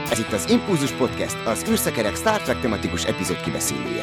Ez itt az Impulzus Podcast, az űrszekerek Star Trek tematikus epizód kibeszélője.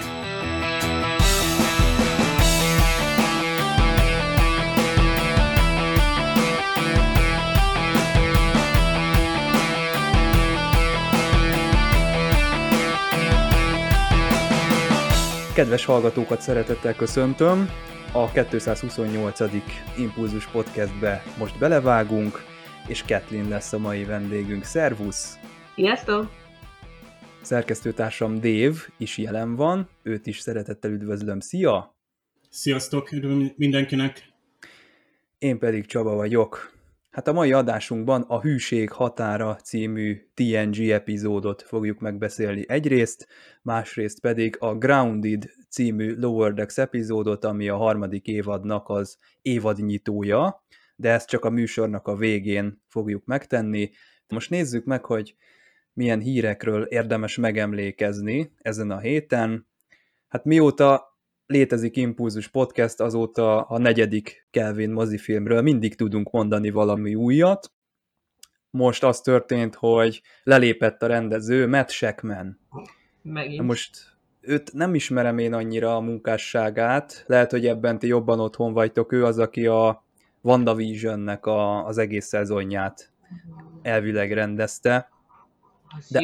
Kedves hallgatókat szeretettel köszöntöm! A 228. Impulzus Podcastbe most belevágunk, és Kathleen lesz a mai vendégünk. Szervusz! Sziasztok! Szerkesztőtársam Dave is jelen van, őt is szeretettel üdvözlöm. Szia! Sziasztok, üdvözlöm mindenkinek! Én pedig Csaba vagyok. Hát a mai adásunkban a Hűség határa című TNG epizódot fogjuk megbeszélni egyrészt, másrészt pedig a Grounded című Lower Decks epizódot, ami a harmadik évadnak az évadnyitója, de ezt csak a műsornak a végén fogjuk megtenni. Most nézzük meg, hogy milyen hírekről érdemes megemlékezni ezen a héten. Hát mióta létezik Impulzus Podcast, azóta a 4. Kelvin mozifilmről mindig tudunk mondani valami újat. Most az történt, hogy lelépett a rendező, Matt Shakman. Megint. Most őt nem ismerem én annyira a munkásságát, lehet, hogy ebben ti jobban otthon vagytok. Ő az, aki a WandaVision-nek az egész szezonját elvileg rendezte. De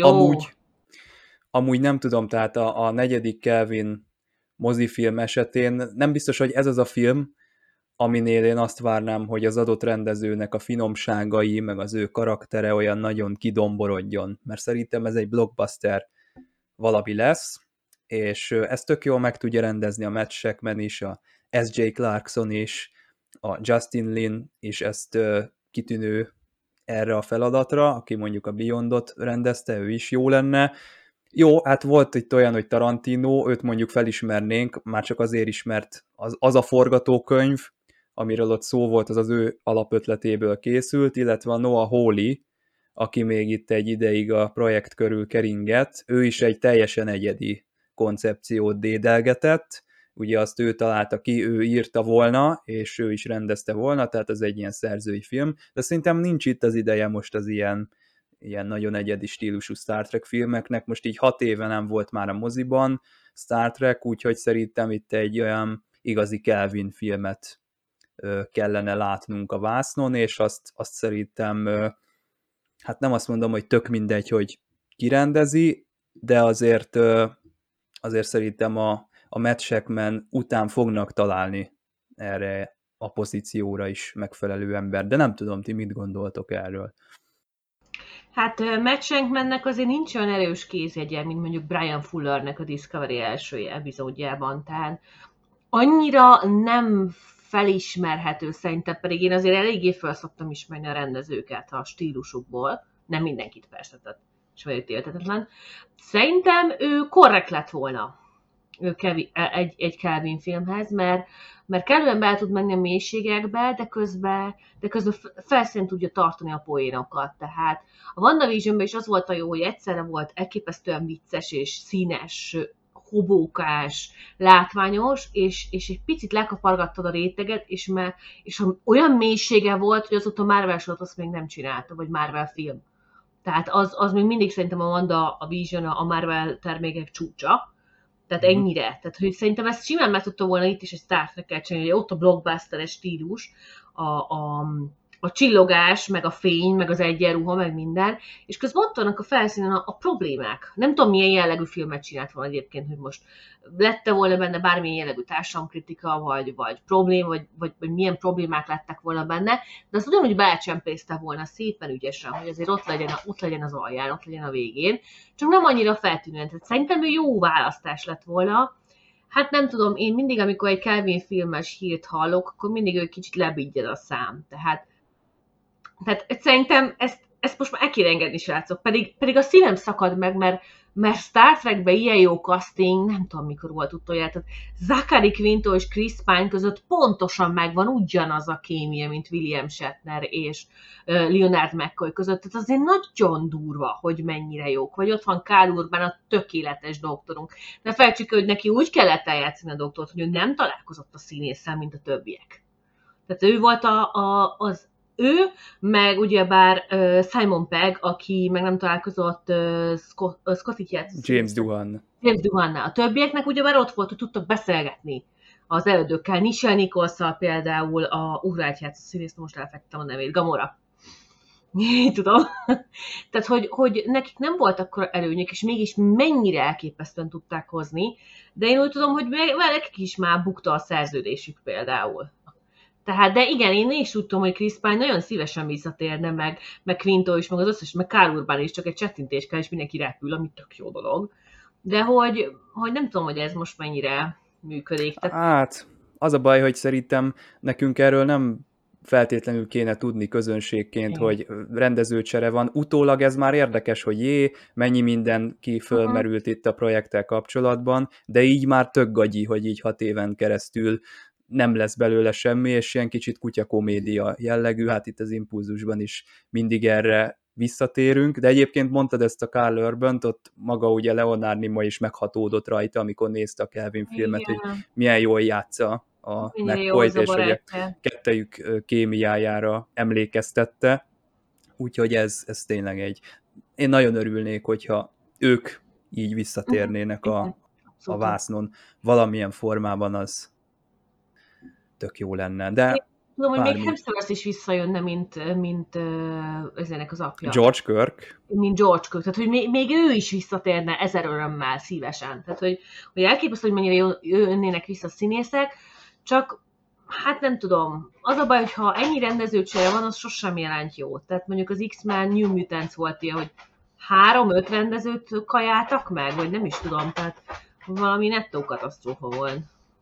amúgy nem tudom, tehát a 4. Kelvin mozifilm esetén nem biztos, hogy ez az a film, aminél én azt várnám, hogy az adott rendezőnek a finomságai, meg az ő karaktere olyan nagyon kidomborodjon, mert szerintem ez egy blockbuster valami lesz, és ezt tök jól meg tudja rendezni a Matt Shakman is, a S.J. Clarkson is, a Justin Lin is ezt kitűnő erre a feladatra, aki mondjuk a Beyondot rendezte, ő is jó lenne. Jó, hát volt itt olyan, hogy Tarantino, őt mondjuk felismernénk, már csak azért is, mert az a forgatókönyv, amiről ott szó volt, az ő alapötletéből készült, illetve a Noah Hawley, aki még itt egy ideig a projekt körül keringett, ő is egy teljesen egyedi koncepciót dédelgetett, ugye azt ő találta ki, ő írta volna, és ő is rendezte volna, tehát ez egy ilyen szerzői film, de szerintem nincs itt az ideje most az ilyen nagyon egyedi stílusú Star Trek filmeknek, most így 6 éve nem volt már a moziban Star Trek, úgyhogy szerintem itt egy olyan igazi Kelvin filmet kellene látnunk a vásznon, és azt szerintem, hát nem azt mondom, hogy tök mindegy, hogy kirendezi, de azért szerintem a Matt Shakman után fognak találni erre a pozícióra is megfelelő ember, de nem tudom, ti mit gondoltok erről. Hát Matt Shakmannek azért nincs olyan erős kézjegye, mint mondjuk Brian Fullernek a Discovery első epizódjában, tehát annyira nem felismerhető szerintem, pedig én azért eléggé fel szoktam ismerni a rendezőket a stílusukból, nem mindenkit persze, tehát ismerítélhetetlen. Szerintem ő korrekt lett volna egy Kelvin filmhez, mert kellően be tud menni a mélységekbe, de közben felszínen tudja tartani a poénokat. Tehát a WandaVisionben is az volt a jó, hogy egyszerre volt elképesztően vicces és színes, hobókás, látványos, és egy picit lekapargattad a réteget, és olyan mélysége volt, hogy azóta Marvel sorot azt még nem csinálta, vagy Marvel film. Tehát az még mindig szerintem a WandaVision a Marvel termékek csúcsa. Tehát ennyire. Tehát, hogy szerintem ezt simán meg tudta volna itt is egy Star Trek-et csinálni, hogy ott a blockbusteres stílus, a csillogás, meg a fény, meg az egyenruha, meg minden, és közben ott vannak a felszínen a problémák. Nem tudom, milyen jellegű filmet csinált volna egyébként, hogy most lette volna benne bármilyen jellegű társadalomkritika, vagy probléma, vagy milyen problémák lettek volna benne, de azt ugyanúgy belecsempészte volna szépen ügyesen, hogy azért ott legyen az alján, ott legyen a végén, csak nem annyira feltűnően. Tehát szerintem ő jó választás lett volna. Hát nem tudom, én mindig, amikor egy Kelvin filmes hírt hallok, akkor mindig ő kicsit lebiggyed a szám. Tehát szerintem ezt most már el kéne engedni, srácok. Pedig a szívem szakad meg, mert Star Trekben ilyen jó casting, nem tudom mikor volt utoljára. Tehát Zachary Quinto és Chris Pine között pontosan megvan ugyanaz a kémia, mint William Shatner és Leonard McCoy között. Tehát azért nagyon durva, hogy mennyire jók. Vagy ott van Karl Urban, a tökéletes doktorunk. Ne felejtsük, hogy neki úgy kellett eljátszani a doktort, hogy ő nem találkozott a színésszel, mint a többiek. Tehát ő volt az ő, meg ugyebár Simon Pegg, aki meg nem találkozott Scotty James Doohan. James Doohannál. A többieknek ugyebár ott volt, hogy tudtak beszélgetni az elődökkel. Nichelle Nicholsszal például a ugráltját színészt, most elfektem a nevét, Gamora. Tudom. Tehát, hogy nekik nem volt akkor előnyök, és mégis mennyire elképesztően tudták hozni, de én úgy tudom, hogy nekik is már bukta a szerződésük például. Tehát, de igen, én is úgy tudom, hogy Chris Pine nagyon szívesen visszatérne, meg Quinto is, meg az összes, meg Karl Urban is, csak egy csettintés kell, és mindenki repül, ami tök jó dolog. De hogy nem tudom, hogy ez most mennyire működik. Tehát... Hát, az a baj, hogy szerintem nekünk erről nem feltétlenül kéne tudni közönségként, hogy rendezőcsere van. Utólag ez már érdekes, hogy mennyi minden ki fölmerült itt a projekttel kapcsolatban, de így már tök gagyi, hogy így 6 éven keresztül nem lesz belőle semmi, és ilyen kicsit kutyakomédia jellegű, hát itt az Impulzusban is mindig erre visszatérünk, de egyébként mondtad ezt a Karl Urbant, ott maga ugye Leonard Nimoy is meghatódott rajta, amikor nézte a Kelvin filmet, hogy milyen jól játsza a McCoy-t, és hogy a kettejük kémiájára emlékeztette, úgyhogy ez tényleg én nagyon örülnék, hogyha ők így visszatérnének a vásznon valamilyen formában, az tök jó lenne, de tudom, hogy még Hemsworth is visszajönne, mint ezenek az apja. George Kirk. Mint George Kirk. Tehát, hogy még ő is visszatérne 1000 örömmel szívesen. Tehát, hogy elképesztő, hogy mennyire jönnének vissza a színészek, csak hát nem tudom. Az a baj, hogy ha ennyi rendezőcsere van, az sosem jelent jót. Tehát mondjuk az X-Men New Mutants volt ilyen, hogy 3-5 rendezőt kajáltak meg, vagy nem is tudom. Tehát valami nettó katasztrófa volt.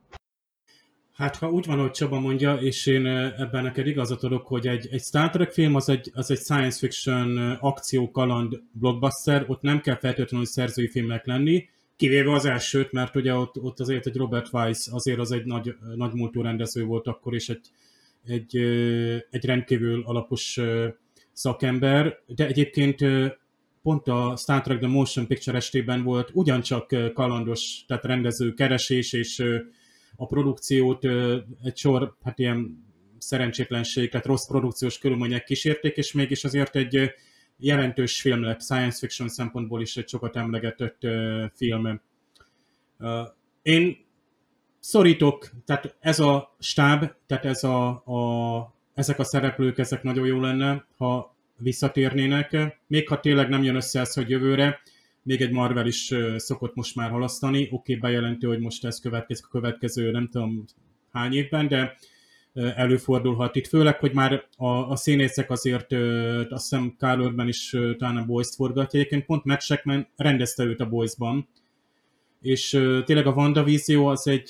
Hát ha úgy van, hogy Csaba mondja, és én ebben neked igazat adok, hogy egy Star Trek film az egy science fiction akció kaland blockbuster, ott nem kell feltétlenül szerzői filmnek lenni, kivéve az elsőt, mert ugye ott azért egy Robert Weiss, azért az egy nagy múltú rendező volt akkor, és egy rendkívül alapos szakember, de egyébként pont a Star Trek The Motion Picture estében volt ugyancsak kalandos, tehát rendező keresés, és a produkciót egy sor hát ilyen szerencsétlenség, tehát rossz produkciós körülmények kísérték, és mégis azért egy jelentős film lett, science fiction szempontból is egy sokat emlegetett film. Én szorítok, tehát ez a stáb, tehát ezek a szereplők, ezek nagyon jó lenne, ha visszatérnének, még ha tényleg nem jön össze ez, hogy jövőre, még egy Marvel is szokott most már halasztani. Oké, bejelenti, hogy most ez következik a következő nem tudom hány évben, de előfordulhat itt. Főleg, hogy már a színészek azért, azt hiszem Karl Urban is talán a Boys-t forgatja. Egyébként pont Matt Shakman rendezte őt a Boys-ban. És tényleg a WandaVision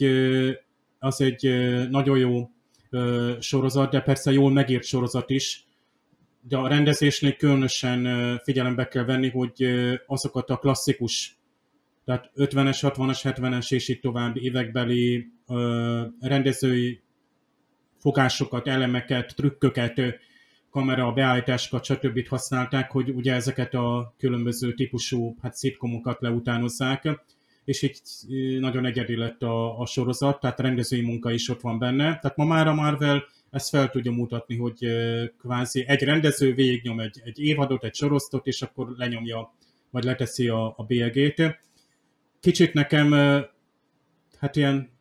az egy nagyon jó sorozat, de persze jól megírt sorozat is. De a rendezésnél különösen figyelembe kell venni, hogy azokat a klasszikus, tehát 50-es, 60-as, 70-es és így tovább évekbeli rendezői fogásokat, elemeket, trükköket, kamera beállításokat, stb. Használták, hogy ugye ezeket a különböző típusú szitcomokat leutánozzák, és így nagyon egyedi lett a sorozat, tehát rendezői munka is ott van benne. Tehát ma már a Marvel ezt fel tudja mutatni, hogy kvázi egy rendező végignyom egy évadot, egy sorosztot, és akkor lenyomja, vagy leteszi a bélyegét. Kicsit nekem hát ilyen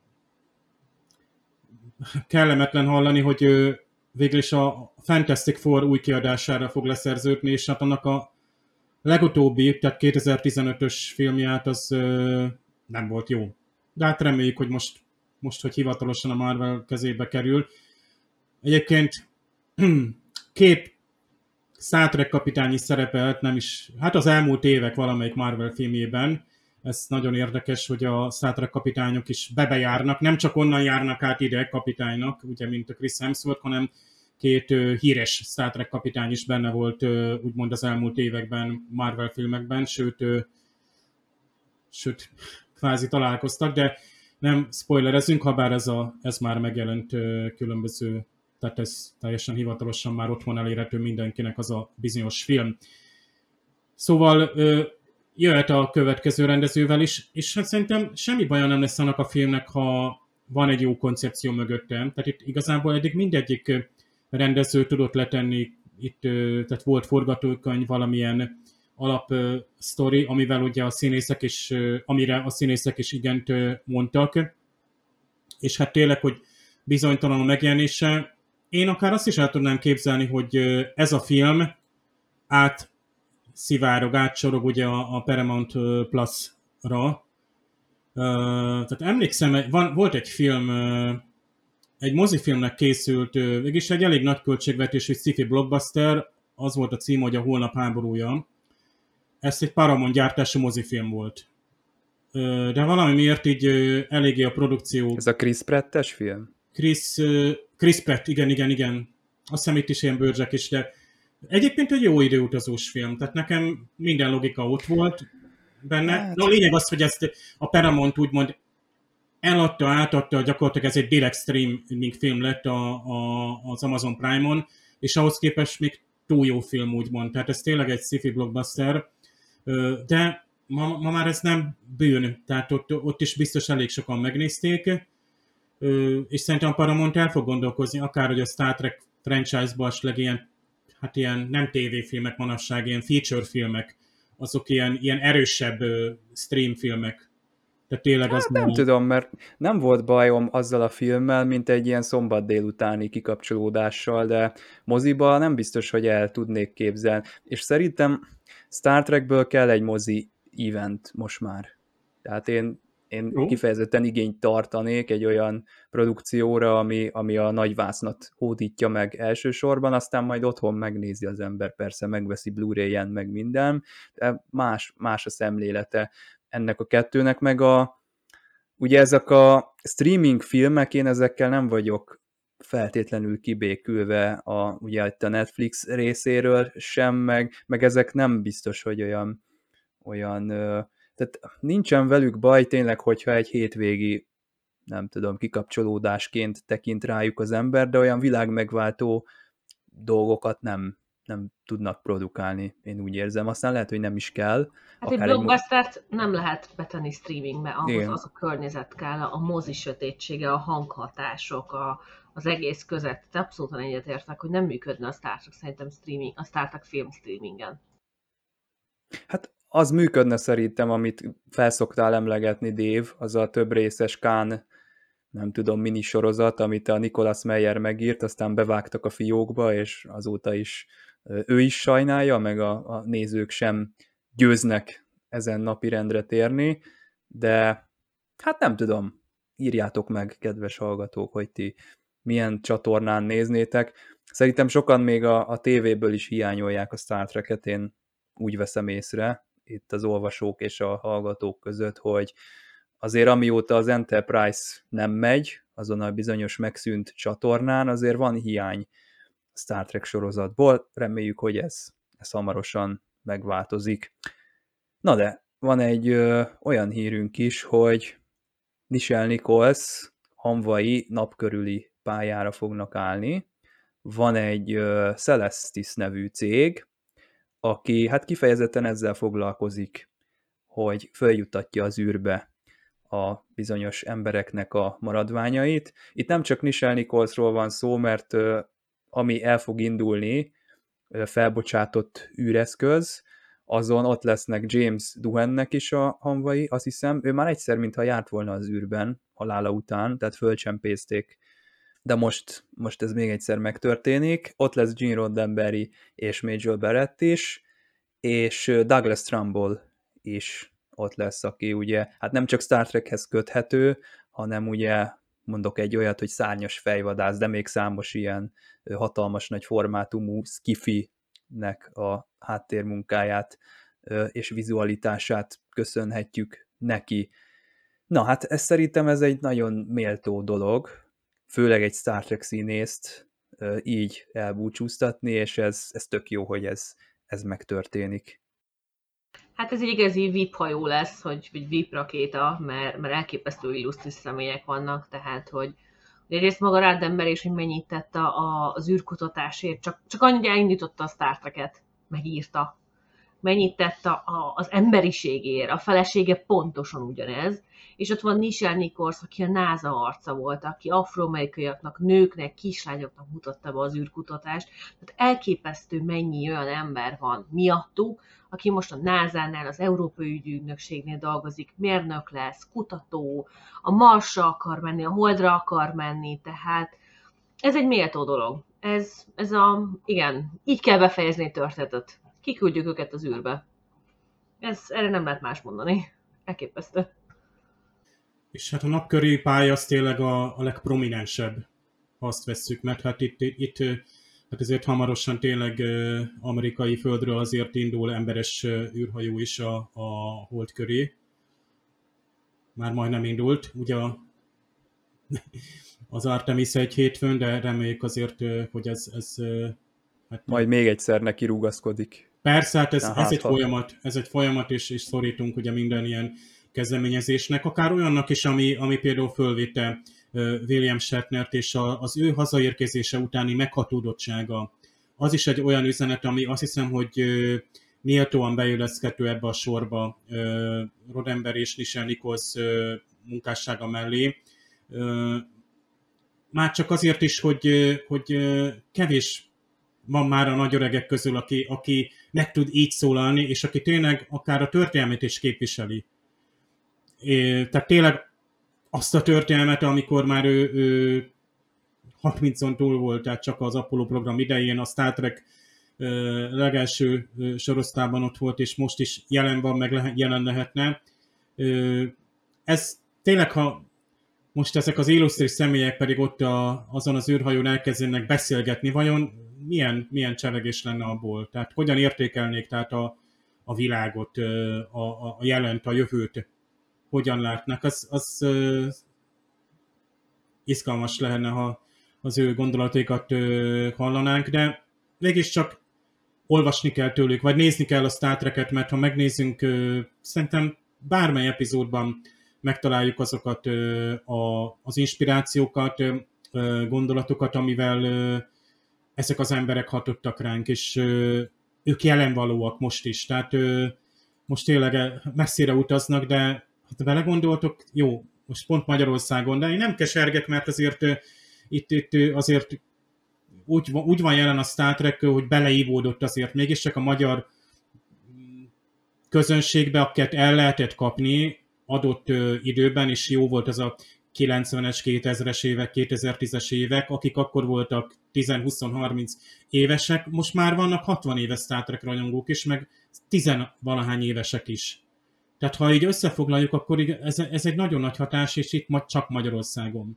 kellemetlen hallani, hogy végül is a Fantastic Four új kiadására fog leszerződni, és hát annak a legutóbbi, tehát 2015-ös filmját az nem volt jó. De hát reméljük, hogy most, hogy hivatalosan a Marvel kezébe kerül. Egyébként 2 Star Trek kapitány is szerepelt, nem is, hát az elmúlt évek valamelyik Marvel filmjében. Ez nagyon érdekes, hogy a Star Trek kapitányok is bejárnak, nem csak onnan járnak át ide kapitánynak, ugye, mint a Chris Hemsworth, hanem 2 híres Star Trek kapitány is benne volt, úgymond az elmúlt években Marvel filmekben, sőt kvázi találkoztak, de nem spoilerezünk, habár ez már megjelent különböző, tehát ez teljesen hivatalosan már otthon elérhető mindenkinek az a bizonyos film. Szóval jöhet a következő rendezővel is, és hát szerintem semmi baja nem lesz annak a filmnek, ha van egy jó koncepció mögöttem. Tehát itt igazából eddig mindegyik rendező tudott letenni, itt, tehát volt forgatókönyv, valamilyen alap sztori, amivel ugye a színészek is, amire a színészek is igent mondtak, és hát tényleg, hogy bizonytalan a megjelenése. Én akár azt is el tudnám képzelni, hogy ez a film átszivárog ugye a Paramount Plus-ra. Tehát emlékszem, volt egy film, egy mozifilmnek készült, mégis egy elég nagy költségvetésű sci-fi blockbuster, az volt a cím, hogy a Holnap háborúja. Ez egy Paramount gyártású mozifilm volt. De valami miért így eléggé a produkció... Ez a Chris Pratt-es film? Chris Pratt, igen. Azt hiszem itt is ilyen bőrzsek is, de egyébként egy jó időutazós film, tehát nekem minden logika ott volt benne. Hát... No, a lényeg az, hogy ezt a Paramount úgymond átadta, gyakorlatilag ez egy direct streaming film lett az Amazon Prime-on, és ahhoz képest még túl jó film úgymond, tehát ez tényleg egy sci-fi blockbuster, de ma már ez nem bűn, tehát ott is biztos elég sokan megnézték, és szerintem a Paramount el fog gondolkozni, akár hogy a Star Trek franchise-ba esetleg ilyen nem tévéfilmek manapság, ilyen feature filmek, azok ilyen erősebb stream filmek. Tehát tényleg az nem tudom, mert nem volt bajom azzal a filmmel, mint egy ilyen szombat délutáni kikapcsolódással, de moziba nem biztos, hogy el tudnék képzelni. És szerintem Star Trekből kell egy mozi event most már. Tehát én kifejezetten igényt tartanék egy olyan produkcióra, ami a nagyvásznat hódítja meg elsősorban, aztán majd otthon megnézi az ember, persze megveszi Blu-ray-en, meg minden, de más a szemlélete ennek a kettőnek, meg ugye ezek a streaming filmek, én ezekkel nem vagyok feltétlenül kibékülve ugye itt a Netflix részéről sem, meg ezek nem biztos, hogy olyan tehát nincsen velük baj tényleg, hogyha egy hétvégi, nem tudom, kikapcsolódásként tekint rájuk az ember, de olyan világmegváltó dolgokat nem tudnak produkálni, én úgy érzem. Aztán lehet, hogy nem is kell. Hát egy blockbustert nem lehet betenni streamingbe, ahhoz az a környezet kell, a mozi sötétsége, a hanghatások, az egész között. Abszolút egyetértek, hogy nem működne a Star Trek szerintem a Star Trek film streamingen. Hát az működne szerintem, amit felszoktál emlegetni, Dave, az a több részes Khan, nem tudom, minisorozat, amit a Nicholas Meyer megírt, aztán bevágtak a fiókba, és azóta is ő is sajnálja, meg a nézők sem győznek ezen napirendre térni, de hát nem tudom, írjátok meg, kedves hallgatók, hogy ti milyen csatornán néznétek. Szerintem sokan még a tévéből is hiányolják a Star Trek-et, én úgy veszem észre itt az olvasók és a hallgatók között, hogy azért amióta az Enterprise nem megy, azon a bizonyos megszűnt csatornán, azért van hiány a Star Trek sorozatból, reméljük, hogy ez hamarosan megváltozik. Na de, van egy olyan hírünk is, hogy Nichelle Nichols Hanvai napkörüli pályára fognak állni. Van egy Celestis nevű cég, aki hát kifejezetten ezzel foglalkozik, hogy följuttatja az űrbe a bizonyos embereknek a maradványait. Itt nem csak Nichelle Nicholsról van szó, mert ami el fog indulni, felbocsátott űreszköz, azon ott lesznek James Doohannek is a hamvai, azt hiszem, ő már egyszer, mintha járt volna az űrben halála után, tehát fölcsempészték, de most ez még egyszer megtörténik. Ott lesz Gene Roddenberry és Majel Barrett is, és Douglas Trumbull is ott lesz, aki ugye, hát nem csak Star Trekhez köthető, hanem ugye mondok egy olyat, hogy szárnyas fejvadász, de még számos ilyen hatalmas nagy formátumú skifi-nek a háttérmunkáját és vizualitását köszönhetjük neki. Na hát szerintem ez egy nagyon méltó dolog, főleg egy Star Trek színészt így elbúcsúztatni, és ez tök jó, hogy ez megtörténik. Hát ez egy igazi VIP hajó lesz, vagy VIP rakéta, mert elképesztő illusztris személyek vannak, tehát hogy egyrészt maga Roddenberry is, hogy mennyit tett az űrkutatásért, csak annyit elindította a Star Trek-et, megírta. mennyit tett az emberiségért, a felesége pontosan ugyanez, és ott van Nichelle Nichols, aki a NASA arca volt, aki afroamerikaiaknak, nőknek, kislányoknak mutatta be az űrkutatást. Tehát elképesztő mennyi olyan ember van miattuk, aki most a NASA-nál, az Európai Ügyügynökségnél dolgozik, mérnök lesz, kutató, a Marsra akar menni, a Holdra akar menni, tehát ez egy méltó dolog. Igen, így kell befejezni a történetet. Kiküldjük őket az űrbe. Erre nem lehet más mondani. Elképesztő. És hát a napköri pálya az tényleg a legprominensebb, ha azt vesszük, mert hát itt hát ezért hamarosan tényleg amerikai földről azért indul emberes űrhajó is a hold köré. Már majdnem indult, ugye az Artemis egy hétfőn, de reméljük azért, hogy ez hát majd még egyszer neki rugaszkodik. Persze, hát ez egy folyamat, és szorítunk ugye minden ilyen kezdeményezésnek, akár olyannak is, ami például fölvitte William Shatnert, és az ő hazaérkezése utáni meghatódottsága. Az is egy olyan üzenet, ami azt hiszem, hogy méltóan beilleszthető ebbe a sorba Roddenberry és Nichelle Nichols munkássága mellé. Már csak azért is, hogy kevés van már a nagyöregek közül, aki meg tud így szólalni, és aki tényleg akár a történelmet is képviseli. Tehát tényleg azt a történelmet, amikor már ő 30-on túl volt, tehát csak az Apollo program idején, a Star Trek legelső sorosztában ott volt, és most is jelen van, meg jelen lehetne. Ez tényleg, ha most ezek az illusztris személyek pedig ott azon az űrhajón elkezdenek beszélgetni, vajon milyen cselegés lenne abból? Tehát hogyan értékelnék tehát a világot, a jelent, a jövőt, hogyan látnak? Az izgalmas lenne, ha az ő gondolataikat hallanánk, de mégiscsak olvasni kell tőlük, vagy nézni kell a Star Trek-et, mert ha megnézzünk, szerintem bármely epizódban megtaláljuk azokat az inspirációkat, gondolatokat, amivel ezek az emberek hatottak ránk, és ők jelenvalóak most is. Tehát most tényleg messzire utaznak, de hát belegondoltok, jó, most pont Magyarországon, de én nem kesergek, mert azért itt azért úgy van jelen a Star Trek, hogy beleívódott azért mégiscsak a magyar közönségbe, akiket el lehetett kapni adott időben, és jó volt az a 90-es, 2000-es évek, 2010-es évek, akik akkor voltak 10-20-30 évesek, most már vannak 60 éves Star Trek rajongók is, meg 10-valahány évesek is. Tehát ha így összefoglaljuk, akkor ez egy nagyon nagy hatás, és itt csak Magyarországon.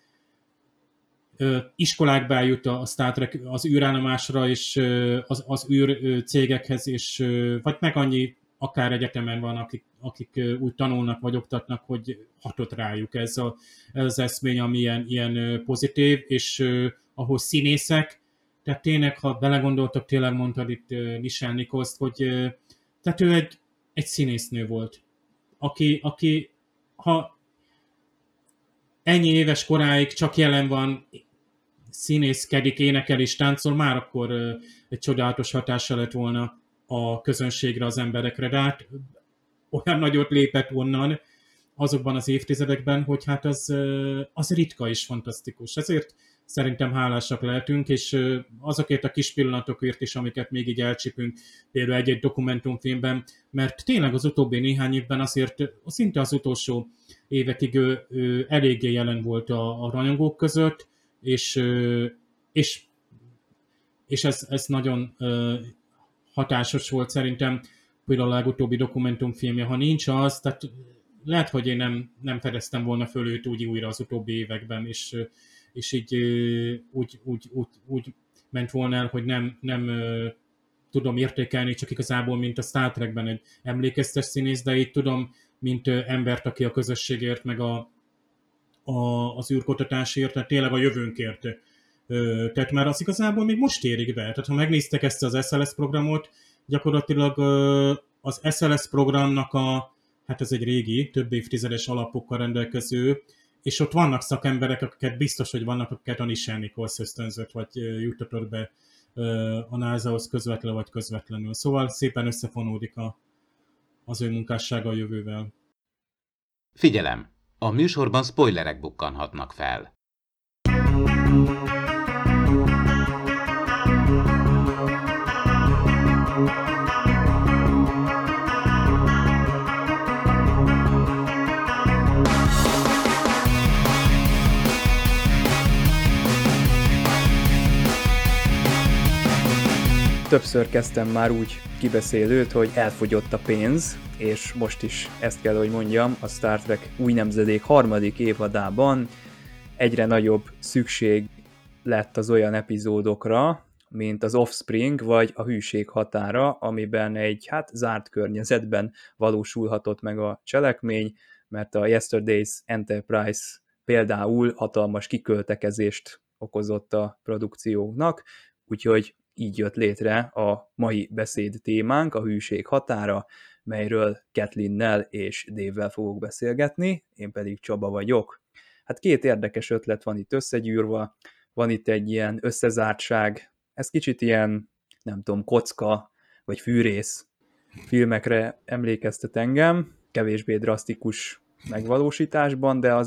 Iskolákba eljut a Star Trek az űrállomásra, és az űr cégekhez, és vagy meg annyi akár egyetemen van, akik úgy tanulnak vagy oktatnak, hogy hatott rájuk ez az eszmény, ami ilyen pozitív, és ahol színészek, tehát tényleg, ha belegondoltak, tényleg mondtad itt Nichelle Nichols-t, hogy tehát ő egy színésznő volt, aki ha ennyi éves koráig csak jelen van, színészkedik, énekel és táncol, már akkor egy csodálatos hatással lett volna a közönségre, az emberekre, de hát olyan nagyot lépett onnan azokban az évtizedekben, hogy hát az ritka és fantasztikus. Ezért szerintem hálásak lehetünk, és azokért a kis pillanatokért is, amiket még így elcsípünk, például egy-egy dokumentumfilmben, mert tényleg az utóbbi néhány évben azért szinte az évekig ő eléggé jelen volt a rajongók között, és ez nagyon hatásos volt szerintem, például a legutóbbi dokumentumfilmje, ha nincs az, tehát lehet, hogy én nem fedeztem volna föl őt úgy újra az utóbbi években, és így úgy ment volna el, hogy nem tudom értékelni, csak igazából, mint a Star Trekben egy emlékeztes színész, de így tudom, mint embert, aki a közösségért, meg az űrkutatásért, tehát tényleg a jövőnkért. Tehát már az igazából még most érik be. Tehát ha megnéztek ezt az SLS programot, gyakorlatilag az SLS programnak hát ez egy régi, több évtizedes alapokkal rendelkező, és ott vannak szakemberek, akiket biztos, hogy vannak, akiket a Nichelle Nichols ösztönzött, vagy juttatott be a NASA-hoz közvetlenül vagy közvetlenül. Szóval szépen összefonódik az ő munkássága a jövővel. Figyelem! A műsorban spoilerek bukkanhatnak fel. Többször kezdtem már úgy kibeszélőt, hogy elfogyott a pénz, és most is ezt kell, hogy mondjam, a Star Trek új nemzedék 3. évadában egyre nagyobb szükség lett az olyan epizódokra, mint az Offspring vagy a Hűség határa, amiben egy zárt környezetben valósulhatott meg a cselekmény, mert a Yesterday's Enterprise például hatalmas kiköltekezést okozott a produkcióknak, úgyhogy így jött létre a mai beszéd témánk, a Hűség határa, melyről Kathleen-nel és Dave-vel fogok beszélgetni, én pedig Csaba vagyok. Hát 2 érdekes ötlet van itt összegyűrva, van itt egy ilyen összezártság, ez kicsit ilyen, nem tudom, kocka vagy fűrész filmekre emlékeztet engem, kevésbé drasztikus megvalósításban, de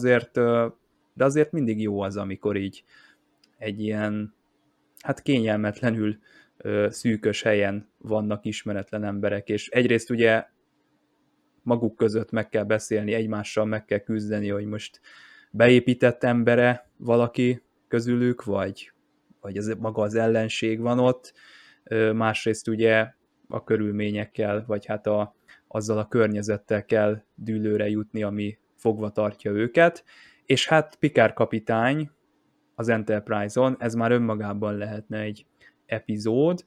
azért mindig jó az, amikor így egy ilyen kényelmetlenül szűkös helyen vannak ismeretlen emberek, és egyrészt ugye maguk között meg kell beszélni, egymással meg kell küzdeni, hogy most beépített embere valaki közülük, vagy maga az ellenség van ott, másrészt ugye a körülményekkel, vagy azzal a környezettel kell dűlőre jutni, ami fogva tartja őket, és Picard kapitány az Enterprise-on, ez már önmagában lehetne egy epizód,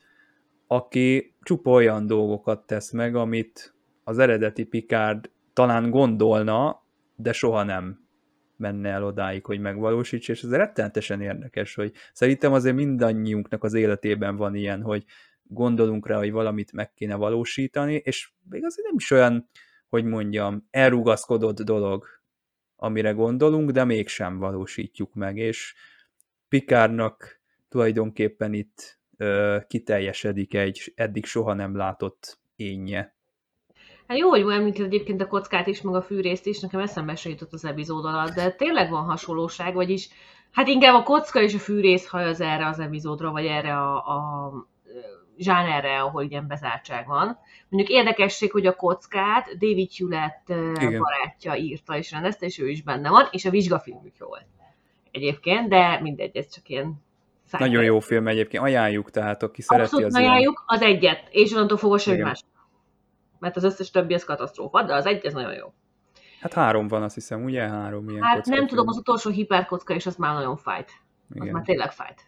aki csupa olyan dolgokat tesz meg, amit az eredeti Picard talán gondolna, de soha nem menne el odáig, hogy megvalósítsa, és ez rettenetesen érdekes, hogy szerintem azért mindannyiunknak az életében van ilyen, hogy gondolunk rá, hogy valamit meg kéne valósítani, és még azért nem is olyan, hogy mondjam, elrugaszkodott dolog, amire gondolunk, de mégsem valósítjuk meg, és Picardnak tulajdonképpen itt kiteljesedik egy eddig soha nem látott énje. Jó, hogy említed egyébként a kockát is, meg a fűrészt is, nekem eszembe se jutott az epizód alatt, de tényleg van hasonlóság, vagyis inkább a kocka és a fűrész hajaz erre az epizódra, vagy erre a zsánerre, ahol ilyen bezártság van. Mondjuk érdekesség, hogy a kockát David Hewlett barátja írta és rendezte, és ő is benne van, és a vizsgafilmük jó volt egyébként, de mindegy, ez csak ilyen nagyon jó film egyébként, ajánljuk, tehát aki szereti abszolút az ajánljuk, az egyet, és onnantól fogva semmi más. Mert az összes többi az katasztrófa, de az egy, ez nagyon jó. 3 van, azt hiszem, ugye? 3 ilyen kocka. Nem tudom, az utolsó hiperkocka, és az már nagyon fájt. Az már tényleg fájt.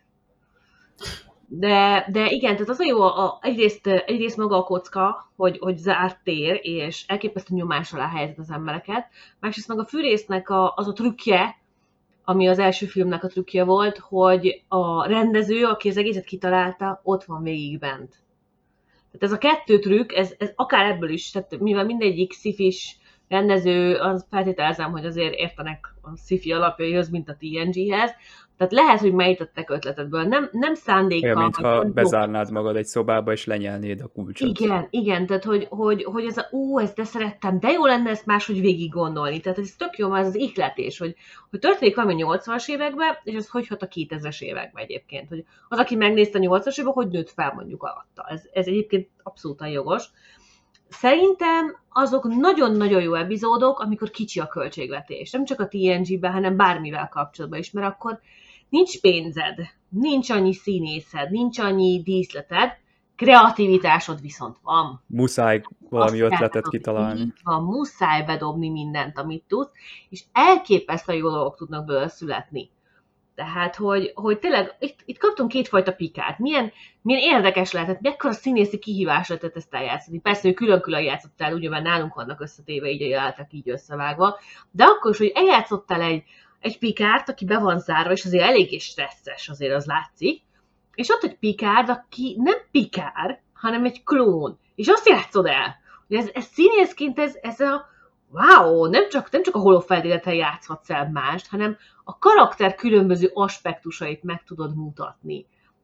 De igen, tehát az a jó, egyrészt maga a kocka, hogy zárt tér, és elképesztő nyomás alá helyezett az embereket. Másrészt meg a fűrésznek az a trükkje, ami az első filmnek a trükkje volt, hogy a rendező, aki az egészet kitalálta, ott van végig bent. Tehát ez a 2 trükk, ez akár ebből is, tehát mivel mindegyik szifis rendező, az feltételezem, hogy azért értenek a sci-fi alapjaihoz, mint a TNG-hez. Tehát lehet, hogy megítettek ötletedből, nem szándékkal. Olyan, mintha bezárnád magad egy szobába, és lenyelnéd a kulcsot. Igen, tehát hogy ez ezt de szerettem, de jó lenne ezt máshogy végig gondolni. Tehát ez tök jó, ez az ihletés, hogy történik valami 80-as években, és ez hogy hat a 2000-es években egyébként. Hogy az, aki megnézte a 80-as években, hogy nőtt fel mondjuk alatta. Ez egyébként abszolút jogos. Szerintem azok nagyon-nagyon jó epizódok, amikor kicsi a költségvetés. Nem csak a TNG-ben, hanem bármivel kapcsolatban is, mert akkor nincs pénzed, nincs annyi színészed, nincs annyi díszleted, kreativitásod viszont van. Muszáj valami ötletet kitalálni. Így van, muszáj bedobni mindent, amit tudsz, és elképesztő jó dolgok tudnak belőle születni. Tehát, hogy tényleg itt kaptunk 2 fajta Picard. Milyen érdekes lehetett, mekkora színészi kihívás lehetett ezt eljátszani. Persze, hogy külön-külön játszottál, ugye, mert nálunk vannak összetéve, így álltak így összevágva, de akkor is, hogy eljátszottál egy Picard, aki be van zárva, és azért eléggé stresszes, azért az látszik, és ott egy Picard, aki nem Picard, hanem egy klón, és azt játszod el. Hogy ez színészként ez a wow, nem csak a Holofield életen játszhatsz el mást, hanem a karakter különböző aspektusait meg tudod mutatni.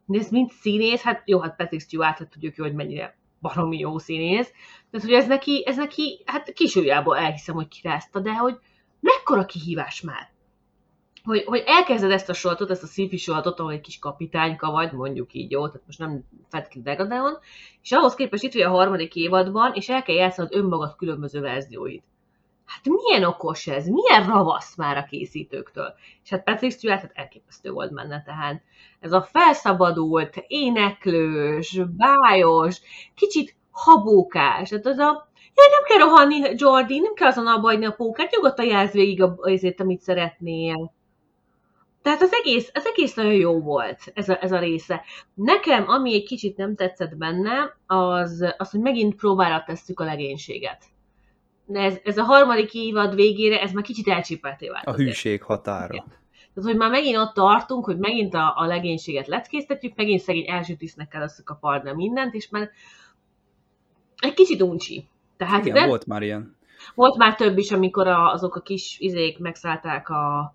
De ez mind színész, hát jó, hát Patrick Stewart, tudjuk jó, hogy mennyire baromi jó színész. Tehát, hogy ez neki hát kisújjából elhiszem, hogy kirázta, de hogy mekkora kihívás már. Hogy elkezded ezt a sorozatot, ezt a sci-fi sorozatot, ahol egy kis kapitányka vagy, mondjuk így, jó, tehát most nem feltétlenül Degadeon, és ahhoz képest itt vagy a 3. évadban, és el kell játszanod önmagad különböző verzióit. Hát milyen okos ez, milyen ravasz már a készítőktől. És hát Patrick Stewart hát elképesztő volt benne, tehát ez a felszabadult, éneklős, bájos, kicsit habókás, tehát az nem kell rohanni, Jordi, nem kell azon abba hagyni a pókát, nyugodtan jársz végig azért, amit szeretnél. Tehát az egész nagyon jó volt, ez a része. Nekem, ami egy kicsit nem tetszett benne, az hogy megint próbára tesszük a legénységet. Ez a 3. évad végére, ez már kicsit elcsépelté vált. A hűség határa. Igen. Tehát, hogy már megint ott tartunk, hogy megint a legénységet leckésztetjük, megint szegény első tisztnek kell összekaparni mindent, és már egy kicsit uncsi. Tehát igen, volt már ilyen. Volt már több is, amikor azok a kis izék megszállták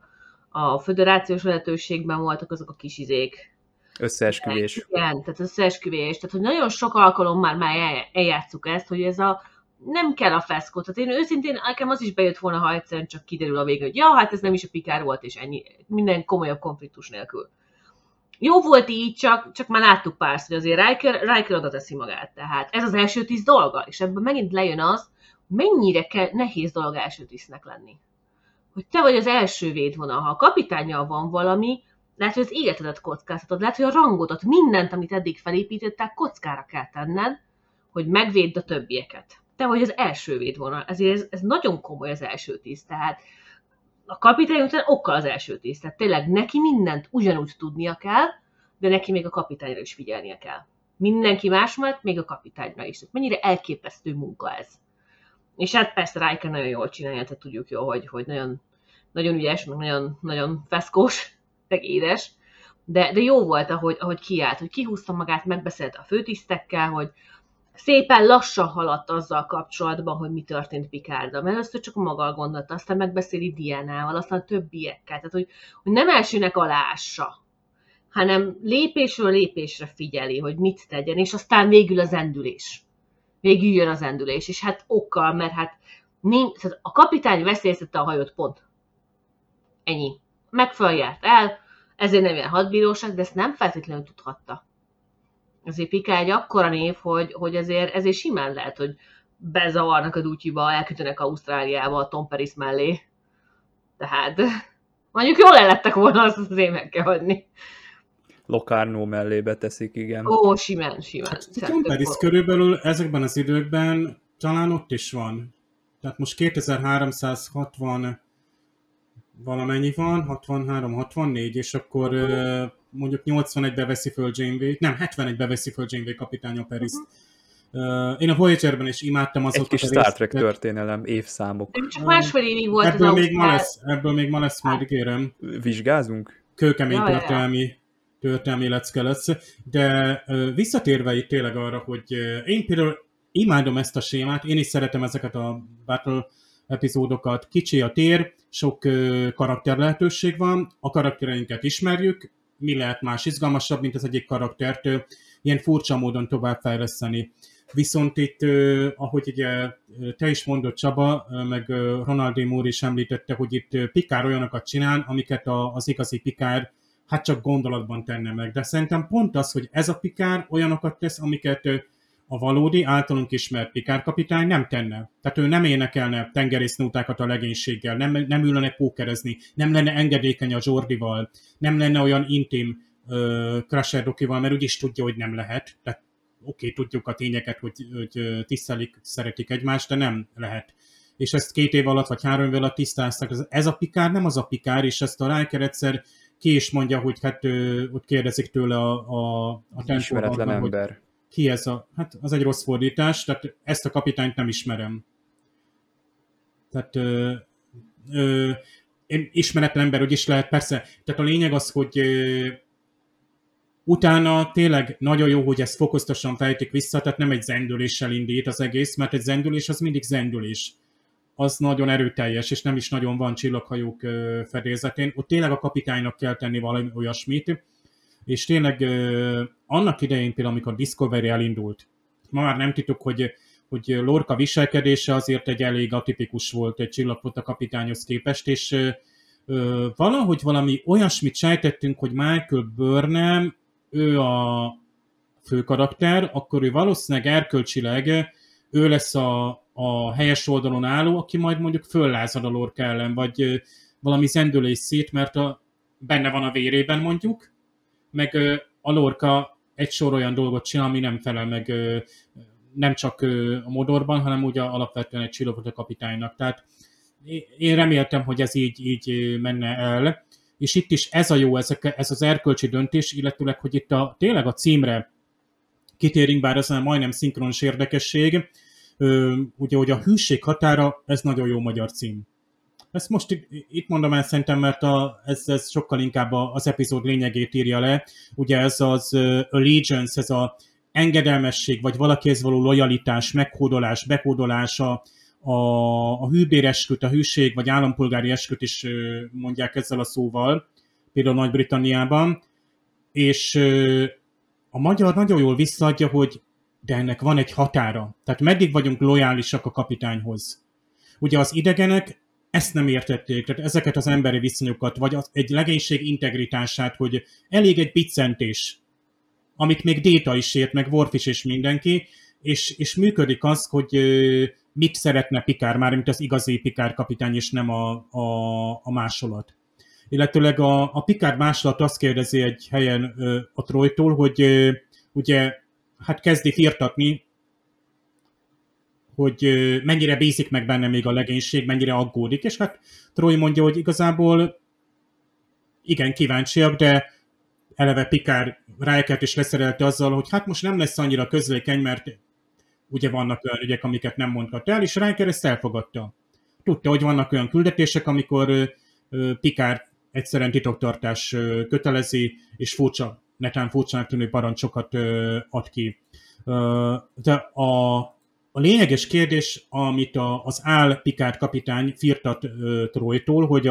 a föderációs vezetőségben voltak azok a kis izék. Összeesküvés. Igen, tehát összeesküvés. Tehát, hogy nagyon sok alkalommal már eljátszuk ezt, hogy ez nem kell a feszkó. Tehát én őszintén, nekem az is bejött volna, ha egyszerűen csak kiderül a végén, hogy ja, hát ez nem is a Picard volt, és ennyi. Minden komolyabb konfliktus nélkül. Jó volt így, csak már láttuk párszor, hogy azért Riker oda teszi magát. Tehát ez az első 10 dolga, és ebből megint lejön az, mennyire nehéz dolog első tisztnek lenni. Hogy te vagy az első védvonal, ha a kapitánnyal van valami, lehet, hogy az életedet kockáztatod, lehet, hogy a rangodat, mindent, amit eddig felépítettek, kockára kell tenned, hogy megvédd a többieket. Te vagy az első védvonal, ezért ez nagyon komoly az első 10, tehát a kapitány után okkal az első 10, tehát tényleg neki mindent ugyanúgy tudnia kell, de neki még a kapitányra is figyelnie kell. Mindenki más mellett, még a kapitányra is. Tehát mennyire elképesztő munka ez. És hát persze Riker nagyon jól csinálja, tehát tudjuk jó, hogy nagyon, nagyon ügyes, meg nagyon, nagyon feszkós, meg édes, de jó volt, ahogy kiállt, hogy kihúzta magát, megbeszélte a főtisztekkel, hogy szépen lassan haladt azzal kapcsolatban, hogy mi történt Picarddal, mert először csak maga gondolta, aztán megbeszéli Diánával, aztán a többiekkel, tehát hogy nem elsőnek aláássa, hanem lépésről lépésre figyeli, hogy mit tegyen, és aztán végül az endülés. Végül jön az endülés, és hát okkal, mert hát a kapitány veszélyeztette a hajót, pont. Ennyi. Megfelelően járt el, ezért nem ilyen hadbíróság, de ezt nem feltétlenül tudhatta. Azért Picard egy akkora név, hogy ezért simán lehet, hogy bezavarnak a dutyiba, elkötönek Ausztráliába a Tom Paris mellé. Tehát mondjuk jól el lettek volna, azt azért meg kell hagyni. Locarno mellé beteszik, igen. Ó, simán. Hát, Tom Paris körülbelül ezekben az időkben talán ott is van. Tehát most 2360 valamennyi van, 63-64, és akkor mondjuk 81-be veszi föl Janeway, nem, 71-be veszi föl Janeway kapitány a Paris-t. Én a Voyager-ben is imádtam azokat egy kis Star Trek történelem, évszámok. Csak másfél évig volt ebből még ma lesz, majd ígérem. Vizsgázunk? Kőkemény történelmi lecke lesz. De visszatérve itt tényleg arra, hogy én például imádom ezt a sémát, én is szeretem ezeket a Battle epizódokat. Kicsi a tér, sok karakter lehetőség van, a karaktereinket ismerjük, mi lehet más izgalmasabb, mint az egyik karaktert ilyen furcsa módon továbbfejleszteni. Viszont itt, ahogy ugye te is mondod, Csaba, meg Ronald D. Moore is említette, hogy itt Picard olyanokat csinál, amiket az igazi Picard hát csak gondolatban tenne meg. De szerintem pont az, hogy ez a Picard olyanokat tesz, amiket a valódi, általunk ismert Picard kapitány nem tenne. Tehát ő nem énekelne tengerésznótákat a legénységgel, nem ülne pókerezni, nem lenne engedékeny a Jordival, nem lenne olyan intim Crusher Dokival, mert úgyis tudja, hogy nem lehet. Tehát oké, tudjuk a tényeket, hogy tisztelik, szeretik egymást, de nem lehet. És ezt 2 év alatt, vagy 3 év alatt tisztáztak. Ez a Picard nem az a Picard, és ezt a Riker egyszer ki is mondja, hogy hát ott kérdezik tőle a ismeretlen ember. Hogy ki ez hát az egy rossz fordítás, tehát ezt a kapitányt nem ismerem. Tehát én ismeretlen ember, hogy is lehet, persze. Tehát a lényeg az, hogy utána tényleg nagyon jó, hogy ezt fokozatosan fejtik vissza, tehát nem egy zendüléssel indít az egész, mert egy zendülés az mindig zendülés. Az nagyon erőteljes, és nem is nagyon van csillaghajók fedélzetén. Ott tényleg a kapitánynak kell tenni valami olyasmit. És tényleg annak idején például, amikor Discovery elindult, ma már nem titok, hogy Lorca viselkedése azért egy elég atipikus volt egy Csillagflotta kapitányhoz képest, és valahogy valami olyasmit sejtettünk, hogy Michael Burnham, ő a főkarakter, akkor ő valószínűleg erkölcsileg ő lesz a helyes oldalon álló, aki majd mondjuk föllázad a Lorca ellen, vagy valami zendülés szét, mert benne van a vérében mondjuk, meg a Lorca egy sor olyan dolgot csinál, ami nem felel meg nem csak a modorban, hanem ugye alapvetően egy Csillagflotta kapitánynak. Tehát én reméltem, hogy ez így menne el. És itt is ez a jó, ez az erkölcsi döntés, illetőleg, hogy itt tényleg a címre kitérünk, bár ez majdnem szinkronos érdekesség, ugye, hogy a hűség határa, ez nagyon jó magyar cím. Ezt most itt mondom el szerintem, mert ez sokkal inkább az epizód lényegét írja le. Ugye ez az allegiance, ez a engedelmesség, vagy valakihez való lojalitás, meghódolás, bekódolás, a hűbéresküt, a hűség, vagy állampolgári esküt is mondják ezzel a szóval, például Nagy-Britanniában, és a magyar nagyon jól visszaadja, hogy de ennek van egy határa. Tehát meddig vagyunk lojálisak a kapitányhoz. Ugye az idegenek ezt nem értették, tehát ezeket az emberi viszonyokat, vagy egy legénység integritását, hogy elég egy biccentés, amit még Data is ért, meg Worf is és mindenki, és működik az, hogy mit szeretne Picard, már mint az igazi Picard kapitány, és nem a másolat. Illetőleg a Picard másolat azt kérdezi egy helyen a Troytól, hogy ugye hát kezdi firtatni, hogy mennyire bízik meg benne még a legénység, mennyire aggódik, és hát Troy mondja, hogy igazából igen, kíváncsiak, de eleve Picard Rikert is leszerelte azzal, hogy hát most nem lesz annyira közlékeny, mert ugye vannak olyan ügyek, amiket nem mondhat el, és Riker ezt elfogadta. Tudta, hogy vannak olyan küldetések, amikor Picard egyszerűen titoktartás kötelezi, és netán furcsának tűnő parancsokat ad ki. De a lényeges kérdés, amit az Picard kapitány firtat Troytól, hogy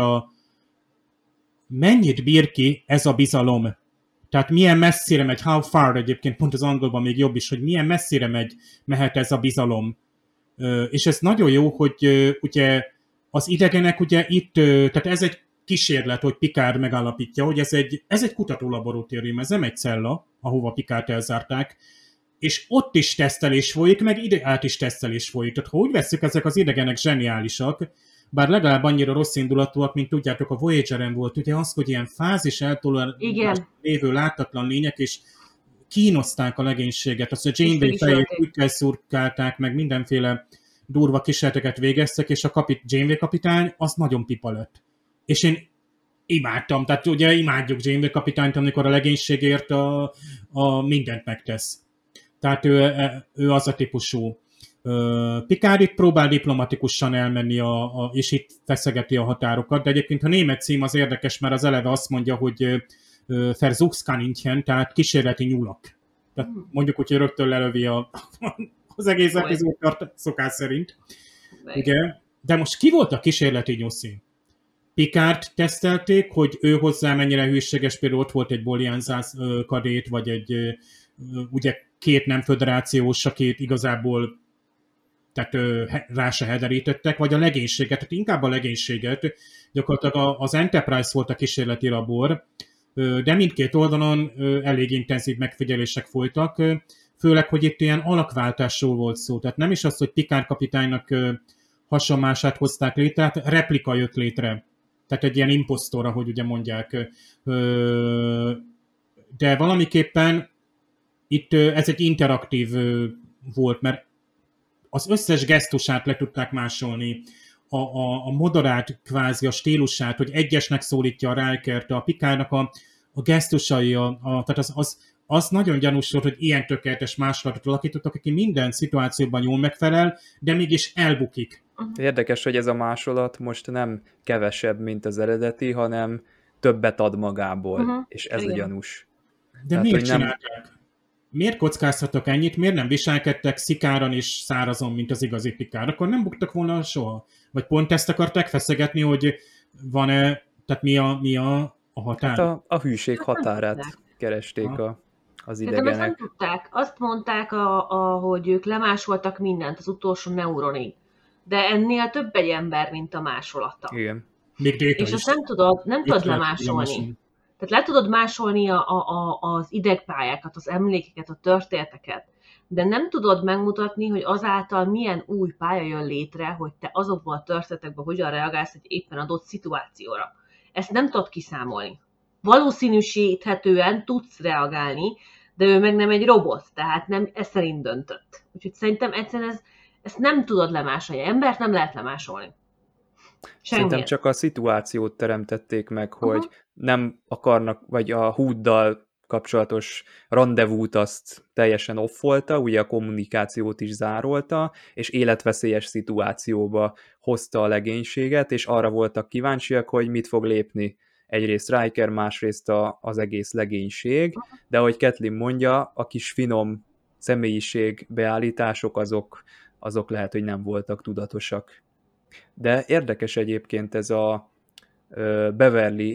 mennyit bír ki ez a bizalom. Tehát milyen messzire megy, how far egyébként, pont az angolban még jobb is, hogy milyen messzire mehet ez a bizalom. És ez nagyon jó, hogy ugye az idegenek ugye itt, tehát ez egy kísérlet, hogy Picard megállapítja, hogy ez egy kutatólaboratórium, ez nem egy cella, ahova Picard elzárták, és ott is tesztelés folyik, meg ide át is tesztelés folyik. Tehát ha úgy vesszük, ezek az idegenek zseniálisak, bár legalább annyira rossz indulatúak, mint tudjátok, a Voyager-en volt, ugye az, hogy ilyen fázis eltolódás lévő láthatatlan lények, és kínozták a legénységet. Azt, hogy Janeway fejét úgy szurkálták, meg mindenféle durva kísérleteket végeztek, és a Janeway kapitány az nagyon pipa lett. És én imádtam, tehát ugye imádjuk Janeway kapitányt, amikor a legénységért a mindent megtesz. Tehát ő az a típusú. Picard itt próbál diplomatikusan elmenni, és itt feszegeti a határokat, de egyébként a német cím az érdekes, mert az eleve azt mondja, hogy Versuchskaninchen, tehát kísérleti nyulak. Tehát mondjuk, hogy rögtön lelövi az egész epizód szokás szerint. Ugye? De most ki volt a kísérleti nyuszi? Picard tesztelték, hogy ő hozzá mennyire hűséges, például ott volt egy Bolianzász kadét, vagy egy ugye két nem föderációs, akit igazából tehát rá se hederítettek, vagy a legénységet, tehát inkább a legénységet, gyakorlatilag az Enterprise volt a kísérleti labor, de mindkét oldalon elég intenzív megfigyelések folytak, főleg, hogy itt ilyen alakváltásról volt szó, tehát nem is az, hogy Picard kapitánynak hasonlását hozták létre, tehát replika jött létre, tehát egy ilyen imposztor, ahogy ugye mondják, de valamiképpen itt ez egy interaktív volt, mert az összes gesztusát le tudták másolni, a modorát, kvázi a stílusát, hogy egyesnek szólítja a Rikert, a Picardnak a gesztusai, tehát az nagyon gyanús volt, hogy ilyen tökéletes másolatot alakítottak, aki minden szituációban jól megfelel, de mégis elbukik. Érdekes, hogy ez a másolat most nem kevesebb, mint az eredeti, hanem többet ad magából, és ez a gyanús. De tehát, miért csinálták? Miért kockáztatok ennyit? Miért nem viselkedtek szikáran és szárazon, mint az igazi Picard? Akkor nem buktak volna soha? Vagy pont ezt akarták feszegetni, hogy van-e, tehát mi a határ? Hát a hűség határát keresték az Szerintem ezt nem idegenek. tudták. Azt mondták, hogy ők lemásoltak mindent az utolsó neuronig. De ennél több egy ember, mint a másolata. Igen. Még Déta És is. azt nem tudod lemásolni. Tehát le tudod másolni az idegpályákat, az emlékeket, a történeteket, de nem tudod megmutatni, hogy azáltal milyen új pálya jön létre, hogy te azokban a történetekben hogyan reagálsz egy éppen adott szituációra. Ezt nem tudod kiszámolni. Valószínűsíthetően tudsz reagálni, de ő meg nem egy robot, tehát nem ez szerint döntött. Úgyhogy szerintem egyszerűen ezt nem tudod lemásolni. Embert nem lehet lemásolni. Szerintem csak a szituációt teremtették meg, hogy nem akarnak, vagy a Hooddal kapcsolatos randevút azt teljesen offolta, ugye a kommunikációt is zárolta, és életveszélyes szituációba hozta a legénységet, és arra voltak kíváncsiak, hogy mit fog lépni egyrészt Riker, másrészt az egész legénység, de ahogy Kathleen mondja, a kis finom személyiség beállítások azok lehet, hogy nem voltak tudatosak. De érdekes egyébként ez a Beverly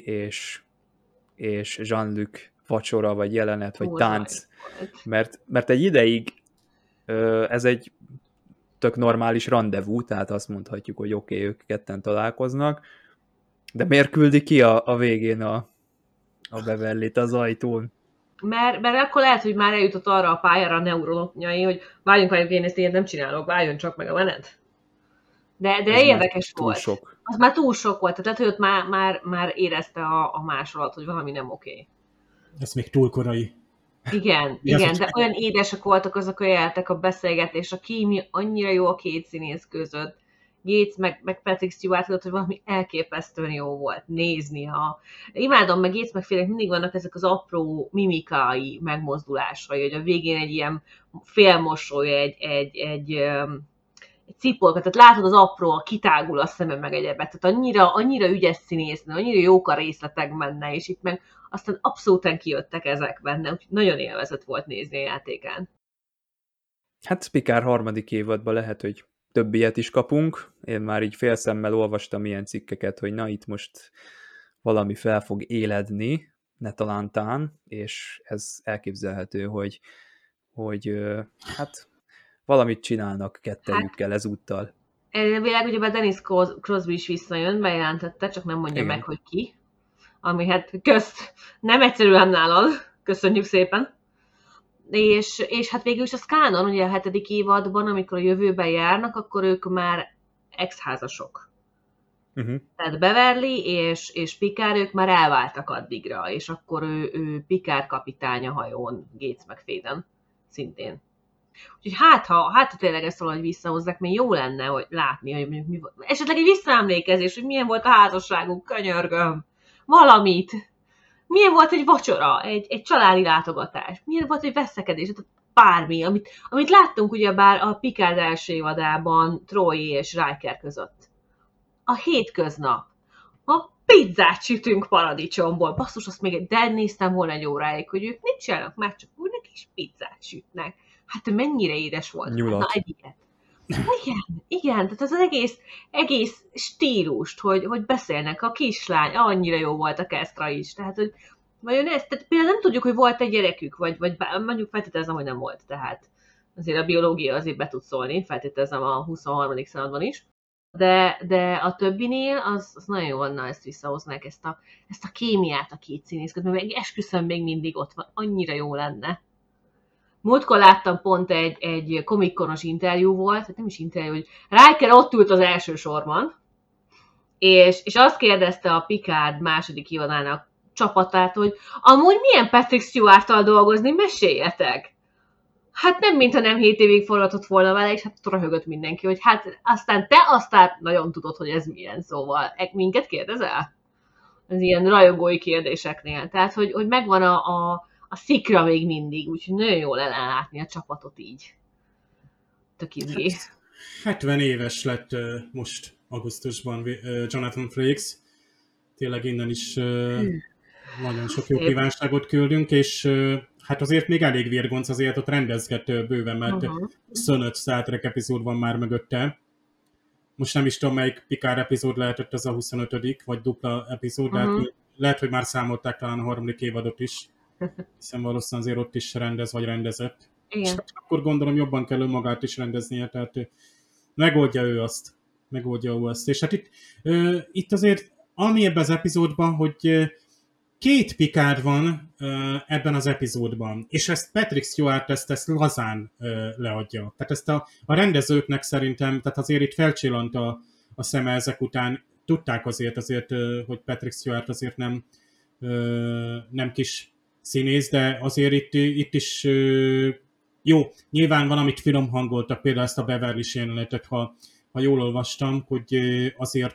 és Jean-Luc vacsora, vagy jelenet, vagy tánc, mert egy ideig ez egy tök normális randevú, tehát azt mondhatjuk, hogy oké, ők ketten találkoznak, de miért küldi ki a végén a Beverlyt az ajtón? Mert akkor lehet, hogy már eljutott arra a pályára a neuronoknyai, hogy várjunk, én ezt ilyet nem csinálok, várjon csak meg a menet. De érdekes volt. Sok. Az már túl sok volt, tehát lehet, hogy ott már érezte a másolat, hogy valami nem oké. Ez még túl korai. Igen, de olyan édesek voltak azok a jelentek, a beszélgetés, a kémia annyira jó a két színész között. Gates meg Patrick Stewart tudott, hogy valami elképesztően jó volt nézni. Imádom, meg Gates meg félek mindig vannak ezek az apró mimikai megmozdulásai, hogy a végén egy ilyen félmosoly, egy cipolka, tehát látod az apró, a kitágul a szeme meg egyebet, tehát annyira ügyes színésznő, annyira jók a részletek benne, és itt meg aztán abszolútan kijöttek ezek benne, úgyhogy nagyon élvezett volt nézni a játékán. Hát Picard harmadik évadban lehet, hogy több ilyet is kapunk. Én már így félszemmel olvastam ilyen cikkeket, hogy na itt most valami fel fog éledni, ne talántán, és ez elképzelhető, hogy hát valamit csinálnak kettejükkel ezúttal. Elvileg ugyebár Dennis Crosby is visszajön, bejelentette, csak nem mondja meg, hogy ki. Ami hát nem egyszerűen nálad, köszönjük szépen. És hát végül is a kánon, ugye a 7. évadban, amikor a jövőben járnak, akkor ők már ex-házasok. Tehát Beverly és Picard, ők már elváltak addigra, és akkor ő Picard kapitány a hajón, Gates meg Faden szintén. Úgyhogy hát ha tényleg ezt valahogy visszahozzák, még jó lenne, hogy látni, hogy mi volt. Esetleg egy visszaemlékezés, hogy milyen volt a házasságuk, könyörgöm. Valamit. Milyen volt egy vacsora, egy családi látogatás, milyen volt egy veszekedés, bármi, amit láttunk ugyebár a Picard első évadában Troy és Riker között. A hétköznap. A pizzát sütünk paradicsomból. Basszus, azt még néztem volna egy óráig, hogy ők mit csinálnak, már csak úgy neki is pizzát sütnek. Hát mennyire édes volt. Nyulat. Na, egy ilyet. Igen, tehát az egész stílust, hogy beszélnek, a kislány, annyira jó volt a Kestra is, tehát, hogy vajon tehát például nem tudjuk, hogy volt egy gyerekük, vagy mondjuk feltételezem, hogy nem volt, tehát azért a biológia azért be tud szólni, feltételezem a 23. században is, de a többinél az nagyon jó lenne, ezt visszahoznák, ezt a kémiát a két színész között, mert esküszöm még mindig ott van, annyira jó lenne. Múltkor láttam pont egy Comic-Conos interjú volt, tehát nem is interjú, hogy Riker ott ült az első sorban, és azt kérdezte a Picard második évadának csapatát, hogy amúgy milyen Patrick Stewart-tal dolgozni, meséljetek! Hát nem, mintha nem 7 évig forgatott volna vele, és hát röhögött mindenki, hogy hát aztán nagyon tudod, hogy ez milyen, szóval minket kérdezel? Az ilyen rajongói kérdéseknél. Tehát, hogy megvan a szikra még mindig, úgyhogy nagyon jól el látni a csapatot így. Tök izgi. 70 éves lett most augusztusban Jonathan Frakes. Tényleg innen is nagyon sok jó kívánságot küldünk, és hát azért még elég vérgonc, azért ott rendezgető bőven, mert 25 Star Trek epizód van már mögötte. Most nem is tudom, melyik Picard epizód lehetett ez a 25. vagy dupla epizód, lehet, hogy már számolták talán a harmadik évadot is. Hiszen valószínűleg azért ott is rendez, vagy rendezett. És Igen. akkor gondolom jobban kell önmagát is rendeznie, tehát megoldja ő azt. És hát itt azért, ami ebben az epizódban, hogy 2 Picard van ebben az epizódban, és ezt Patrick Stewart ezt lazán leadja. Tehát ezt a rendezőknek szerintem, tehát azért itt felcsillant a szeme ezek után, tudták azért, hogy Patrick Stewart azért nem kis színész, de azért itt is jó, nyilván van, amit finom hangoltak, például ezt a Beverly-s jelenetet, ha jól olvastam, hogy azért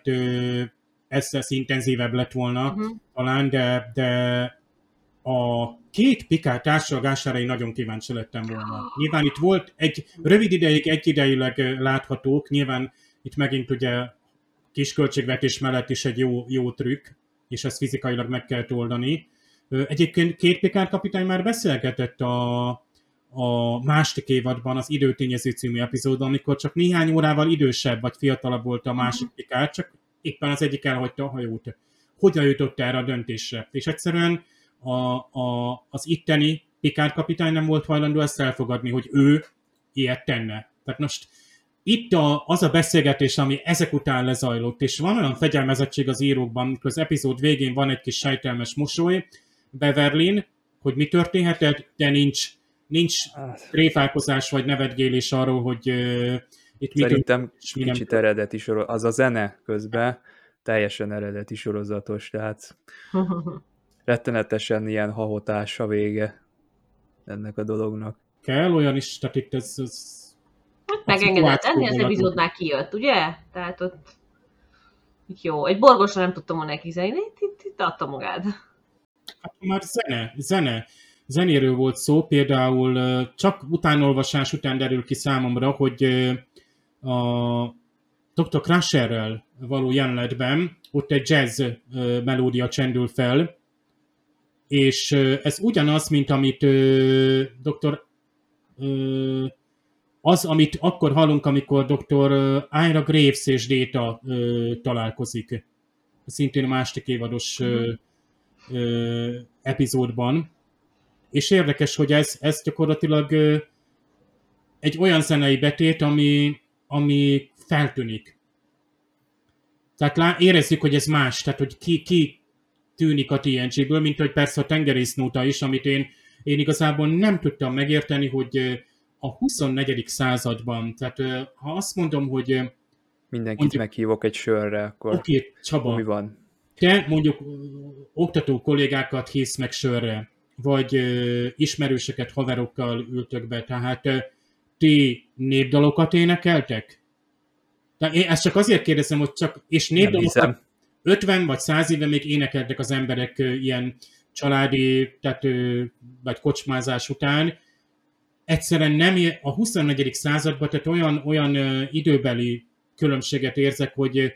ez intenzívebb lett volna talán, de a 2 Picard társalgására én nagyon kíváncsi lettem volna. Nyilván itt volt rövid ideig, egyidejileg láthatók, nyilván itt megint ugye kis költségvetés mellett is egy jó trükk, és ezt fizikailag meg kell oldani. Egyébként 2 Picard kapitány már beszélgetett a második évadban, az Időtényező című epizódban, amikor csak néhány órával idősebb vagy fiatalabb volt a másik Picard, csak éppen az egyik elhagyta a hajót. Hogyan jutott erre a döntésre? És egyszerűen az itteni Picard kapitány nem volt hajlandó ezt elfogadni, hogy ő ilyet tenne. Tehát most itt az a beszélgetés, ami ezek után lezajlott, és van olyan fegyelmezettség az írókban, amikor az epizód végén van egy kis sejtelmes mosoly Beverlyn, hogy mi történhetett, de nincs tréfálkozás vagy nevetgélés arról, hogy itt szerintem kicsit eredeti sorozat, az a zene közben teljesen eredeti sorozatos, tehát rettenetesen ilyen hahotás a vége ennek a dolognak. Kell olyan is, tehát itt ez megengedett, ennél az epizódnál kijött, ugye? Tehát ott jó, egy borgosra nem tudtam volna elképzelni, itt adta magát. Hát már zenéről volt szó, például csak utánolvasás után derül ki számomra, hogy a Dr. Crusherrel való jelenetben ott egy jazz melódia csendül fel, és ez ugyanaz, mint amit amit akkor hallunk, amikor Dr. Ira Graves és Data találkozik. Szintén a második évados epizódban. És érdekes, hogy ez gyakorlatilag egy olyan zenei betét, ami feltűnik. Tehát érezzük, hogy ez más, tehát hogy ki tűnik a TNG-ből, mint hogy persze a tengerésznóta is, amit én igazából nem tudtam megérteni, hogy a 24. században, tehát ha azt mondom, hogy mindenkit meghívok egy sörre, akkor oké, Csaba, mi van? Te mondjuk oktató kollégákat hívsz meg sörre, vagy ismerőseket, haverokkal ültök be, tehát ti népdalokat énekeltek? Tehát én ezt csak azért kérdezem, hogy és népdalokat 50 vagy 100 éve még énekeltek az emberek ilyen családi, tehát, vagy kocsmázás után. Egyszerűen nem a 24. században, tehát olyan időbeli különbséget érzek, hogy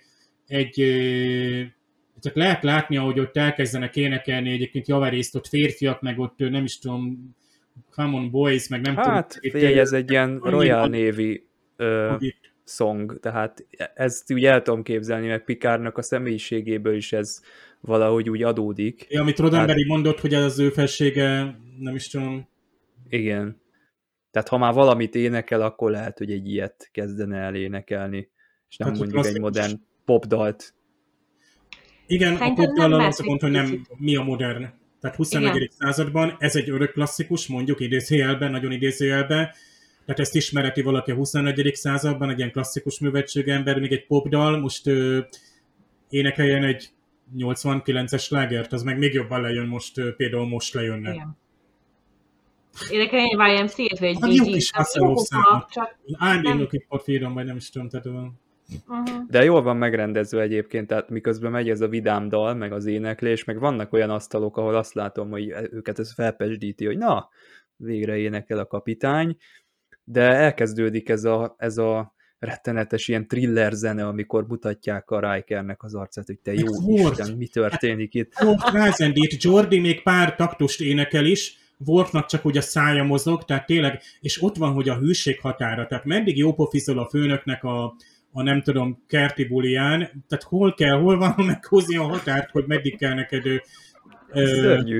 csak lehet látni, ahogy ott elkezdenek énekelni egyébként javarészt ott férfiak, meg ott nem is tudom, Common Boys, meg nem tudom. Hát figyelj, ez egy ilyen Royal Navy song, tehát ezt úgy el tudom képzelni, meg Picardnak a személyiségéből is ez valahogy úgy adódik. Ja, amit Roddenberry mondott, hogy ez az ő felsége, nem is tudom. Igen. Tehát ha már valamit énekel, akkor lehet, hogy egy ilyet kezdene el énekelni, és nem hát mondjuk egy modern popdalt. Igen, a popdallal az a gond, hogy nem mi a modern. Tehát 21. században ez egy örök klasszikus, mondjuk idézőjelben, nagyon idézőjelben, tehát ezt ismereti valaki a 21. században, egy ilyen klasszikus műveltségű ember, még egy popdal, most énekeljen egy 89-es slágert, az meg még jobban lejön most, például most lejönne. Igen. Énekeljen egy YMCA-t, vagy egy Bee Gees. I'm the looking for freedom, vagy nem is tudom, tehát... De jól van megrendezve egyébként, tehát miközben megy ez a vidám dal, meg az éneklés, meg vannak olyan asztalok, ahol azt látom, hogy őket ez felpesdíti, hogy na, végre énekel a kapitány, de elkezdődik ez a rettenetes ilyen thriller zene, amikor mutatják a Rikernek az arcát, hogy te jó Isten, mi történik itt. Rázendít, Jordi még pár taktust énekel is, Worfnak csak úgy a szája mozog, tehát tényleg, és ott van, hogy a hűség határa, tehát meddig jópofizol a főnöknek a nem tudom, kerti buliján, tehát hol van meghúzni a határt, hogy meddig kell neked... Szörnyű.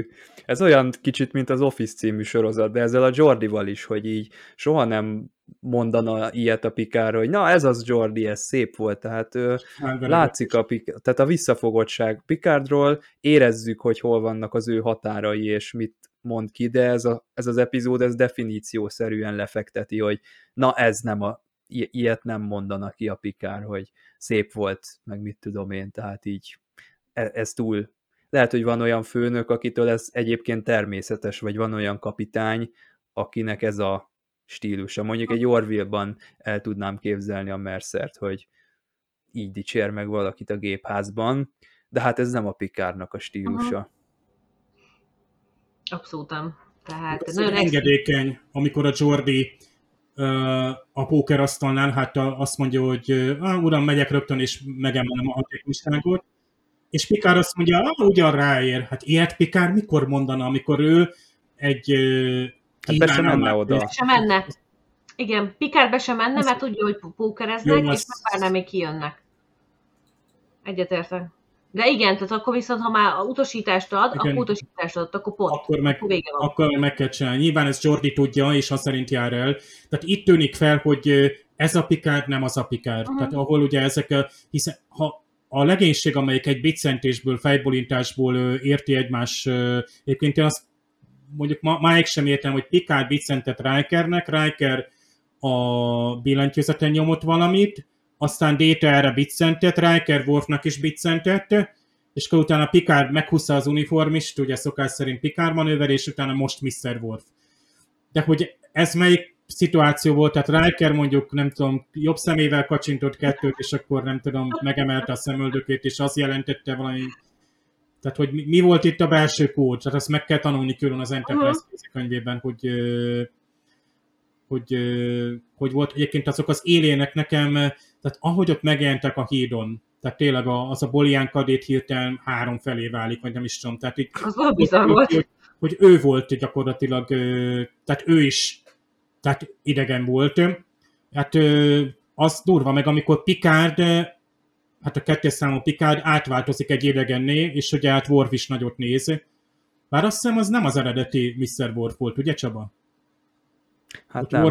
Ez olyan kicsit, mint az Office című sorozat, de ezzel a Jordival is, hogy így soha nem mondana ilyet a Picard, hogy na ez az Jordi, ez szép volt, tehát látszik tehát a visszafogottság Picardról, érezzük, hogy hol vannak az ő határai, és mit mond ki, de ez az epizód, ez definíciószerűen lefekteti, hogy na ez nem ilyet nem mondanak ki a Picard, hogy szép volt, meg mit tudom én, tehát így ez túl. Lehet, hogy van olyan főnök, akitől ez egyébként természetes, vagy van olyan kapitány, akinek ez a stílusa. Mondjuk egy Orville-ban el tudnám képzelni a Mercert, hogy így dicsér meg valakit a gépházban, de hát ez nem a Picardnak a stílusa. Abszolút nem. Tehát ez nagyon engedékeny, amikor a Jordi a pókerasztalnál, hát azt mondja, hogy uram, megyek rögtön, és megemelem a hatékonyságot, és Picard azt mondja, ugyan ráér. Hát ilyet Picard mikor mondana, amikor ő egy... Hát be sem menne oda. Be sem menne. Igen, Picard be sem menne, mert tudja, hogy pókereznek, és megvárná, még kijönnek. Egyetértek. De igen, tehát akkor viszont, ha már utasítást ad, igen. Akkor utasítást adott, akkor pont. Akkor meg kell csinálni. Nyilván ez Jordi tudja, és azt szerint jár el. Tehát itt tűnik fel, hogy ez a Picard nem az a Picard. Tehát ahol ugye ezek, hiszen ha a legénység, amelyik egy biccentésből, fejbólintásból érti egymás, egyébként én azt mondjuk máig sem értem, hogy Picard biccentett Rikernek, Riker a billentyűzeten nyomott valamit, aztán Data erre biccentett, Riker Worfnak is biccentett, és akkor utána Picard meghúzza az uniformist, ugye szokás szerint Picard manőver, és utána most Mr. Worf. De hogy ez melyik szituáció volt, tehát Riker mondjuk, nem tudom, jobb szemével kacsintott kettőt, és akkor nem tudom, megemelte a szemöldökét, és az jelentette valami... Tehát, hogy mi volt itt a belső kód? Tehát azt meg kell tanulni külön az Enterprise könyvében, hogy volt egyébként azok az élének nekem, tehát ahogy ott megjelentek a hídon, tehát tényleg az a Bolián kadét hirtelen 3 felé válik, vagy nem is tudom. Tehát itt, az bizarr volt. Hogy ő volt gyakorlatilag, tehát ő is tehát idegen volt. Hát az durva meg, amikor Picard, hát a 2. számú Picard átváltozik egy idegenné, és ugye hát Worf is nagyot néz. Bár azt hiszem, az nem az eredeti Mr. Worf volt, ugye Csaba? Hát nem,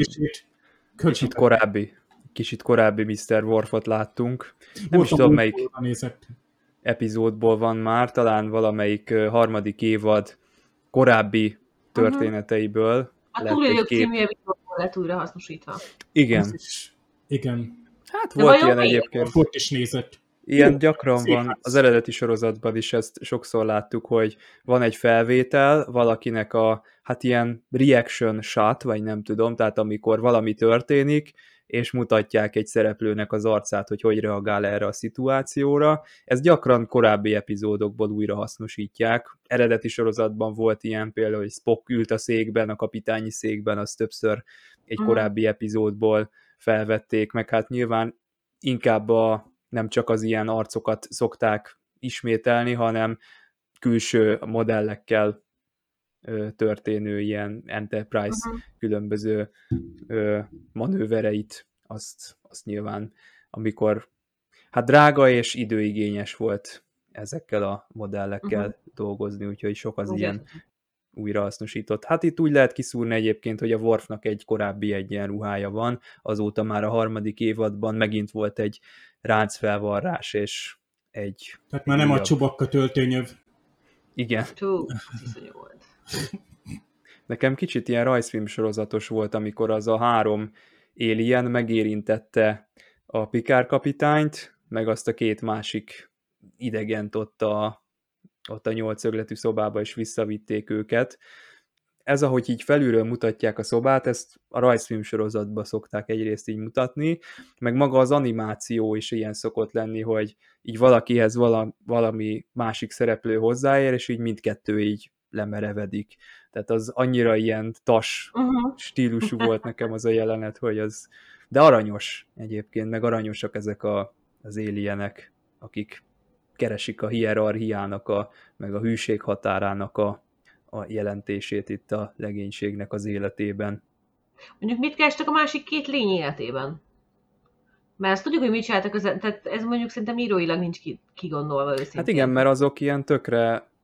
kicsit korábbi Mr. Worfot láttunk. Nem is tudom, melyik epizódból van már, talán valamelyik harmadik évad korábbi történeteiből. A Túlélők című epizódból lett újra hasznosítva. Igen. Igen. Hát volt ilyen egyébként. Ott is nézett. Ilyen gyakran van, az eredeti sorozatban is ezt sokszor láttuk, hogy van egy felvétel valakinek hát ilyen reaction shot, vagy nem tudom, tehát amikor valami történik, és mutatják egy szereplőnek az arcát, hogy reagál erre a szituációra. Ez gyakran korábbi epizódokból újra hasznosítják. Eredeti sorozatban volt ilyen például, hogy Spock ült a székben, a kapitányi székben, az többször egy korábbi epizódból felvették, meg hát nyilván inkább nem csak az ilyen arcokat szokták ismételni, hanem külső modellekkel történő ilyen Enterprise különböző manővereit, azt nyilván, amikor hát drága és időigényes volt ezekkel a modellekkel dolgozni, úgyhogy sok az ilyen újrahasznosított. Hát itt úgy lehet kiszúrni egyébként, hogy a Worfnak egy korábbi egyenruhája van, azóta már a 3. évadban megint volt egy ráncfelvarrás, és egy... Tehát már nem a Chewbacca töltőnyöv. Igen. Volt. Nekem kicsit ilyen rajzfilm sorozatos volt, amikor az a 3 alien megérintette a Picard kapitányt, meg azt a 2 másik idegent ott a 8-szögletű szobába, és visszavitték őket. Ez, ahogy így felülről mutatják a szobát, ezt a rajzfilm sorozatban szokták egyrészt így mutatni, meg maga az animáció is ilyen szokott lenni, hogy így valakihez valami másik szereplő hozzáér, és így mindkettő így lemerevedik. Tehát az annyira ilyen stílusú volt nekem az a jelenet, hogy az... De aranyos egyébként, meg aranyosak ezek az alienek, akik keresik a hierarchiának, meg a hűség határának a jelentését itt a legénységnek az életében. Mondjuk mit kerestek a másik 2 lény életében? Mert azt tudjuk, hogy mit csináltak, tehát ez mondjuk szerintem íróilag nincs kigondolva őszintén. Hát igen, mert azok ilyen tökre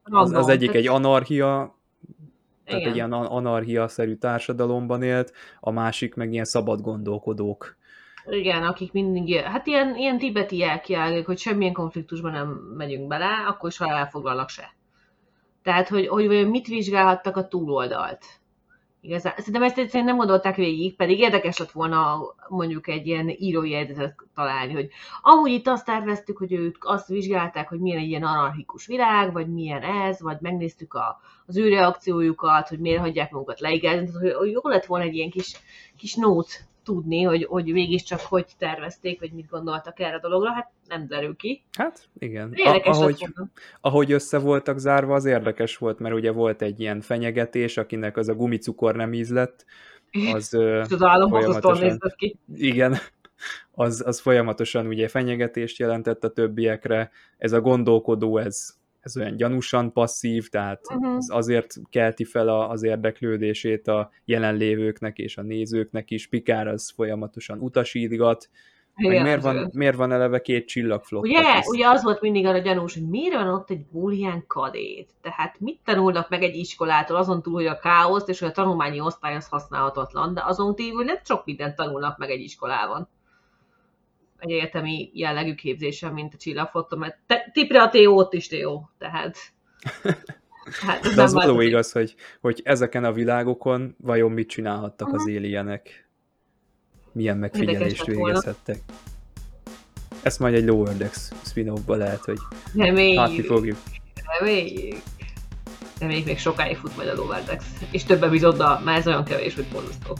az egyik tehát- egy anarchia, tehát Igen. egy ilyen anarchia-szerű társadalomban élt, a másik meg ilyen szabad gondolkodók. Igen, akik mindig, hát ilyen tibeti jelkiágok, hogy semmilyen konfliktusban nem megyünk bele, akkor is, ha elfoglalnak se. Tehát, hogy vajon mit vizsgálhattak a túloldalt. Igazán. Szerintem ezt egyszerűen nem gondolták végig, pedig érdekes lett volna mondjuk egy ilyen írói jegyzetet találni, hogy amúgy itt azt terveztük, hogy ők azt vizsgálták, hogy milyen egy ilyen anarchikus világ, vagy milyen ez, vagy megnéztük az ő reakciójukat, hogy miért hagyják magukat leigázni, hogy jó lett volna egy ilyen kis nót tudni, hogy mégiscsak hogy tervezték, vagy mit gondoltak erre a dologra, hát nem derül ki. Hát igen. Érdekes lett volna. Ahogy össze voltak zárva, az érdekes volt, mert ugye volt egy ilyen fenyegetés, akinek az a gumicukor nem ízlett, az Csodálom, nézett ki. Igen, az folyamatosan ugye fenyegetést jelentett a többiekre. Ez a gondolkodó, ez olyan gyanúsan passzív, tehát az azért kelti fel az érdeklődését a jelenlévőknek és a nézőknek is. Picard az folyamatosan utasítgat, meg miért van eleve 2 csillagflotta? Ugye az volt mindig arra gyanús, hogy miért van ott egy búlián kadét? Tehát mit tanulnak meg egy iskolától, azon túl, hogy a káoszt és hogy a tanulmányi osztály az használhatatlan, de azon kívül nem sok mindent tanulnak meg egy iskolában. Egy egyetemi jellegű képzésen, mint a csillagflotta, mert tipre a TO ott is TO, tehát... De az való igaz, hogy ezeken a világokon vajon mit csinálhattak az alienek? Milyen megfigyelést végezhettek? Ezt majd egy Lower Decks spin-offba lehet, hogy látni fogjuk. Reméljük még sokáig fut majd a Lower Decks. És több epizóddal, már ez olyan kevés, hogy borzasztó.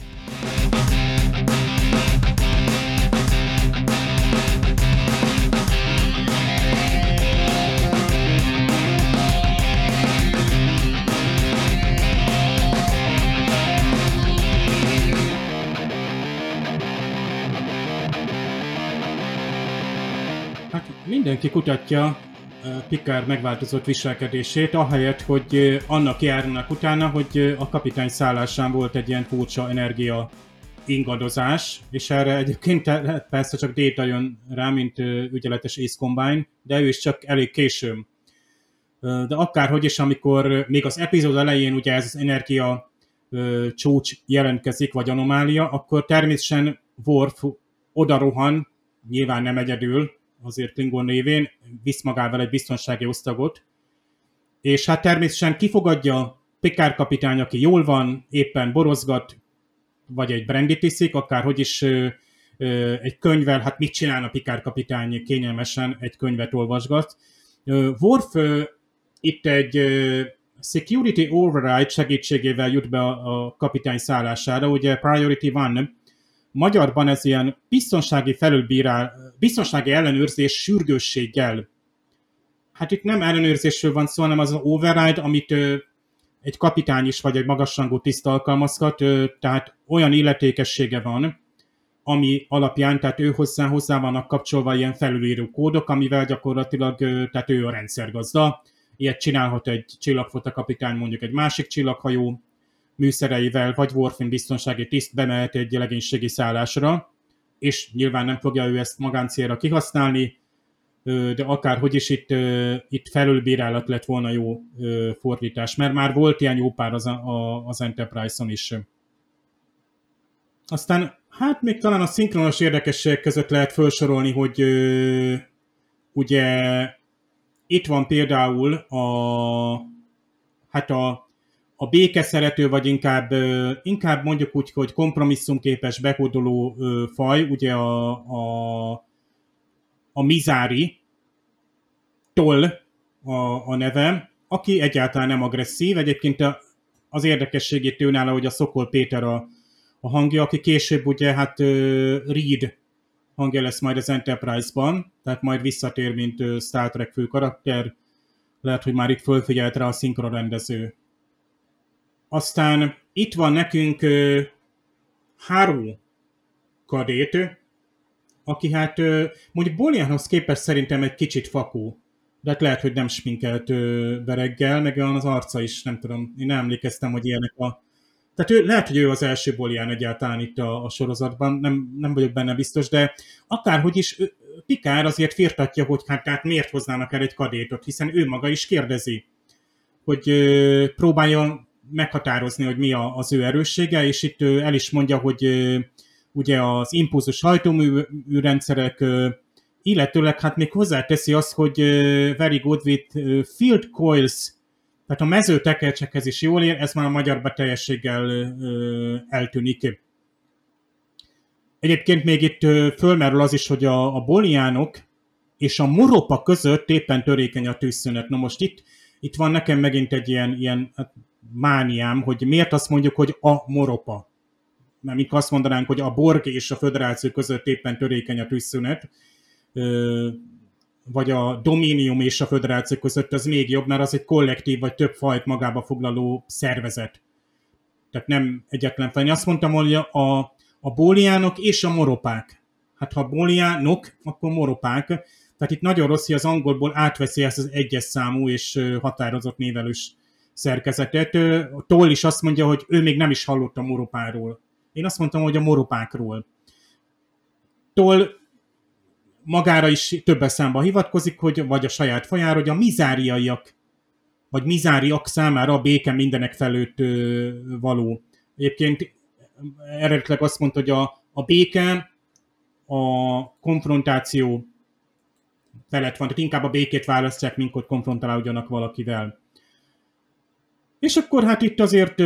Mindenki kutatja Picard megváltozott viselkedését, ahelyett, hogy annak járnak utána, hogy a kapitány szállásán volt egy ilyen furcsa energia ingadozás, és erre egyébként persze csak Data jön rá, mint ügyeletes Ace Combine, de ő is csak elég későn. De akárhogy is, amikor még az epizód elején ugye ez az energia csúcs jelentkezik, vagy anomália, akkor természetesen Worf oda rohan, nyilván nem egyedül, azért Klingon névén, visz magával egy biztonsági osztagot, és hát természetesen kifogadja Picard kapitány, aki jól van, éppen borozgat, vagy egy brandyt iszik, akárhogy is egy könyvvel, hát mit csinálna Picard kapitány kényelmesen, egy könyvet olvasgat. Worf itt egy security override segítségével jut be a kapitány szállására, ugye priority one, magyarban ez ilyen biztonsági ellenőrzés sürgősséggel. Hát itt nem ellenőrzésről van szó, hanem az az override, amit egy kapitány is, vagy egy magasrangú tiszt alkalmazhat, tehát olyan illetékessége van, ami alapján, tehát ő hozzá vannak kapcsolva ilyen felülíró kódok, amivel gyakorlatilag, tehát ő a rendszergazda. Ilyet csinálhat egy csillagflotta kapitány mondjuk egy másik csillaghajó műszereivel, vagy Worf biztonsági tiszt bemehet egy legénységi szállásra, és nyilván nem fogja ő ezt magáncélra kihasználni, de akárhogy is itt felülbírálat lett volna jó fordítás, mert már volt ilyen jó pár az Enterprise-on is. Aztán hát még talán a szinkronos érdekességek között lehet felsorolni, hogy ugye itt van például a békeszerető, vagy inkább mondjuk úgy, hogy kompromisszumképes bekódoló faj, ugye a Mizári Toll a neve, aki egyáltalán nem agresszív. Egyébként az érdekességét ő nála, hogy a Szokol Péter a hangja, aki később ugye hát Reed hangja lesz majd az Enterprise-ban, tehát majd visszatér, mint Star Trek fő karakter. Lehet, hogy már itt fölfigyelt rá a szinkronrendező. Aztán itt van nekünk Haru kadét, aki hát mondjuk Bolianhoz képest szerintem egy kicsit fakó, de hát lehet, hogy nem sminkelt vereggel, meg az arca is, nem tudom, én nem emlékeztem, hogy ilyenek Tehát lehet, hogy ő az első Bolian egyáltalán itt a sorozatban, nem vagyok benne biztos, de akárhogy is Picard azért firtatja, hogy hát miért hoznának el egy kadétot, hiszen ő maga is kérdezi. hogy próbálja meghatározni, hogy mi az ő erőssége, és itt el is mondja, hogy ugye az impulzus hajtóműrendszerek, illetőleg hát még hozzáteszi azt, hogy very good with field coils, tehát a mezőtekercsekhez is jól ér, ez már a magyarban teljességgel eltűnik. Egyébként még itt fölmerül az is, hogy a boliánok és a moropa között éppen törékeny a tűzszünet. Na most itt van nekem megint egy ilyen hát, mániám, hogy miért azt mondjuk, hogy a moropa. Mert mikor azt mondanánk, hogy a Borg és a Föderáció között éppen törékeny a tűzszünet, vagy a Dominium és a Föderáció között, az még jobb, mert az egy kollektív, vagy több fajt magába foglaló szervezet. Tehát nem egyetlen faj. Azt mondtam, hogy a bóliánok és a moropák. Hát ha bóliánok, akkor moropák. Tehát itt nagyon rossz, hogy az angolból átveszi ezt az egyes számú és határozott névelős szerkezetet. Toll is azt mondja, hogy ő még nem is hallott a moropáról. Én azt mondtam, hogy a moropákról. Toll magára is többes számban hivatkozik, hogy, vagy a saját fajára, hogy a mizáriaiak, vagy mizáriak számára a béke mindenek felőtt való. Egyébként eredetileg azt mondta, hogy a béke a konfrontáció felett van, tehát inkább a békét választják, mint hogy konfrontálódjanak valakivel. És akkor hát itt azért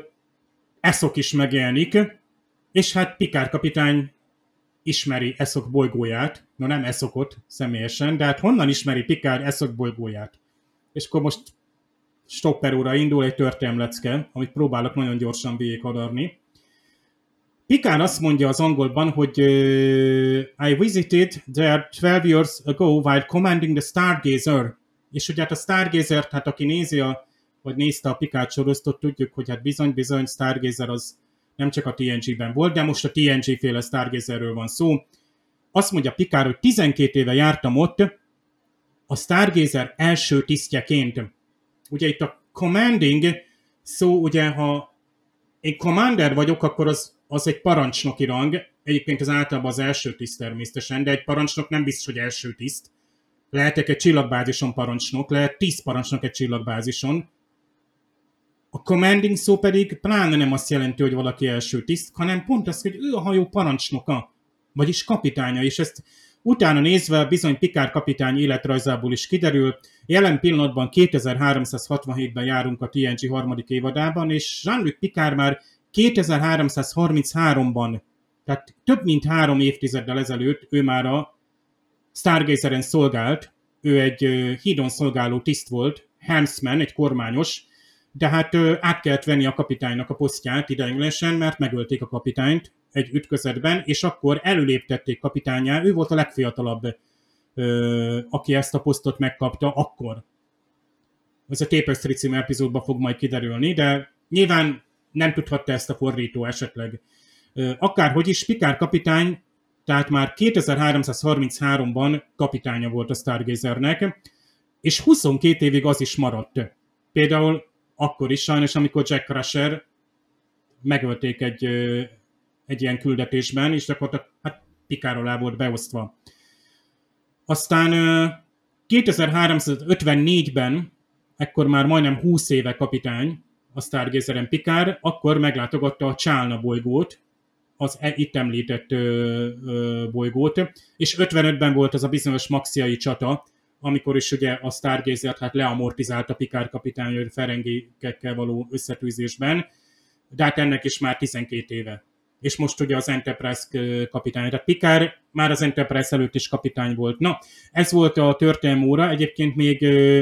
Eszok is megjelenik, és hát Picard kapitány ismeri Eszok bolygóját, no nem Eszokot személyesen, de hát honnan ismeri Picard Eszok bolygóját? És akkor most stopperóra indul egy történelmlecke, amit próbálok nagyon gyorsan végighadarni. Picard azt mondja az angolban, hogy I visited there 12 years ago while commanding the Stargazer. És ugye hát a Stargazer, hát aki nézi vagy nézte a Picard sorozatot, tudjuk, hogy hát bizony Stargazer az nem csak a TNG-ben volt, de most a TNG-féle Stargazerről van szó. Azt mondja Picard, hogy 12 éve jártam ott a Stargazer első tisztjeként. Ugye itt a commanding szó, ugye ha én commander vagyok, akkor az egy parancsnoki rang. Egyébként az általában az első tiszt természetesen, de egy parancsnok nem biztos, hogy első tiszt. Lehetek egy csillagbázison parancsnok, lehet 10 parancsnok egy csillagbázison. A commanding szó pedig pláne nem azt jelenti, hogy valaki első tiszt, hanem pont az, hogy ő a hajó parancsnoka, vagyis kapitánya, és ezt utána nézve bizony Picard kapitány életrajzából is kiderül. Jelen pillanatban 2367-ben járunk a TNG harmadik évadában, és Jean-Luc Picard már 2333-ban, tehát több mint 3 évtizeddel ezelőtt ő már a Stargazeren szolgált, ő egy hídon szolgáló tiszt volt, helmsman, egy kormányos, de hát át kellett venni a kapitánynak a posztját ideiglenesen, mert megölték a kapitányt egy ütközetben, és akkor előléptették kapitánnyá, ő volt a legfiatalabb, aki ezt a posztot megkapta akkor. Ez a Tapestry című epizódban fog majd kiderülni, de nyilván nem tudhatta ezt a fordító esetleg. Akárhogy is, Picard kapitány, tehát már 2333-ban kapitánya volt a Stargazernek, és 22 évig az is maradt. Például akkor is sajnos, amikor Jack Crusher megölték egy ilyen küldetésben, és gyakorlatilag hát Picard alá volt beosztva. Aztán 2354-ben, ekkor már majdnem 20 éve kapitány a Stargazeren Picard, akkor meglátogatta a Chalna bolygót, az itt említett bolygót, és 55-ben volt az a bizonyos maxiai csata, amikor is ugye a Stargazert hát leamortizálta Picard kapitány Ferengékekkel való összetűzésben, de hát ennek is már 12 éve. És most ugye az Enterprise kapitány. Tehát Picard már az Enterprise előtt is kapitány volt. Na, ez volt a történelmi óra. Egyébként még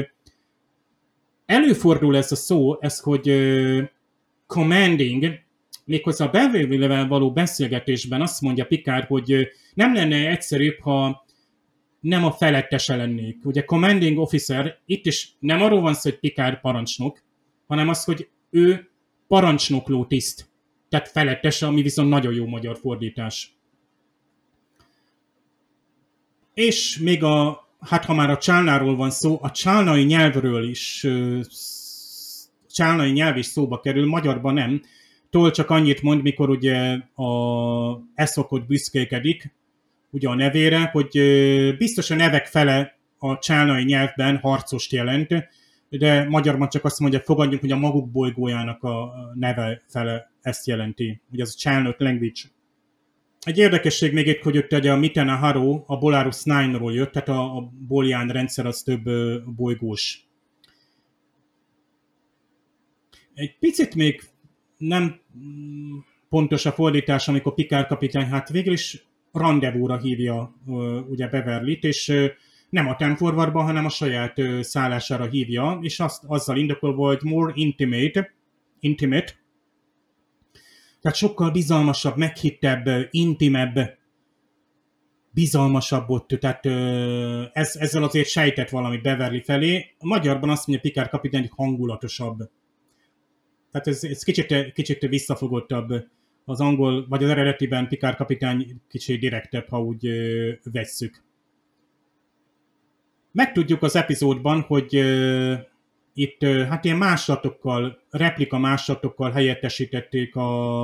előfordul ez a szó, ez hogy commanding, méghozzá a Beverly-vel való beszélgetésben azt mondja Picard, hogy nem lenne egyszerűbb, ha nem a felettese lennék. Ugye commanding officer, itt is nem arról van szó, hogy Picard parancsnok, hanem az, hogy ő parancsnokló tiszt. Tehát felettese, ami viszont nagyon jó magyar fordítás. És még hát ha már a Chalnáról van szó, a chalnai nyelvről is, chalnai nyelv is szóba kerül, magyarban nem. Toll csak annyit mond, mikor ugye a Eszokot büszkékedik, ugye a nevére, hogy biztos a nevek fele a chalnai nyelvben harcost jelent, de magyarban csak azt mondja, fogadjunk, hogy a maguk bolygójának a neve fele ezt jelenti, ugye az a channel language. Egy érdekesség még itt, hogy itt a Mitena Haro a Bolarus 9-ról jött, tehát a Bolián rendszer az több bolygós. Egy picit még nem pontos a fordítás, amikor Picard kapitány hát végül is rendezvúra hívja ugye Beverlyt, és nem a Time Forwardban, hanem a saját szállására hívja, és azzal indokolva, hogy more intimate, tehát sokkal bizalmasabb, meghittebb, intimebb, bizalmasabb ott, tehát ezzel azért sejtett valami Beverly felé. A magyarban azt mondja Picard kapitány, hogy hangulatosabb. Tehát ez kicsit visszafogottabb. Az angol, vagy az eredetiben Picard kapitány kicsit direktebb, ha úgy vesszük. Megtudjuk az epizódban, hogy itt hát ilyen másolatokkal, replika másolatokkal helyettesítették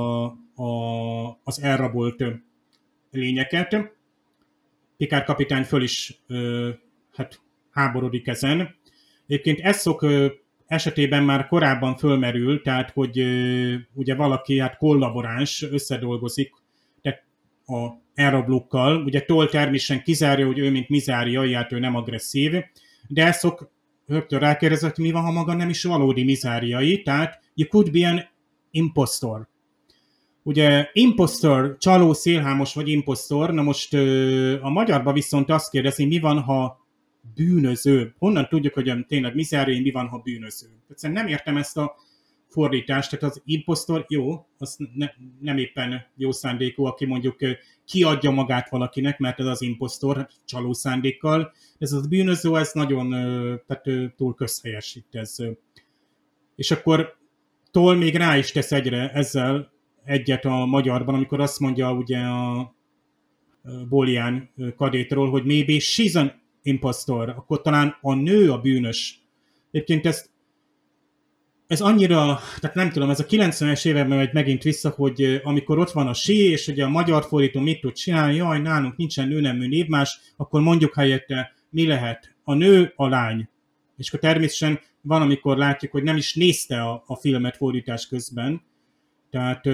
az elrabolt lényeket. Picard kapitány föl is hát háborodik ezen. Egyébként ez szok esetében már korábban fölmerül, tehát hogy ugye valaki hát kollaboráns összedolgozik tehát a elrablókkal. Ugye Toll természetesen kizárja, hogy ő mint Mizária, hát ő nem agresszív, de ez szok rögtön rákérdezett, hogy mi van, ha maga nem is valódi Mizáriai, tehát you could be an impostor. Ugye impostor, csaló, szélhámos vagy impostor, na most a magyarban viszont azt kérdezi, mi van, ha bűnöző. Honnan tudjuk, hogy tényleg Mizáriai, mi van, ha bűnöző? Egyszerűen nem értem ezt a fordítást, tehát az impostor jó, az nem éppen jó szándékú, aki mondjuk kiadja magát valakinek, mert ez az impostor csaló szándékkal. Ez az bűnöző, ez nagyon tehát, túl közhelyes itt ez. És akkor Toll még rá is tesz ezzel egyet a magyarban, amikor azt mondja ugye a Bolián kadétról, hogy maybe she's an impostor, akkor talán a nő a bűnös. Egyébként ez annyira, tehát nem tudom, ez a 90-es években megy megint vissza, hogy amikor ott van a she, és ugye a magyar fordító mit tud csinálni, jaj, nálunk nincsen nőnemű névmás, akkor mondjuk helyette mi lehet? A nő, a lány. És akkor természetesen van, amikor látjuk, hogy nem is nézte a filmet fordítás közben. Tehát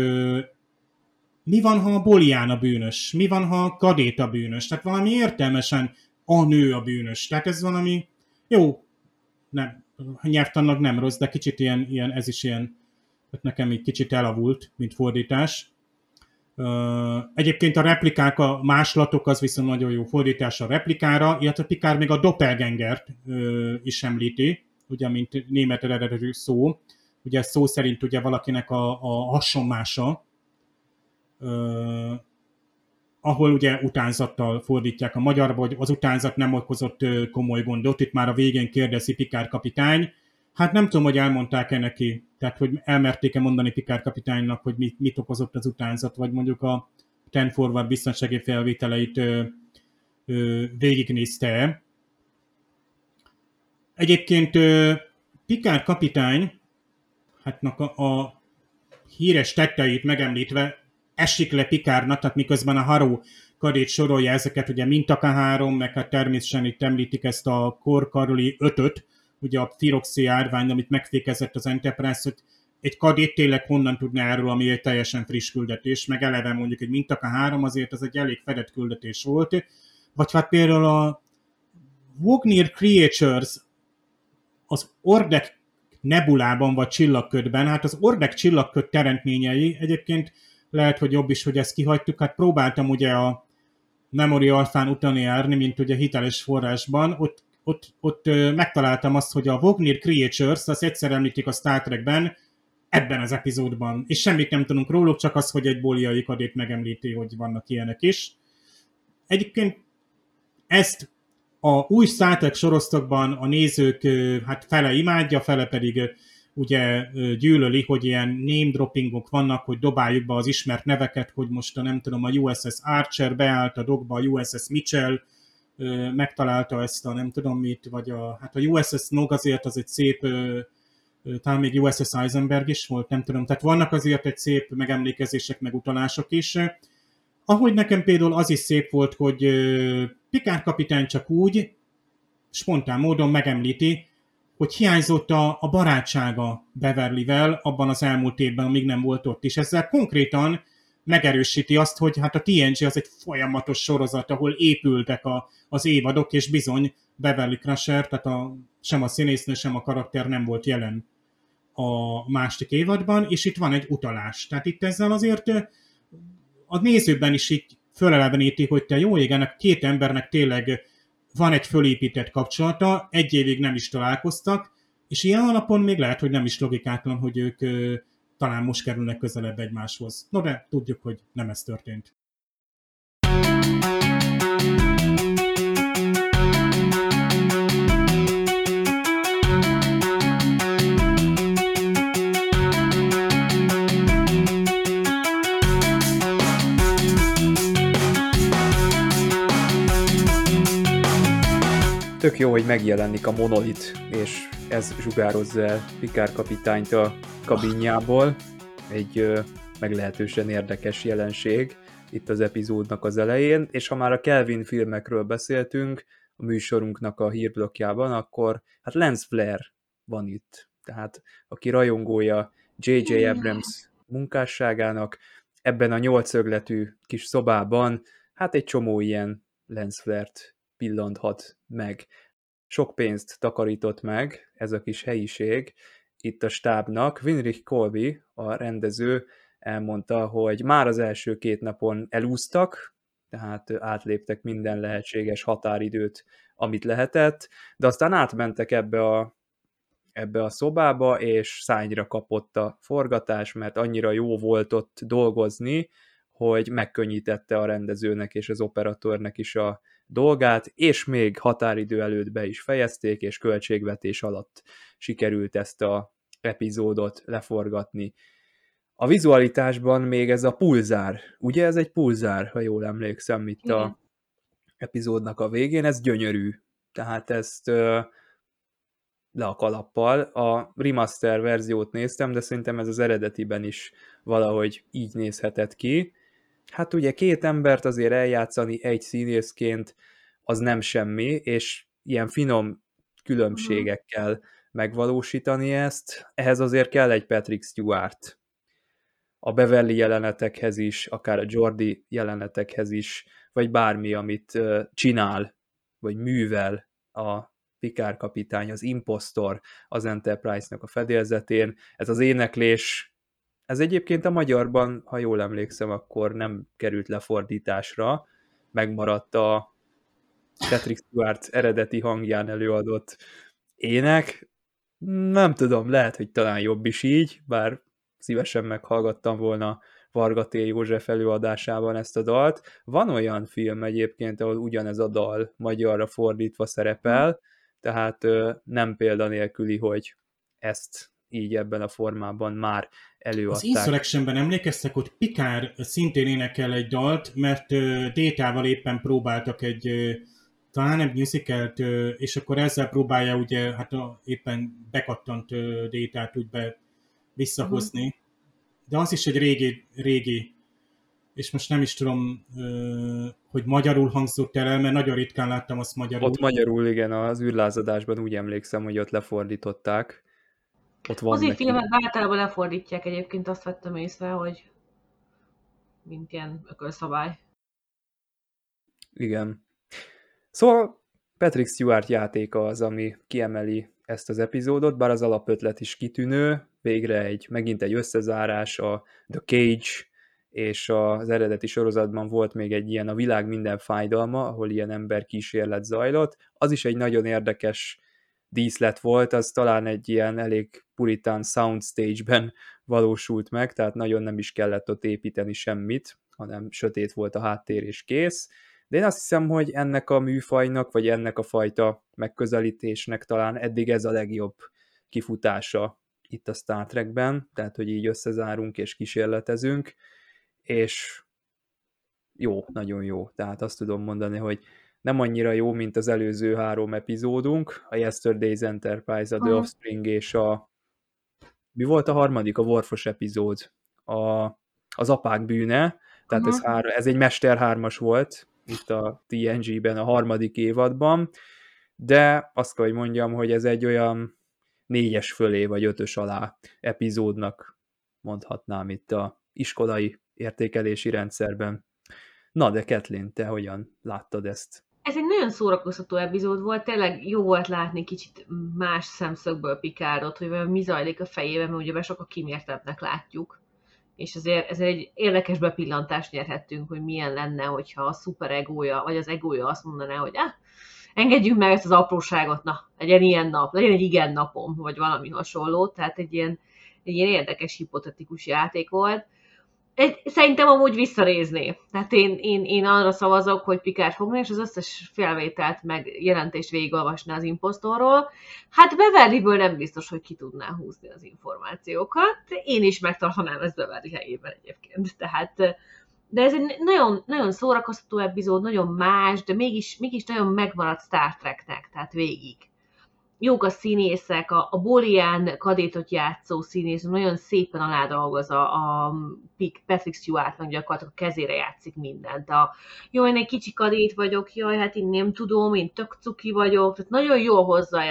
mi van, ha a Bolián a bűnös? Mi van, ha a kadét a bűnös? Tehát valami értelmesen a nő a bűnös. Tehát ez valami jó, nem, nyelvtannak nem rossz, de kicsit ilyen ez is ilyen, hát nekem így kicsit elavult, mint fordítás. Egyébként a replikák, a máslatok az viszont nagyon jó fordítás a replikára, illetve Picard még a doppelgangert is említi, ugye, mint német eredetű szó. Ugye szó szerint ugye valakinek a hasonmása, ahol ugye utánzattal fordítják a magyarba, hogy az utánzat nem okozott komoly gondot. Itt már a végén kérdezi Picard kapitány. Hát nem tudom, hogy elmondták-e neki, tehát hogy elmerték-e mondani Picard kapitánynak, hogy mit okozott az utánzat, vagy mondjuk a Ten Forward biztonsági felvételeit végignézte. Egyébként Picard kapitány hát a híres tetteit megemlítve esik le Picardnak, tehát miközben a Haro kadét sorolja ezeket, ugye Mintaka 3, meg hát természetesen itt említik ezt a Korkaroli 5-öt, ugye a Firoxi árvány, amit megfékezett az Enterprise, hogy egy kadét tényleg honnan tudna erről, ami egy teljesen friss küldetés, meg eleve mondjuk egy Mintaka 3 azért az egy elég fedett küldetés volt, vagy hát például a Vognir Creatures az Ordek nebulában vagy csillagködben, hát az Ordek csillagköd teremtményei egyébként lehet, hogy jobb is, hogy ezt kihagytuk, hát próbáltam ugye a Memory Alphán utáni járni, mint ugye hiteles forrásban, ott megtaláltam azt, hogy a Vognir Creatures, azt egyszer említik a Star Trekben, ebben az epizódban, és semmit nem tudunk róluk, csak az, hogy egy boliai kadét megemlíti, hogy vannak ilyenek is. Egyébként ezt a új Star Trek sorozatokban a nézők hát fele imádja, fele pedig ugye gyűlöli, hogy ilyen name droppingok vannak, hogy dobáljuk be az ismert neveket, hogy most nem tudom, a USS Archer beállt a dogba, a USS Mitchell megtalálta ezt a nem tudom mit, vagy hát a USS Nog azért az egy szép, talán még USS Eisenberg is volt, nem tudom, tehát vannak azért egy szép megemlékezések, meg utalások is. Ahogy nekem például az is szép volt, hogy Picard kapitány csak úgy, spontán módon megemlíti, hogy hiányzott a barátsága Beverlyvel abban az elmúlt évben, amíg nem volt ott. És ezzel konkrétan megerősíti azt, hogy hát a TNG az egy folyamatos sorozat, ahol épültek az évadok, és bizony Beverly Crusher, tehát sem a színésznő, sem a karakter nem volt jelen a második évadban, és itt van egy utalás. Tehát itt ezzel azért a nézőben is így föleleveníti, hogy te jó ég, ennek két embernek tényleg van egy fölépített kapcsolata, egy évig nem is találkoztak, és ilyen alapon még lehet, hogy nem is logikátlan, hogy ők talán most kerülnek közelebb egymáshoz. No, de tudjuk, hogy nem ez történt. Tök jó, hogy megjelenik a monolit, és ez zsugározza el Picard kapitányt a kabinjából. Egy meglehetősen érdekes jelenség itt az epizódnak az elején, és ha már a Kelvin filmekről beszéltünk a műsorunknak a hírblokkjában, akkor hát Lance Flair van itt. Tehát aki rajongója J.J. Abrams munkásságának, ebben a 8-szögletű kis szobában hát egy csomó ilyen Lance Flair-t pillanthat meg. Sok pénzt takarított meg ez a kis helyiség itt a stábnak. Winrich Kolbe, a rendező, elmondta, hogy már az első 2 napon elúsztak, tehát átléptek minden lehetséges határidőt, amit lehetett, de aztán átmentek ebbe a szobába, és szányra kapott a forgatás, mert annyira jó volt ott dolgozni, hogy megkönnyítette a rendezőnek és az operatőrnek is a dolgát, és még határidő előtt be is fejezték, és költségvetés alatt sikerült ezt a epizódot leforgatni. A vizualitásban még ez a pulzár, ugye ez egy pulzár, ha jól emlékszem itt a epizódnak a végén, ez gyönyörű. Tehát ezt le a kalappal. A remaster verziót néztem, de szerintem ez az eredetiben is valahogy így nézhetett ki. Hát ugye 2 embert azért eljátszani egy színészként az nem semmi, és ilyen finom különbségekkel megvalósítani ezt. Ehhez azért kell egy Patrick Stewart. A Beverly jelenetekhez is, akár a Geordi jelenetekhez is, vagy bármi, amit csinál, vagy művel a Picard kapitány, az impostor az Enterprise-nak a fedélzetén. Ez az éneklés, ez egyébként a magyarban, ha jól emlékszem, akkor nem került lefordításra, megmaradt a Patrick Stewart eredeti hangján előadott ének. Nem tudom, lehet, hogy talán jobb is így, bár szívesen meghallgattam volna Varga T. József előadásában ezt a dalt. Van olyan film egyébként, ahol ugyanez a dal magyarra fordítva szerepel, tehát nem példanélküli, hogy ezt így ebben a formában már előadták. Az Insurrectionben emlékeztek, hogy Picard szintén énekel egy dalt, mert Détával éppen próbáltak talán egy musicalt, és akkor ezzel próbálja ugye, hát éppen bekattant Détát úgy visszahozni. De az is egy régi, és most nem is tudom, hogy magyarul hangzott el, mert nagyon ritkán láttam azt magyarul. Ott magyarul, igen, az űrlázadásban úgy emlékszem, hogy ott lefordították. Ott van Mozi filmek általában lefordítják egyébként, azt vettem észre, hogy mint ilyen ökölszabály. Igen. Szóval Patrick Stewart játéka az, ami kiemeli ezt az epizódot, bár az alapötlet is kitűnő, végre megint egy összezárás, a The Cage, és az eredeti sorozatban volt még egy ilyen A világ minden fájdalma, ahol ilyen emberkísérlet zajlott. Az is egy nagyon érdekes díszlet volt, az talán egy ilyen elég puritán soundstage-ben valósult meg, tehát nagyon nem is kellett ott építeni semmit, hanem sötét volt a háttér és kész. De én azt hiszem, hogy ennek a műfajnak, vagy ennek a fajta megközelítésnek talán eddig ez a legjobb kifutása itt a Star Trekben, tehát hogy így összezárunk és kísérletezünk, és jó, nagyon jó. Tehát azt tudom mondani, hogy nem annyira jó, mint az előző 3 epizódunk, a Yesterday's Enterprise, a The Offspring és mi volt a harmadik? A Worfos epizód. Az apák bűne, tehát ez egy Mester 3-as volt, itt a TNG-ben a 3. évadban, de azt kell, hogy mondjam, hogy ez egy olyan 4-es fölé, vagy 5-ös alá epizódnak mondhatnám itt a iskolai értékelési rendszerben. Na de Kathleen, te hogyan láttad ezt? Ez egy nagyon szórakoztató epizód volt, tényleg jó volt látni kicsit más szemszögből Picardot, hogy mi zajlik a fejében, mert ugye sokkal kimértebbnek látjuk. És ezért egy érdekes bepillantást nyerhettünk, hogy milyen lenne, hogyha a szuperegója, vagy az egója azt mondaná, hogy engedjünk meg ezt az apróságot, na, legyen ilyen nap, legyen egy igen napom, vagy valami hasonló. Tehát egy ilyen érdekes, hipotetikus játék volt. Szerintem amúgy visszarézné. Tehát én arra szavazok, hogy Picard fogna, és az összes felvételt meg jelentést végigolvasná az imposztorról. Hát Beverlyből nem biztos, hogy ki tudná húzni az információkat. Én is megtartanám ezt Beverly helyében egyébként. De ez egy nagyon, nagyon szórakoztató epizód, nagyon más, de mégis nagyon megmaradt Star Treknek, tehát végig. Jók a színészek, a Bolian kadétot játszó színész nagyon szépen aládolgoz a Patrick Stewartnak, gyakorlatilag a kezére játszik mindent. Jó, én egy kicsi kadét vagyok, jaj, hát én nem tudom, én tök cuki vagyok, tehát nagyon jól hozza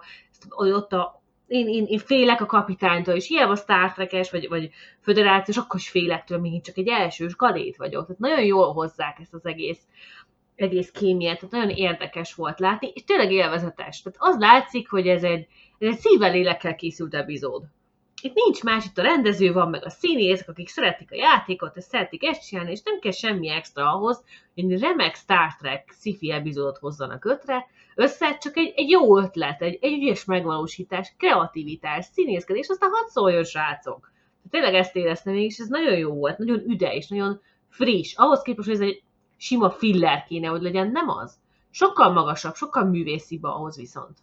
én félek a kapitánytól, és hiába Star Trek-es, vagy föderációs, akkor is félek tőle, még én csak egy elsős kadét vagyok. Tehát nagyon jól hozzák ezt az egész kémiát, tehát nagyon érdekes volt látni, és tényleg élvezetes. Tehát az látszik, hogy ez egy szívvel lélekkel készült epizód. Itt nincs más, itt a rendező van, meg a színészek, akik szeretik a játékot, és szeretik ezt csinálni, és nem kell semmi extra ahhoz, hogy egy remek Star Trek sci-fi epizódot hozzanak össze, csak egy jó ötlet, egy ügyes megvalósítás, kreativitás, színészkedés, aztán hadd szóljon, srácok. Tényleg ezt éreztem még, és ez nagyon jó volt, nagyon üde és nagyon friss. Ahhoz képest, hogy ez egy sima filler kéne, hogy legyen, nem az. Sokkal magasabb, sokkal művészibb ahhoz viszont.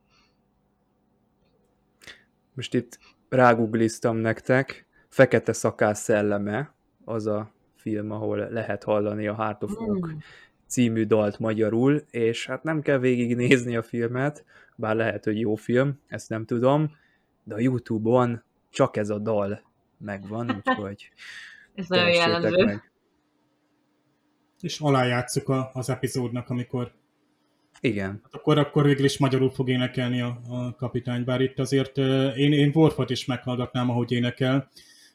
Most itt rágoogliztam nektek, Fekete Szakász szelleme, az a film, ahol lehet hallani a Heart of Oak című dalt magyarul, és hát nem kell végignézni a filmet, bár lehet, hogy jó film, ezt nem tudom, de a YouTube-on csak ez a dal megvan, úgyhogy ez nagyon jellemző. Meg. És alájátszuk az epizódnak, amikor igen. Akkor végül is magyarul fog énekelni a kapitány, bár itt azért én Worfot is meghallgatnám, ahogy énekel.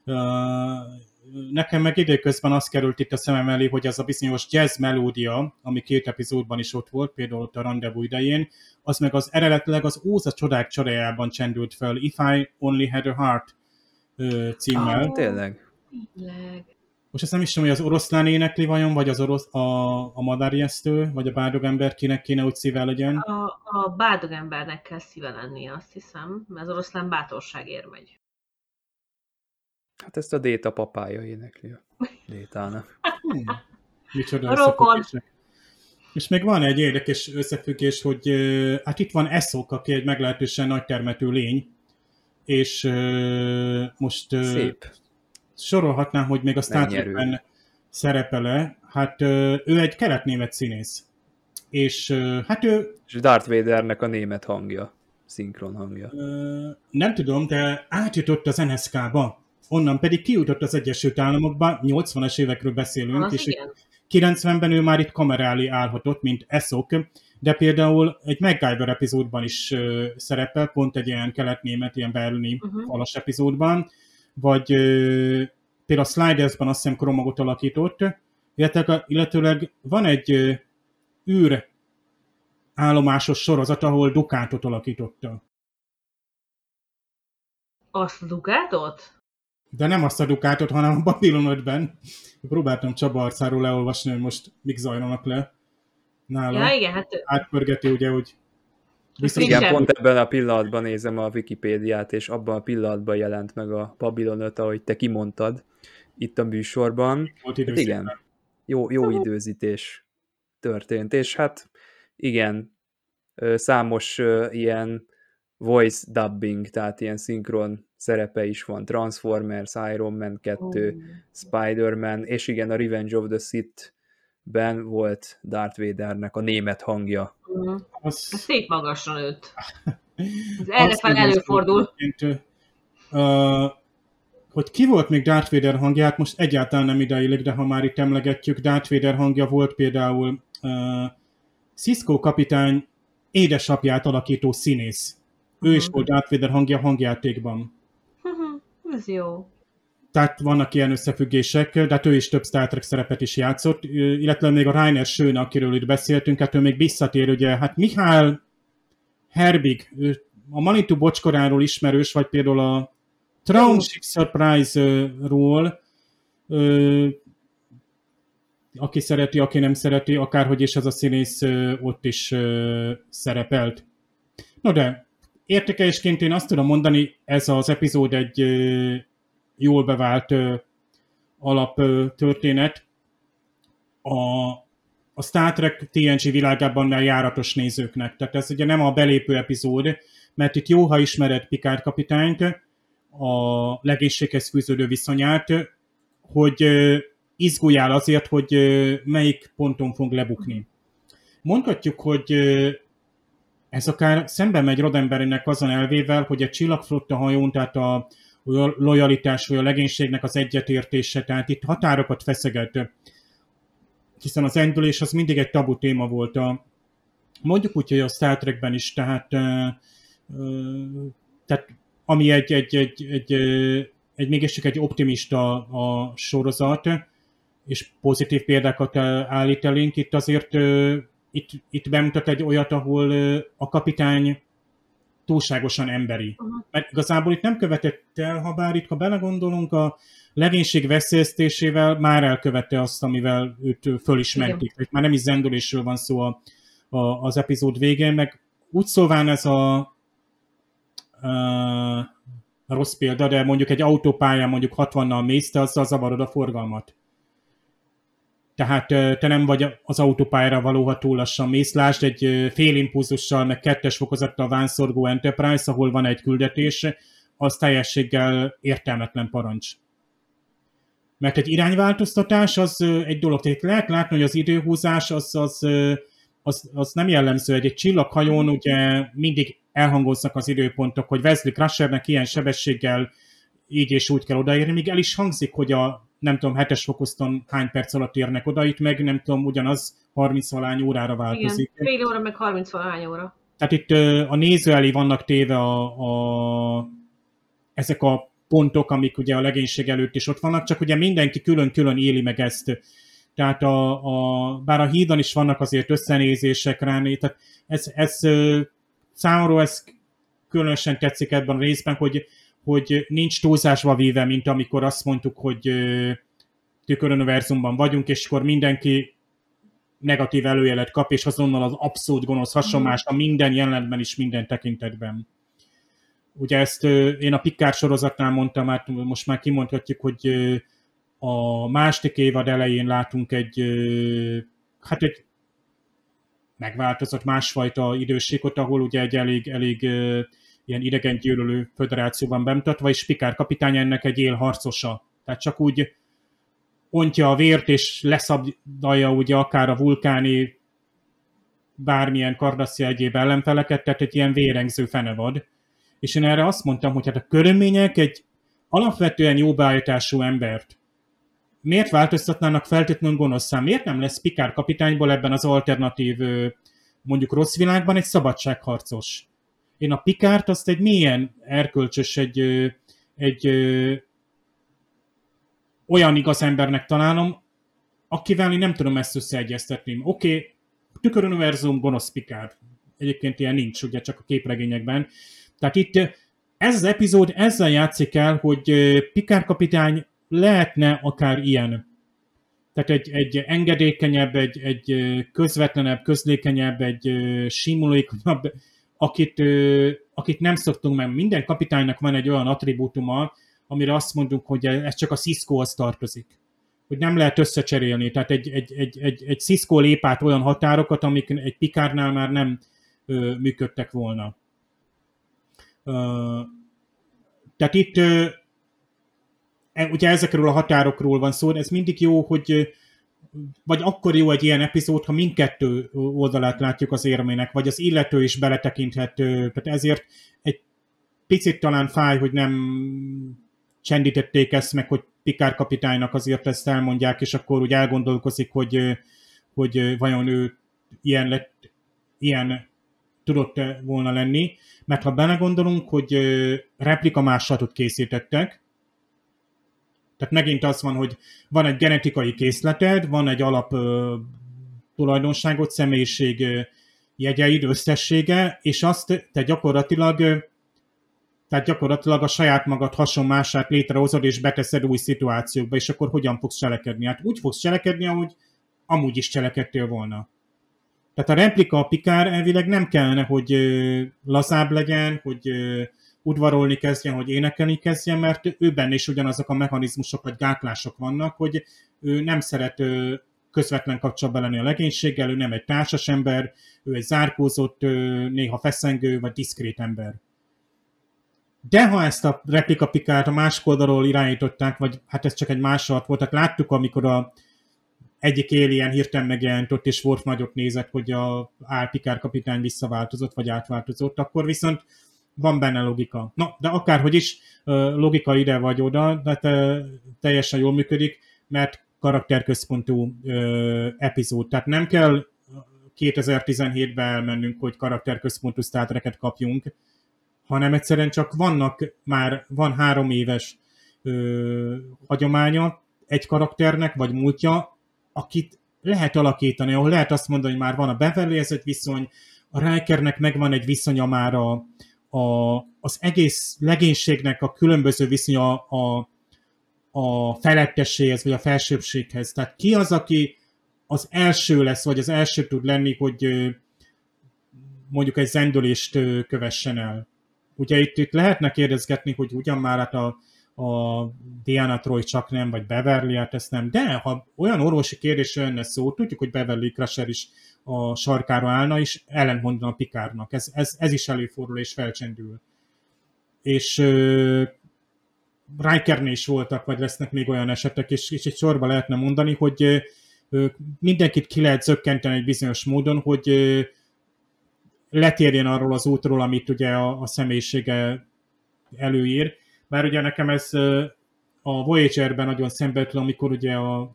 Nekem meg időközben az került itt a szemem elé, hogy ez a bizonyos jazz melódia, ami 2 epizódban is ott volt, például ott a rendezvú idején, az meg az eredetileg az Óza csodák csodájában csendült fel, If I Only Had a Heart címmel. Tényleg. Most ezt nem is tudom, hogy az oroszlán énekli vajon, vagy a madárjesztő, vagy a bárdogember kinek kéne, hogy szíve legyen? A bárdogembernek kell szíve lennie, azt hiszem, mert az oroszlán bátorságért megy. Hát ezt a Déta papája énekli a Détának. Micsoda összefüggések. És még van egy érdekes összefüggés, hogy hát itt van Eszok, aki egy meglehetősen nagy termetű lény, és most szép. Sorolhatnám, hogy még a Star Trekben szerepele. Hát ő egy kelet-német színész. És hát ő... És Darth Vadernek a német hangja, szinkron hangja. Nem tudom, de átjutott az NSK-ba. Onnan pedig kijutott az Egyesült Államokba, 80-as évekről beszélünk, az és igen. 90-ben ő már itt kamera elé állhatott, mint Eszok, de például egy MacGyver epizódban is szerepel, pont egy ilyen kelet-német, ilyen berlini falas epizódban, vagy például a Slidersban azt hiszem Kromagot alakított, illetőleg van egy űr állomásos sorozat, ahol Dukátot alakította. Azt a Dukátot? De nem azt a Dukátot, hanem a Babylon 5-ben. Próbáltam Csaba arcáról leolvasni, hogy most mik zajlanak le nála. Ja, igen, hát... Átpörgeti ugye, hogy... Igen, pont ebben a pillanatban nézem a Wikipédiát, és abban a pillanatban jelent meg a Babylon 5, ahogy te kimondtad itt a műsorban. Hát igen, jó időzítés történt, és hát igen, számos ilyen voice dubbing, tehát ilyen szinkron szerepe is van. Transformers, Iron Man 2, Spider-Man, és igen, a Revenge of the Sith-ben volt Darth Vadernek a német hangja. Szép magasra nőtt. Ez errefel előfordul. Hogy ki volt még Darth Vader hangja, hát most egyáltalán nem ideillik, de ha már itt emlegetjük, Darth Vader hangja volt például Sisko kapitány édesapját alakító színész. ő is volt Darth Vader hangja a hangjátékban. Ez jó. Tehát vannak ilyen összefüggések, de hát ő is több Star Trek szerepet is játszott, illetve még a Rainer Schöne, akiről itt beszéltünk, hát ő még visszatér, ugye, hát Michael Herbig, a Manitou bocskoráról ismerős, vagy például a Traumschick Surprise-ról, aki szereti, aki nem szereti, akárhogy is ez a színész ott is szerepelt. No de, értékelésként én azt tudom mondani, ez az epizód egy jól bevált alaptörténet. A Star Trek TNG világában járatos nézőknek. Tehát ez ugye nem a belépő epizód, mert itt jó, ha ismered Picard kapitányt, a legénységhez fűződő viszonyát, hogy izguljál azért, hogy melyik ponton fog lebukni. Mondhatjuk, hogy ez akár szemben megy Roddenberrynek azon elvével, hogy a csillagflotta hajón, tehát a lojalitás vagy a legénységnek az egyetértése, tehát itt határokat feszeget, hiszen az enyhülés az mindig egy tabu téma volt. Mondjuk úgy, hogy a Star Trekben is, tehát ami mégiscsak egy optimista a sorozat, és pozitív példákat állít elénk, itt azért itt bemutat egy olyat, ahol a kapitány túlságosan emberi. Mert igazából itt nem követett el, ha bár itt, ha belegondolunk, a legénység veszélyeztésével már elkövette azt, amivel őt fölismerték. Itt már nem is zendülésről van szó az epizód végén, meg úgy szólván ez a rossz példa, de mondjuk egy autópályán mondjuk 60-nal mész, te azzal zavarod a forgalmat. Tehát te nem vagy az autópályára való, ha túl lassan mész. Lásd egy félimpulzussal, meg 2-es fokozattal vánszorgó Enterprise, ahol van egy küldetés, az teljességgel értelmetlen parancs. Mert egy irányváltoztatás az egy dolog. Tehát lehet látni, hogy az időhúzás az nem jellemző. Egy csillaghajón ugye mindig elhangoznak az időpontok, hogy Wesley Crushernek ilyen sebességgel így és úgy kell odaérni, míg el is hangzik, hogy a nem tudom, 7-es fokozton hány perc alatt érnek oda, itt meg nem tudom, ugyanaz 30-valány órára változik. Igen, fél óra meg 30-valány óra. Tehát itt a néző elé vannak téve ezek a pontok, amik ugye a legénység előtt is ott vannak, csak ugye mindenki külön-külön éli meg ezt. Tehát bár a hídon is vannak azért összenézések rá, tehát ez számomra ez különösen tetszik ebben a részben, hogy nincs túlzásba véve, mint amikor azt mondtuk, hogy tüköruniverzumban vagyunk, és akkor mindenki negatív előjelet kap, és azonnal az abszolút gonosz hasonlásra minden jelenetben is minden tekintetben. Ugye ezt én a Picard sorozatnál mondtam, hát most már kimondhatjuk, hogy a második évad elején látunk egy megváltozott másfajta időségot, ahol ugye egy elég ilyen idegengyűlölő föderációban bemutatva, és Picard kapitány ennek egy élharcosa. Tehát csak úgy ontja a vért, és leszabdalja ugye akár a vulkáni bármilyen Cardassian egyéb ellenfeleket, tehát egy ilyen vérengző fenevad. És én erre azt mondtam, hogy hát a körülmények egy alapvetően jó beállítású embert miért változtatnának feltétlenül gonoszszá? Miért nem lesz Picard kapitányból ebben az alternatív, mondjuk rossz világban egy szabadságharcos? Én a Picardt azt egy mélyen erkölcsös, egy olyan igaz embernek találom, akivel én nem tudom ezt összeegyeztetni. Oké, tüköruniverzum, gonosz Picard. Egyébként ilyen nincs, ugye csak a képregényekben. Tehát itt ez az epizód ezzel játszik el, hogy Picard kapitány lehetne akár ilyen. Tehát egy engedékenyebb, egy közvetlenebb, közlékenyebb, egy simulékonyabb, akit nem szoktunk meg. Minden kapitánynak van egy olyan attribútuma, amire azt mondjuk, hogy ez csak a Ciscohoz tartozik. Hogy nem lehet összecserélni. Tehát egy Cisco lép át olyan határokat, amik egy Picardnál már nem működtek volna. Tehát itt ugye ezekről a határokról van szó, ez mindig jó, hogy vagy akkor jó egy ilyen epizód, ha mindkettő oldalát látjuk az érmének, vagy az illető is beletekinthet. Tehát ezért egy picit talán fáj, hogy nem csendítették ezt meg, hogy Picard kapitánynak azért ezt elmondják, és akkor úgy elgondolkozik, hogy vajon ő ilyen tudott volna lenni, mert ha belegondolunk, hogy replika máslatot készítettek, tehát megint az van, hogy van egy genetikai készleted, van egy alap tulajdonságot, személyiség jegyeid, összessége, és azt te gyakorlatilag a saját magad hasonlását létrehozod, és beteszed új szituációkba, és akkor hogyan fogsz cselekedni? Hát úgy fogsz cselekedni, ahogy amúgy is cselekedtél volna. Tehát a replika, a Picard elvileg nem kellene, hogy lazább legyen, hogy udvarolni kezdjen, hogy énekelni kezdjen, mert őben is ugyanazok a mechanizmusok vagy gátlások vannak, hogy ő nem szeret közvetlen kapcsolatban lenni a legénységgel, ő nem egy társas ember, ő egy zárkózott, néha feszengő vagy diszkrét ember. De ha ezt a replika Picardt a másik oldalról irányították, vagy hát ez csak egy másolat volt, tehát láttuk, amikor a egyik alien hirtelen megjelent ott, és Worf nagyot nézett, hogy a Picard kapitány visszaváltozott, vagy átváltozott, akkor viszont van benne logika. Na, de akárhogy is, logika ide vagy oda, de teljesen jól működik, mert karakterközpontú epizód. Tehát nem kell 2017-ben elmennünk, hogy karakterközpontú Star Trek-et kapjunk, hanem egyszerűen csak van 3 éves hagyománya egy karakternek, vagy múltja, akit lehet alakítani, ahol lehet azt mondani, hogy már van a Beverlyhez egy viszony, a Rikernek megvan egy viszonya már az egész legénységnek a különböző viszonya a felettességhez, vagy a felsőbbséghez. Tehát ki az, aki az első lesz, vagy az első tud lenni, hogy mondjuk egy zendülést kövessen el. Ugye itt lehetne kérdezgetni, hogy ugyan már hát a Diana Troy csak nem, vagy Beverly, hát ezt nem. De ha olyan orvosi kérdésre lenne szó, tudjuk, hogy Beverly Crusher is a sarkára állna, és ellentmondana a Picardnak. Ez is előfordul, és felcsendül. És Rikernél is voltak, vagy lesznek még olyan esetek, és egy sorba lehetne mondani, hogy mindenkit ki lehet zökkenteni egy bizonyos módon, hogy letérjen arról az útról, amit ugye a személyisége előír. Bár ugye nekem ez a Voyager-ben nagyon szembe jött, amikor ugye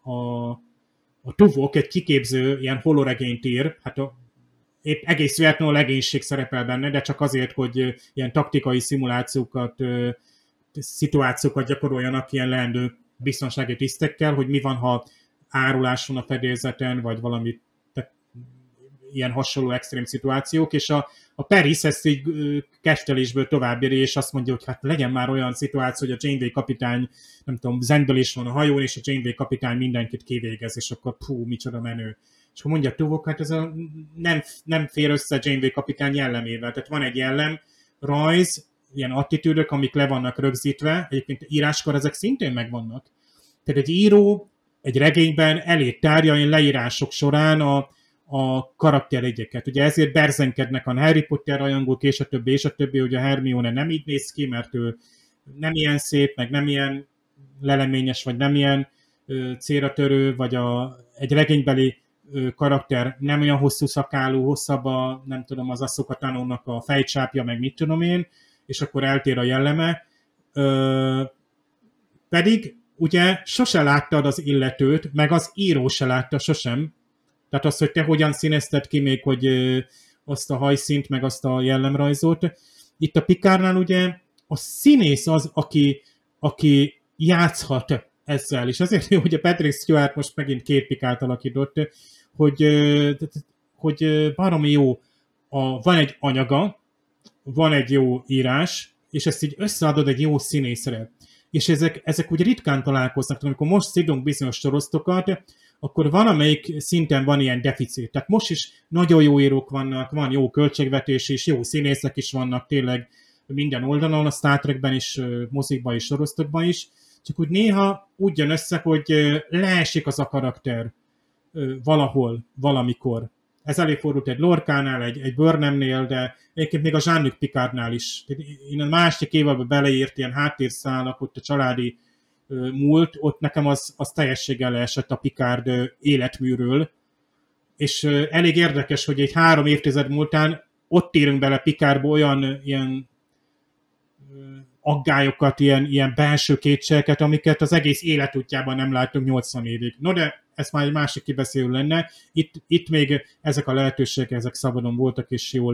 a Tuvok egy kiképző ilyen holoregényt ír, hát épp egész véletlenül a legénység szerepel benne, de csak azért, hogy ilyen taktikai szituációkat gyakoroljanak ilyen leendő biztonsági tisztekkel, hogy mi van, ha árulás van a fedélzeten, vagy valami ilyen hasonló extrém szituációk, és a Paris ezt így kestelésből továbbéri, és azt mondja, hogy hát legyen már olyan szituáció, hogy a Janeway kapitány, nem tudom, zendülés van a hajón, és a Janeway kapitány mindenkit kivégez, és akkor micsoda menő. És akkor mondja Tuvok, hát ez nem fér össze a Janeway kapitány jellemével. Tehát van egy jellem, rajz, ilyen attitűdök, amik le vannak rögzítve, egyébként íráskor ezek szintén megvannak. Tehát egy író egy regényben elé tárja ilyen leírások során a karakterjegyeket. Ugye ezért berzenkednek a Harry Potter rajongók, és a többi, hogy a Hermione nem így néz ki, mert ő nem ilyen szép, meg nem ilyen leleményes, vagy nem ilyen célra törő, vagy egy regénybeli karakter nem olyan hosszú szakálú, hosszabb nem tudom, az Ahsoka Tano-nak a fejcsápja, meg mit tudom én, és akkor eltér a jelleme. Pedig ugye sose láttad az illetőt, meg az író se látta sosem. Tehát az, hogy te hogyan színezted ki még, hogy azt a hajszínt, meg azt a jellemrajzot. Itt a Picardnál ugye a színész az, aki játszhat ezzel. És azért jó, hogy a Patrick Stewart most megint 2 Picardt alakított, hogy baromi jó. Van egy anyaga, van egy jó írás, és ezt így összeadod egy jó színészre. És ezek úgy ritkán találkoznak. Amikor most szidunk bizonyos sorosztokat, akkor van, amelyik szinten van ilyen deficit. Tehát most is nagyon jó írók vannak, van jó költségvetés is, jó színészek is vannak tényleg minden oldalon, a Star Trekben is, mozikban is, sorosztokban is. Csak úgy néha úgy jön össze, hogy leesik az a karakter valahol, valamikor. Ez előfordult egy Lorcánál, egy Burnhamnél, de egyébként még a Jean-Luc Picardnál is. Én a másik évadban beleírt ilyen háttérszálak, ott a családi múlt, ott nekem az teljességgel leesett a Picard életműről. És elég érdekes, hogy egy 3 évtized múltán ott írunk bele Picardba olyan ilyen aggályokat, ilyen belső kétségeket, amiket az egész életútjában nem láttunk 80 évig. No, de ez már egy másik kibeszélő lenne. Itt még ezek a lehetőségek, ezek szabadon voltak, és jól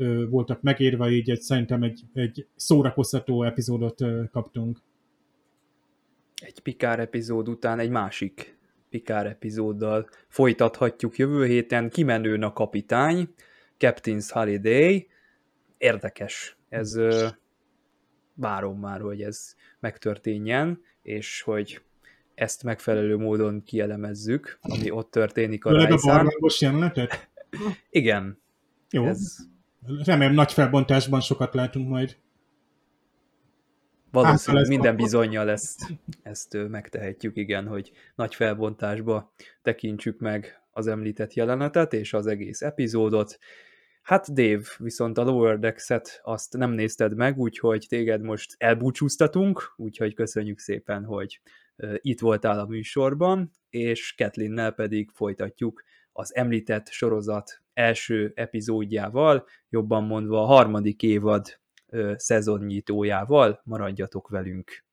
voltak megírva, így szerintem egy szórakoztató epizódot kaptunk. Egy Picard epizód után egy másik Picard epizóddal folytathatjuk jövő héten. Kimenőn a kapitány, Captain's Holiday. Érdekes. Ez várom már, hogy ez megtörténjen, és hogy ezt megfelelő módon kielemezzük, ami ott történik a Főleg a Ryzen. barlangos jelenetet? Igen. Jó. Ez Remélem nagy felbontásban sokat látunk majd. valószínűleg minden bizonnyal ezt megtehetjük, igen, hogy nagy felbontásba tekintsük meg az említett jelenetet és az egész epizódot. Hát Dave, viszont a Lower Decks-et azt nem nézted meg, úgyhogy téged most elbúcsúztatunk, úgyhogy köszönjük szépen, hogy itt voltál a műsorban, és Kathlyn-nel pedig folytatjuk az említett sorozat első epizódjával, jobban mondva a harmadik évad szezonnyitójával. Maradjatok velünk!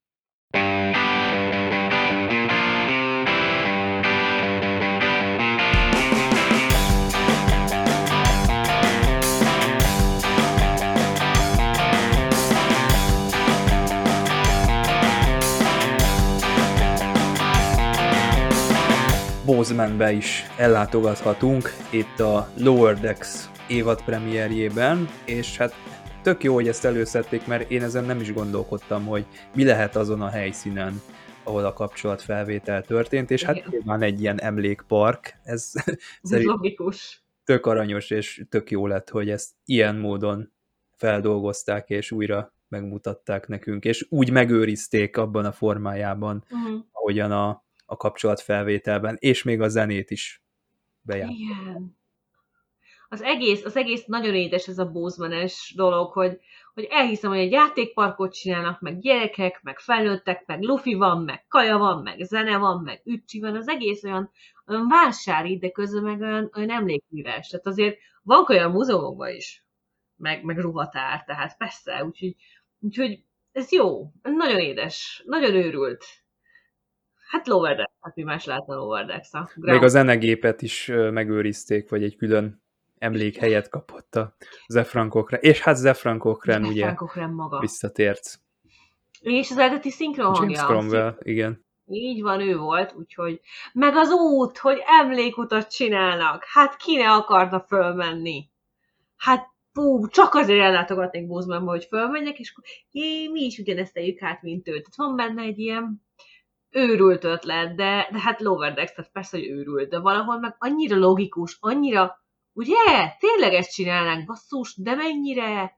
Bozemanbe is ellátogathatunk itt a Lower Decks évad premierjében, és hát tök jó, hogy ezt előszedték, mert én ezen nem is gondolkodtam, hogy mi lehet azon a helyszínen, ahol a kapcsolatfelvétel történt, és hát nyilván egy ilyen emlékpark, ez logikus. Tök aranyos, és tök jó lett, hogy ezt ilyen módon feldolgozták, és újra megmutatták nekünk, és úgy megőrizték abban a formájában, ahogyan a kapcsolatfelvételben, és még a zenét is bejátszották. Igen. Az egész nagyon édes ez a Bozeman-es dolog, hogy elhiszem, hogy egy játékparkot csinálnak, meg gyerekek, meg felnőttek, meg lufi van, meg kaja van, meg zene van, meg ücsi van, az egész olyan vásári, de közben meg olyan emlékműves. Tehát azért van kaja a múzeumokban is, meg ruhatár, tehát persze, úgyhogy ez jó, nagyon édes, nagyon őrült. Hát Lower Decks, hát mi más lehetne Lower Decks. Még a zenegépet is megőrizték, vagy egy külön emlékhelyet kapott a Zefran Cochrane, és hát Zefran Cochrane ugye maga visszatért. És az eredeti szinkron hangja. James Cromwell, igen. Így van, ő volt, úgyhogy meg az út, hogy emlékutat csinálnak, hát ki ne akarna fölmenni? Hát csak azért ellátogatnék Bozemanba, hogy fölmenjek, és mi is ugyanezt tegyük hát, mint ő. Tehát van benne egy ilyen őrült ötlet, de hát Lower Decks, tehát persze, hogy őrült, de valahol meg annyira logikus, annyira, ugye? Tényleg ezt csinálnánk, basszus, de mennyire?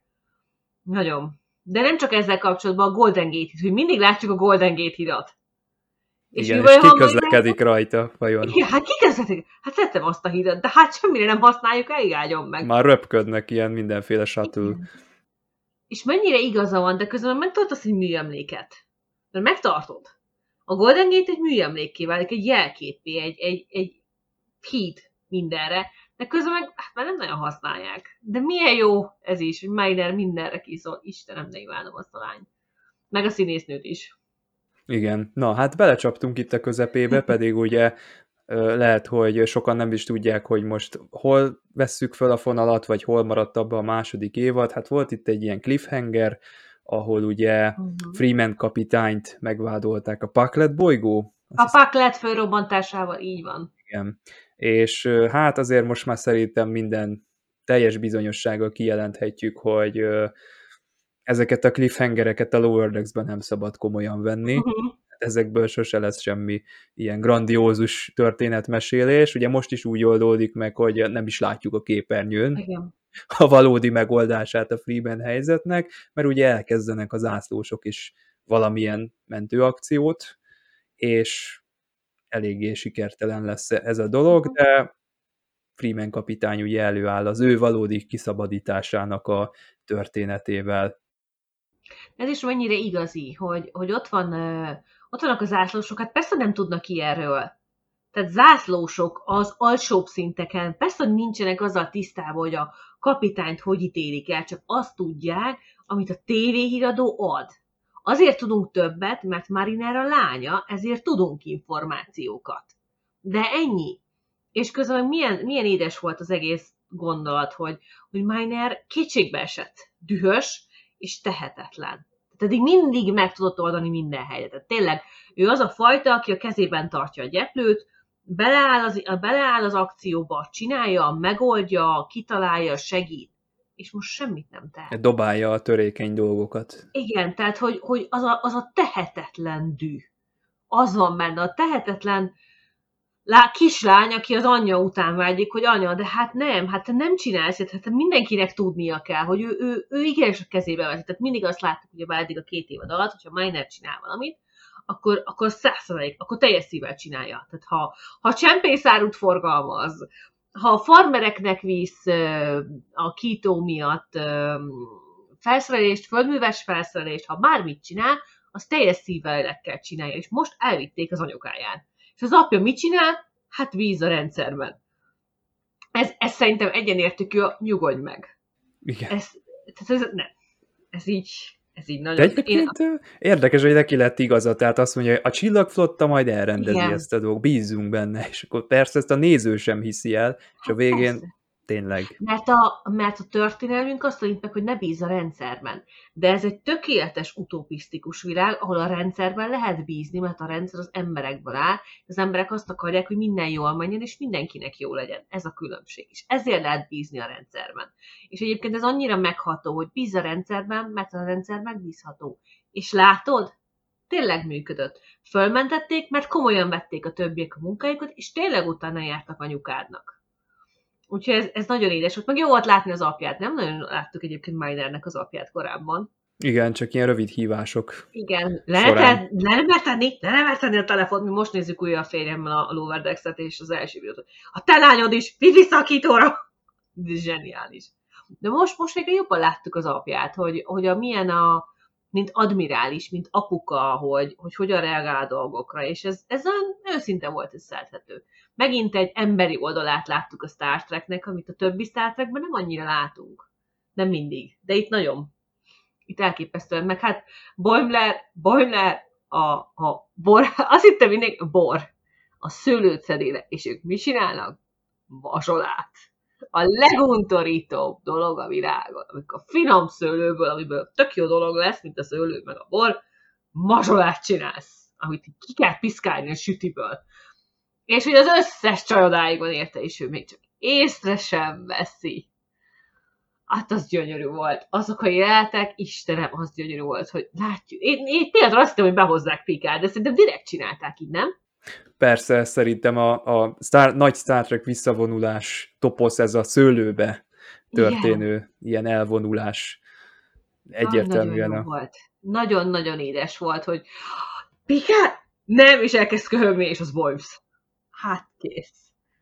Nagyon. De nem csak ezzel kapcsolatban a Golden Gate híd, hogy mindig látjuk a Golden Gate hidat. Igen, és ki közlekedik rajta, vajon? Igen, hát ki közlekedik? Hát tettem azt a hidat, de hát semmire nem használjuk, eligáljon meg. Már röpködnek ilyen mindenféle shuttle. Igen. És mennyire igaza van, de közben megtartasz egy műemléket. Mert megtartod. A Golden Gate egy műemlékké válik, egy jelképé, egy híd mindenre, de közben meg már nem nagyon használják. De milyen jó ez is, hogy Miner mindenre kiszól. Istenem, ne imádom azt a lányt. Meg a színésznőt is. Igen. Na, hát belecsaptunk itt a közepébe, pedig ugye lehet, hogy sokan nem is tudják, hogy most hol vesszük fel a fonalat, vagy hol maradt abba a második évad. Hát volt itt egy ilyen cliffhanger, ahol ugye Freeman kapitányt megvádolták a Paklet bolygó. A Paklet fölrobbantásával, így van. Igen. És hát azért most már szerintem minden teljes bizonyossággal kijelenthetjük, hogy ezeket a cliffhangereket a Lower Decks-ben nem szabad komolyan venni. Ezekből sose lesz semmi ilyen grandiózus történetmesélés. Ugye most is úgy oldódik meg, hogy nem is látjuk a képernyőn. Igen. A valódi megoldását a Freeman helyzetnek, mert ugye elkezdenek az zászlósok is valamilyen mentőakciót, és eléggé sikertelen lesz ez a dolog, de Freeman kapitány ugye előáll az ő valódi kiszabadításának a történetével. Ez is mennyire igazi, hogy ott vannak a zászlósok, hát persze nem tudnak ilyenről. Tehát zászlósok az alsóbb szinteken, persze, hogy nincsenek azzal tisztában, hogy a kapitányt hogy ítélik el, csak azt tudják, amit a tévéhíradó ad. Azért tudunk többet, mert Mariner a lánya, ezért tudunk információkat. De ennyi. És közben milyen édes volt az egész gondolat, hogy Miner kétségbe esett, dühös és tehetetlen. Tehát mindig meg tudott oldani minden helyet. Tényleg ő az a fajta, aki a kezében tartja a gyeplőt, beleáll az akcióba, csinálja, megoldja, kitalálja, segít, és most semmit nem tehet. Dobálja a törékeny dolgokat. Igen, tehát hogy az a tehetetlen düh. Az van benne, a tehetetlen kislány, aki az anyja után vágyik, hogy anya, de hát te nem csinálsz, hát mindenkinek tudnia kell, hogy ő igenis a kezébe veszi. Tehát mindig azt láttuk, hogy eddig a 2 évad alatt, hogyha Miner csinál valamit, akkor 100%, akkor teljes szívvel csinálja. Tehát ha csempészárút forgalmaz, ha a farmereknek visz a kító miatt felszerelést, földműves felszerelést, ha bármit csinál, az teljes szívvel kell csinálja. És most elvitték az anyukáján. És az apja mit csinál? Hát víz a rendszerben. Ez szerintem egyenértékű, nyugodj meg. Igen. Ez így nagyon... De egyébként érdekes, hogy neki lett igaza, tehát azt mondja, hogy a csillagflotta majd elrendezi ezt a dolgot, bízzunk benne, és akkor persze ezt a néző sem hiszi el, és a végén persze. tényleg. Mert a történelmünk azt tanít meg, hogy ne bízz a rendszerben. De ez egy tökéletes utopisztikus világ, ahol a rendszerben lehet bízni, mert a rendszer az emberekből áll, az emberek azt akarják, hogy minden jól menjen, és mindenkinek jó legyen. Ez a különbség. És ezért lehet bízni a rendszerben. És egyébként ez annyira megható, hogy bízz a rendszerben, mert a rendszer megbízható. És látod? Tényleg működött. Fölmentették, mert komolyan vették a többiek a munkájukat, és tényleg utána jártak anyukádnak. Úgyhogy ez nagyon édes volt. Meg jó volt látni az apját. Nem nagyon láttuk egyébként Minernek az apját korábban. Igen, csak ilyen rövid hívások. Igen. Le nem mert tenni a telefont. Mi most nézzük újra a férjemmel a Lower Decks-et és az első videót. A te lányod is, vidd vissza a kítóra! Ez zseniális. De most még jobban láttuk az apját, hogy milyen mint admirális, mint apuka, hogy hogyan reagál a dolgokra, és ez olyan őszinte volt összehethető. Megint egy emberi oldalát láttuk a Star Treknek, amit a többi Star Trekben nem annyira látunk. Nem mindig, de itt nagyon. Itt elképesztően, meg hát Boimler, a bor, azt hittem mindenki, a bor, a szőlőt szedéle, és ők mit csinálnak? Mazsolát. A leguntorítóbb dolog a világon, amikor a finom szőlőből, amiből tök jó dolog lesz, mint a szőlő meg a bor, mazsolát csinálsz, amit ki kell piszkálni a sütiből. És hogy az összes csaj odáig van érte, és ő még csak észre sem veszi. Hát az gyönyörű volt. Azok a jelenetek, Istenem, az gyönyörű volt, hogy látjuk. Én például azt hittem, hogy behozzák Picard, de szerintem direkt csinálták így, nem? Persze, szerintem a nagy Star Trek visszavonulás toposz, ez a szőlőbe történő ilyen elvonulás. Egyértelműen. Nagyon jó volt. Nagyon-nagyon édes volt, hogy Picard? Nem, és elkezd köhögni, és az Boims. Hát kész.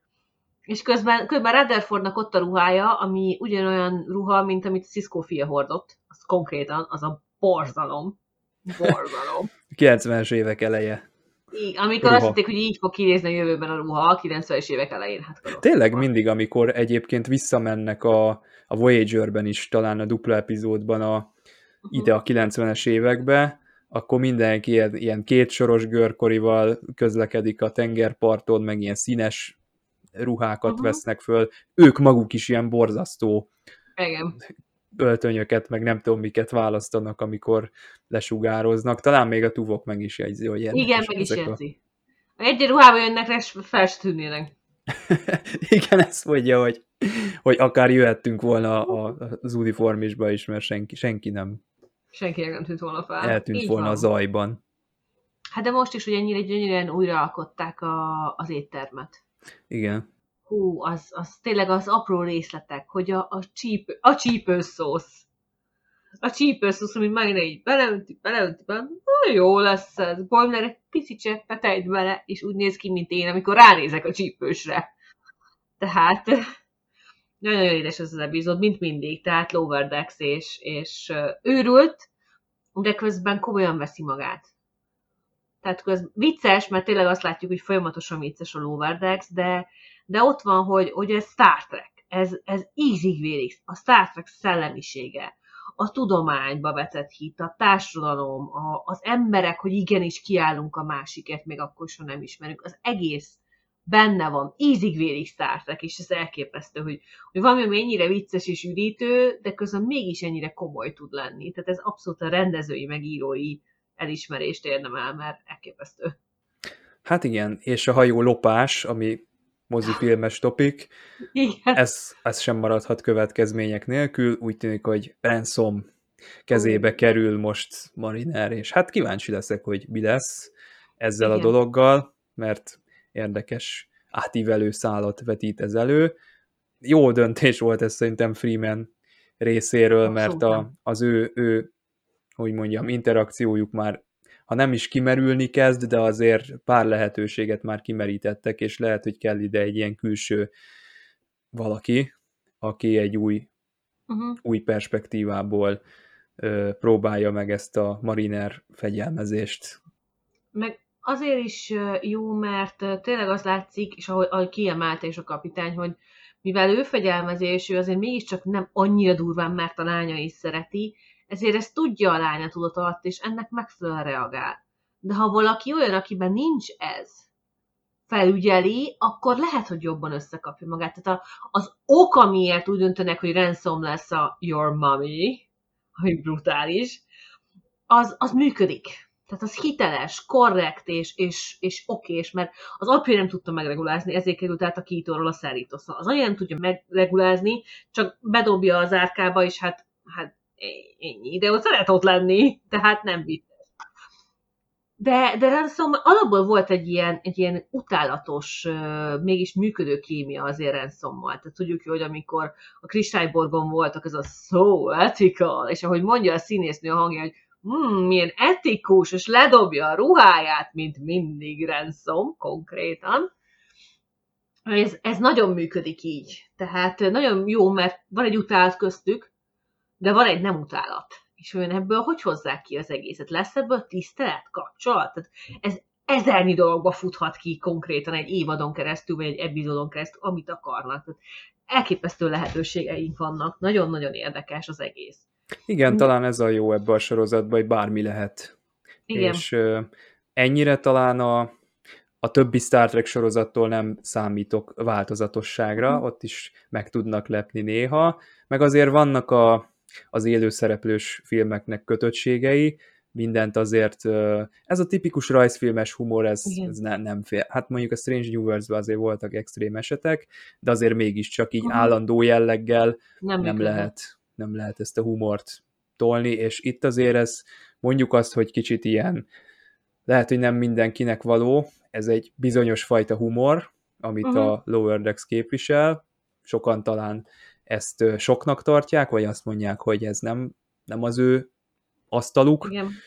És közben Rutherfordnak ott a ruhája, ami ugyanolyan ruha, mint amit Cisco fia hordott. Az konkrétan, az a borzalom. Borzalom. 90-es évek eleje. Igen, amikor ruha. Azt hitték, hogy így fog kinézni a jövőben a ruha, a 90-es évek elején. Hát tényleg mindig, amikor egyébként visszamennek a Voyager-ben is, talán a dupla epizódban ide a 90-es évekbe, akkor mindenki ilyen kétsoros görkorival közlekedik a tengerparton, meg ilyen színes ruhákat vesznek föl. Ők maguk is ilyen borzasztó öltönyöket, meg nem tudom miket választanak, amikor lesugároznak. Talán még a Tuvok meg is jegyzi, hogy ilyen. Igen, meg is jegyzi. Egy ruhába jönnek, és fel se tűnnének. Igen, ezt mondja, hogy akár jöhettünk volna az uniformisba is, mert senki nem. Senkinek nem tűnt volna fel. Eltűnt így volna van. A zajban. Hát de most is, hogy ennyire gyönyörűen újraalkották az éttermet. Igen. Hú, az tényleg az apró részletek, hogy a csípőszósz. A csípőszósz, amit már így beleönti, jó lesz ez. Boimler egy pici cseppet ejt bele, és úgy néz ki, mint én, amikor ránézek a csípősre. Tehát nagyon édes az epizód, mint mindig. Tehát Lower Decks és őrült, de közben komolyan veszi magát. Tehát vicces, mert tényleg azt látjuk, hogy folyamatosan vicces a Lower Decks, de ott van, hogy ez Star Trek. Ez ízig-vérig. A Star Trek szellemisége, a tudományba vetett hit, a társadalom, az emberek, hogy igenis kiállunk a másikért, még akkor sem nem ismerünk. Az egész benne van, ízig-vérig Star Trek, és ez elképesztő, hogy valami mennyire vicces és üdítő, de közben mégis ennyire komoly tud lenni. Tehát ez abszolút a rendezői, meg írói elismerést érdemel, mert elképesztő. Hát igen, és a hajó lopás, ami mozifilmes topik, Igen. ez sem maradhat következmények nélkül. Úgy tűnik, hogy Ransom kezébe kerül most Mariner, és hát kíváncsi leszek, hogy mi lesz ezzel a dologgal, mert érdekes átívelő szálat vetít ez elő. Jó döntés volt ez szerintem Freeman részéről, mert az ő, hogy mondjam, interakciójuk már, ha nem is kimerülni kezd, de azért pár lehetőséget már kimerítettek, és lehet, hogy kell ide egy ilyen külső valaki, aki egy új perspektívából próbálja meg ezt a Mariner fegyelmezést. Meg azért is jó, mert tényleg az látszik, és ahogy kiemelte is a kapitány, hogy mivel ő fegyelmezés, ő azért mégiscsak nem annyira durván, mert a lánya is szereti, ezért ezt tudja a lánya tudat alatt, és ennek megfelelően reagál. De ha valaki olyan, akiben nincs ez, felügyeli, akkor lehet, hogy jobban összekapja magát. Tehát az ok, amiért úgy döntenek, hogy Ransom lesz a Your Mommy, ami brutális, az működik. Tehát az hiteles, korrekt és okés, mert az apja nem tudta megregulázni, ezért került át a Keatonról a szállítószal. Az anya nem tudja megregulázni, csak bedobja az árkába, és hát ennyi. De ott szeret ott lenni, tehát nem vicces. De Ransom alapból volt egy ilyen utálatos, mégis működő kémia azért Ransommal. Tehát tudjuk, hogy amikor a Kristályborgon voltak, ez a so ethical, és ahogy mondja a színésznő a hangja, hogy milyen etikus, és ledobja a ruháját, mint mindig Ransom, konkrétan. Ez nagyon működik így. Tehát nagyon jó, mert van egy utálat köztük, de van egy nem utálat. És olyan ebből hogy hozzák ki az egészet? Lesz ebből tisztelet, kapcsolat? Tehát ez ezernyi dologba futhat ki konkrétan egy évadon keresztül, vagy egy epizódon keresztül, amit akarnak. Tehát elképesztő lehetőségeink vannak. Nagyon-nagyon érdekes az egész. Igen, talán ez a jó ebbe a sorozatban, hogy bármi lehet. Igen. És ennyire talán a többi Star Trek sorozattól nem számítok változatosságra, ott is meg tudnak lepni néha, meg azért vannak az élőszereplős filmeknek kötöttségei, mindent azért, ez a tipikus rajzfilmes humor, ez nem fél. Hát mondjuk a Strange New Worlds-ben azért voltak extrém esetek, de azért mégiscsak így állandó jelleggel nem lehet ezt a humort tolni, és itt azért ez, mondjuk azt, hogy kicsit ilyen, lehet, hogy nem mindenkinek való, ez egy bizonyos fajta humor, amit a Lower Decks képvisel, sokan talán ezt soknak tartják, vagy azt mondják, hogy ez nem az ő asztaluk,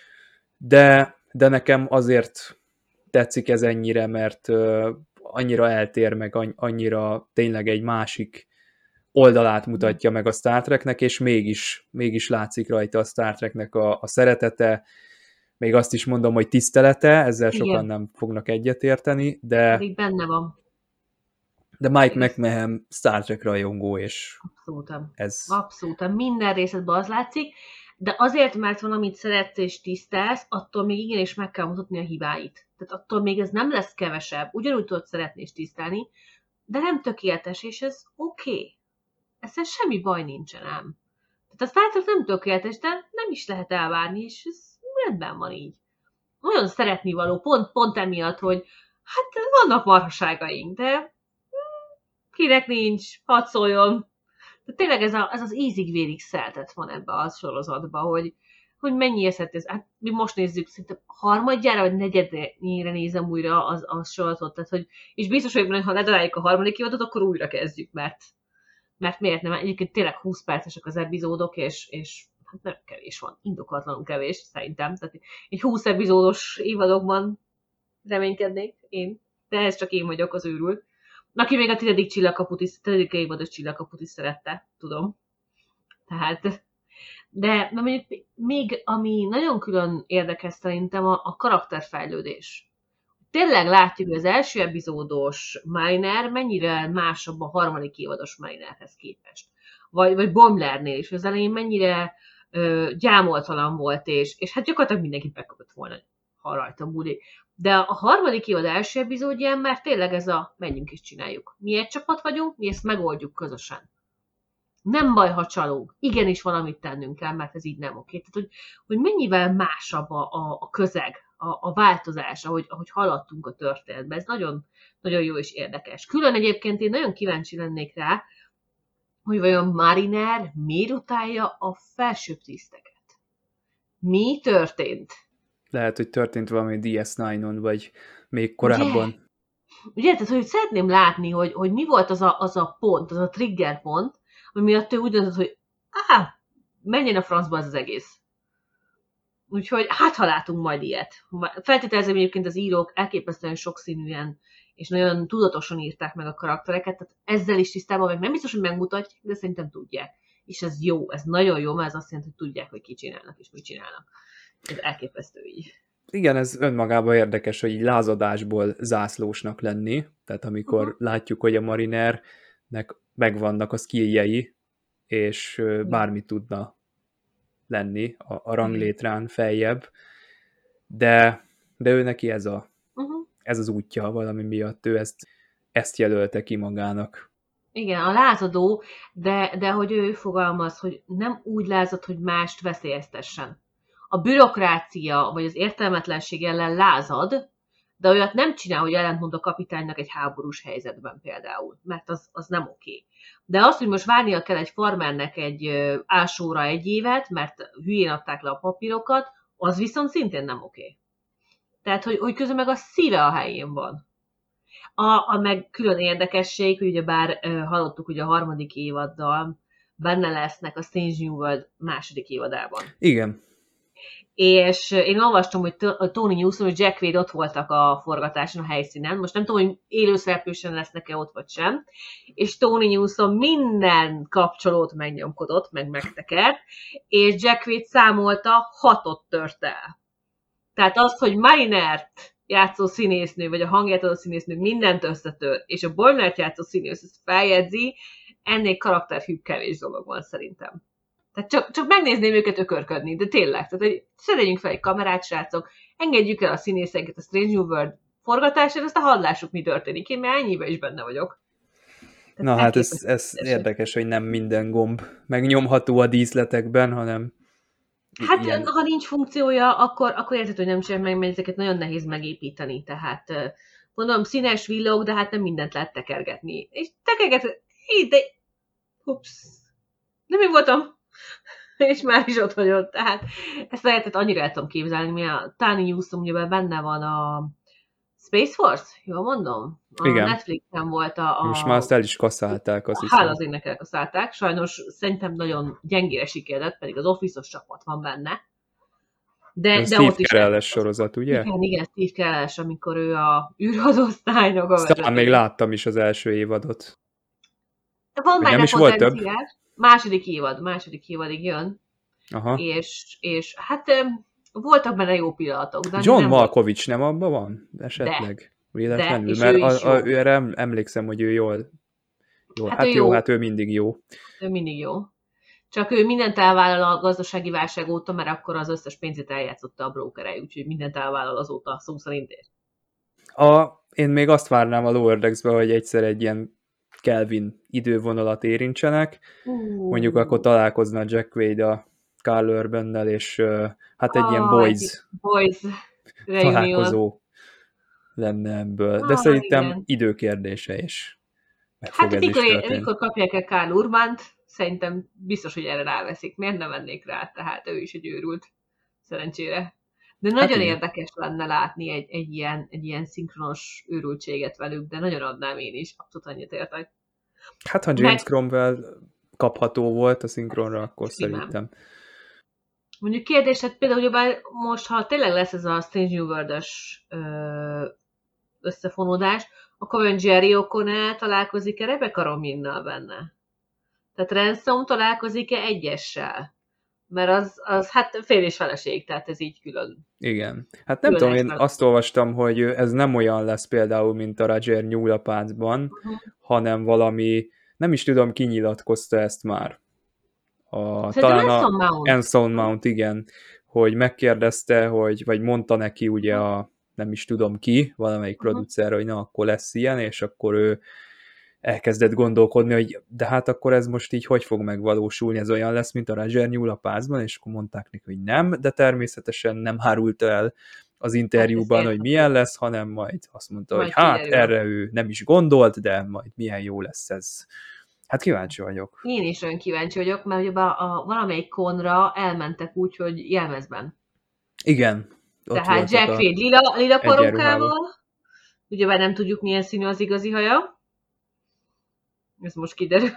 de nekem azért tetszik ez ennyire, mert annyira eltér, meg annyira tényleg egy másik oldalát mutatja meg a Star Treknek, és mégis látszik rajta a Star Treknek a szeretete, még azt is mondom, hogy tisztelete, ezzel sokan nem fognak egyetérteni, de pedig benne van. De Mike McMahon Star Trek rajongó, és Abszolút. Minden részletben az látszik, de azért, mert van, amit szeretsz és tisztelsz, attól még igenis meg kell mutatni a hibáit. Tehát attól még ez nem lesz kevesebb, ugyanúgy tudod szeretni és tisztelni, de nem tökéletes, és ez oké. Ezzel semmi baj nincsen ám. Tehát a Star Trek nem tökéletes, de nem is lehet elvárni, és ez rendben van így. Olyan szeretnivaló, pont emiatt, hogy hát vannak marhaságaink, de kinek nincs, hadd szóljon. De tényleg ez az ízig-vérig szeltet van ebbe a sorozatba, hogy mennyi érzhet ez. Hát mi most nézzük, szerintem harmadjára vagy negyednyire nézem újra a sorozatot, tehát hogy, és biztos vagyok benne, hogy ha ledaráljuk a harmadik évadot, akkor újra kezdjük, mert miért nem? Egyébként tényleg 20 percesek az epizódok, és hát nem kevés van, indokatlanul kevés szerintem. Tehát egy 20 epizódos évadokban reménykednék én, de ez csak én vagyok az őrült. Aki még a 10. évados csillagkaput is szerette, tudom. Tehát, de mondjuk még ami nagyon külön érdekes szerintem a karakterfejlődés. Tényleg látjuk, hogy az első epizódos Mariner mennyire másabb a harmadik évados Marinerhez képest. Vagy Boimlernél is, az elején mennyire gyámoltalan volt, és hát gyakorlatilag mindenkit bekapott volna, ha rajta múlik. De a harmadik évad első epizódján már tényleg ez a menjünk és csináljuk. Mi egy csapat vagyunk, mi ezt megoldjuk közösen. Nem baj, ha csalunk. Igenis valamit tennünk kell, mert ez így nem oké. Tehát, hogy mennyivel másabb a közeg, a változás, ahogy haladtunk a történetben. Ez nagyon, nagyon jó és érdekes. Külön egyébként én nagyon kíváncsi lennék rá, hogy vajon Mariner miért utálja a felsőbb tiszteket. Mi történt? Lehet, hogy történt valami DS9-on, vagy még korábban. Ugye, tehát, hogy szeretném látni, hogy mi volt az a pont, az a trigger pont, ami miatt ő úgy döntött, hogy menjen a francba az egész. Úgyhogy ha látunk majd ilyet. Feltételezem egyébként az írók elképesztően sokszínűen és nagyon tudatosan írták meg a karaktereket, tehát ezzel is tisztában meg nem biztos, hogy megmutatják, de szerintem tudják. És ez jó, ez nagyon jó, mert ez azt jelenti, hogy tudják, hogy ki csinálnak és mit csinálnak. Ez elképesztő így. Igen, ez önmagában érdekes, hogy így lázadásból zászlósnak lenni, tehát amikor látjuk, hogy a Marinernek megvannak a skilljei, és bármi tudna lenni a ranglétrán feljebb, de ő neki ez az útja valami miatt, ő ezt jelölte ki magának. Igen, a lázadó, de hogy ő fogalmaz, hogy nem úgy lázad, hogy mást veszélyeztessen. A bürokrácia, vagy az értelmetlenség ellen lázad, de olyat nem csinál, hogy ellentmond a kapitánynak egy háborús helyzetben például, mert az nem oké. De azt, hogy most várnia kell egy farmernek egy ásóra egy évet, mert hülyén adták le a papírokat, az viszont szintén nem oké. Tehát, hogy közben meg a szíve a helyén van. A meg külön érdekesség, hogy ugyebár hallottuk, hogy a harmadik évaddal benne lesznek a Strange New World második évadában. Igen. És én olvastam, hogy Tony Newsom és Jack Wade ott voltak a forgatáson, a helyszínen. Most nem tudom, hogy élőszereplősen lesznek-e ott, vagy sem. És Tony Newsom minden kapcsolót megnyomkodott, meg megtekert, és Jack Wade számolta, 6-ot tört el. Tehát az, hogy Marinert játszó színésznő, vagy a hangját adó színésznő mindent összetör, és a Boimlert játszó színész ezt feljegyzi, ennél karakterhűbb kevés dolog van szerintem. Tehát csak megnézném őket ökörködni, de tényleg. Tehát, hogy szereljünk fel egy kamerát, srácok, engedjük el a színészeket a Strange New World forgatására, aztán hadd lássuk, mi történik. Én már ennyiben is benne vagyok. Tehát hát ez érdekes, hogy nem minden gomb megnyomható a díszletekben, hanem hát, ilyen... ha nincs funkciója, akkor érted, hogy nem csinálják meg, mert ezeket nagyon nehéz megépíteni. Tehát mondom, színes villog, de hát nem mindent lehet tekergetni. És tekergetni, de... Nem én voltam. És már is ott vagyok. Tehát ezt lehetett annyira el tudom képzelni, mi a Tony Newsom ugye benne van a Space Force, jól mondom? A igen. Netflixen volt most már azt el is kasszálták, azt hiszem. Az énnek elkasszálták. Sajnos szerintem nagyon gyengére sikeredett, pedig az Office-os csapat van benne. De Steve ott is Carell-es sorozat, ugye? Igen, Steve Carell-es, amikor ő a űrhadosztálynak a vezető. Aztán még láttam is az első évadot. Van nem is volt több? Második évadig jön. Aha. És hát voltak benne jó pillanatok. De John Malkovich nem abban van? Esetleg? Véletlenül, mert erre emlékszem, hogy ő jól. Hát ő mindig jó. Ő mindig jó. Csak ő mindent elvállal a gazdasági válság óta, mert akkor az összes pénzét eljátszotta a brokerei, úgyhogy mindent elvállal azóta, szó szerint. Én még azt várnám a Lower Decks-be, hogy egyszer egy ilyen Kelvin idővonalat érintsenek. Mondjuk akkor találkozna Jack Wade a Carl Urbannel, és hát egy ilyen boys találkozó lenne ebből. De szerintem igen. Időkérdése is. Hát mikor kapják el Carl Urbant, szerintem biztos, hogy erre ráveszik. Miért nem vennék rá? Tehát ő is egy őrült, szerencsére. De nagyon érdekes lenne látni egy ilyen szinkronos őrültséget velük, de nagyon adnám én is, abszolút annyit értek. Hát ha James Cromwell kapható volt a szinkronra, akkor szerintem. Mondjuk kérdés, hát például ugyebár most, ha tényleg lesz ez a Strange New World-ös összefonódás, akkor olyan Jerry O'Connell találkozik-e Rebecca Rominnal benne? Tehát Ransom találkozik-e egyessel? Mert az hát fél és feleség, tehát ez így külön. Igen. Hát nem tudom, én azt olvastam, hogy ez nem olyan lesz például, mint a Roger Nyúlapácban, hanem valami, nem is tudom, ki nyilatkozta ezt már. Talán a Anson Mount, igen, hogy megkérdezte, vagy mondta neki ugye a nem is tudom ki, valamelyik producer, hogy na, akkor lesz ilyen, és akkor ő elkezdett gondolkodni, hogy de hát akkor ez most így hogy fog megvalósulni, ez olyan lesz, mint a Roger nyúl a pázban, és akkor mondták neki, hogy nem, de természetesen nem árulta el az interjúban, hogy milyen lesz, hanem majd azt mondta, hogy hát erre ő nem is gondolt, de majd milyen jó lesz ez. Hát kíváncsi vagyok. Én is olyan kíváncsi vagyok, mert ugye a valamelyik konra elmentek úgy, hogy jelmezben. Igen. Tehát Jack Quaid lila parókával, ugye már nem tudjuk milyen színű az igazi haja. Ez most kiderül.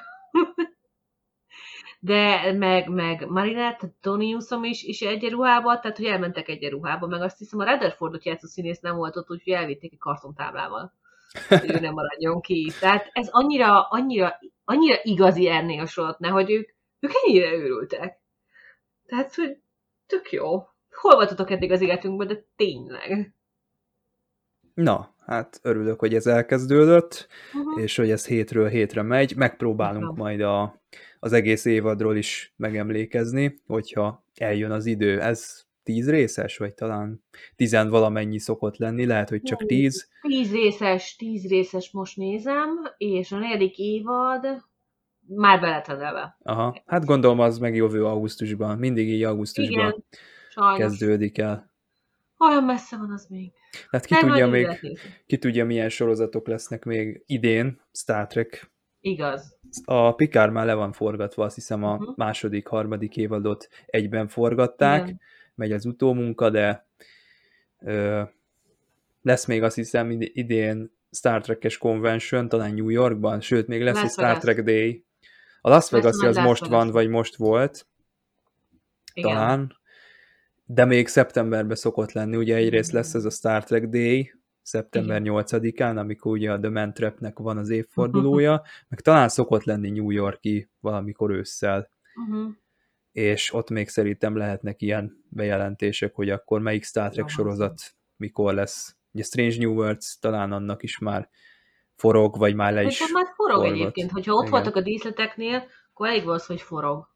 De meg Marinette, Tony Newsom is egyenruhában, tehát hogy elmentek egyenruhában, meg azt hiszem a Rutherfordot játszó színész nem volt ott, úgyhogy elvitték egy kartontáblával, hogy ő nem maradjon ki. Tehát ez annyira igazi ennél a sorotnál, hogy ők ennyire őrültek. Tehát, hogy tök jó. Hol voltatok eddig az életünkben, de tényleg. Na, hát örülök, hogy ez elkezdődött, és hogy ez hétről hétre megy. Megpróbálunk majd az egész évadról is megemlékezni, hogyha eljön az idő. Ez 10 részes, vagy talán 10 valamennyi szokott lenni, lehet, hogy csak 10. 10 részes most nézem, és a 4. évad már beletrendelve. Aha, hát gondolom az meg jövő augusztusban, mindig így augusztusban kezdődik el. Olyan messze van az még. Hát ki tudja, milyen sorozatok lesznek még idén, Star Trek. Igaz. A Picard már le van forgatva, azt hiszem a második, harmadik évadot egyben forgatták, igen. Megy az utómunka, de lesz még azt hiszem idén Star Trek-es convention, talán New Yorkban, sőt még lesz egy Star Trek Day. A Las Vegas-i az most van, vagy most volt, igen. Talán. De még szeptemberben szokott lenni, ugye egyrészt lesz ez a Star Trek Day, szeptember 8-án, amikor ugye a The Man Trap-nek van az évfordulója, meg talán szokott lenni New York-i valamikor ősszel. És ott még szerintem lehetnek ilyen bejelentések, hogy akkor melyik Star Trek sorozat mikor lesz. Ugye Strange New Worlds talán annak is már forog, vagy már le is már forog egyébként, hogyha ott voltak a díszleteknél, akkor elég volt, hogy forog.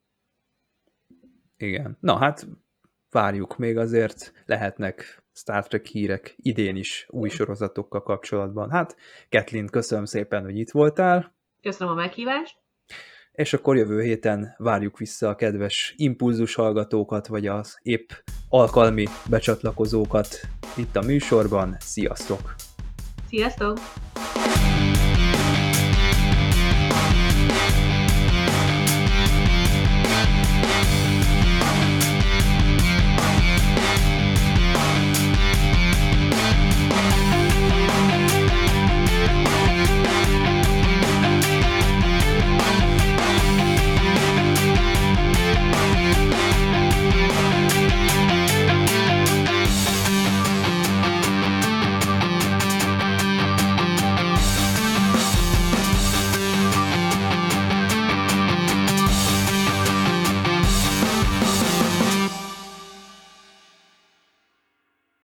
Igen. Na hát várjuk, még azért lehetnek Star Trek hírek idén is új sorozatokkal kapcsolatban. Hát, Kathleen, köszönöm szépen, hogy itt voltál. Köszönöm a meghívást. És akkor jövő héten várjuk vissza a kedves impulzus hallgatókat, vagy az épp alkalmi becsatlakozókat itt a műsorban. Sziasztok! Sziasztok!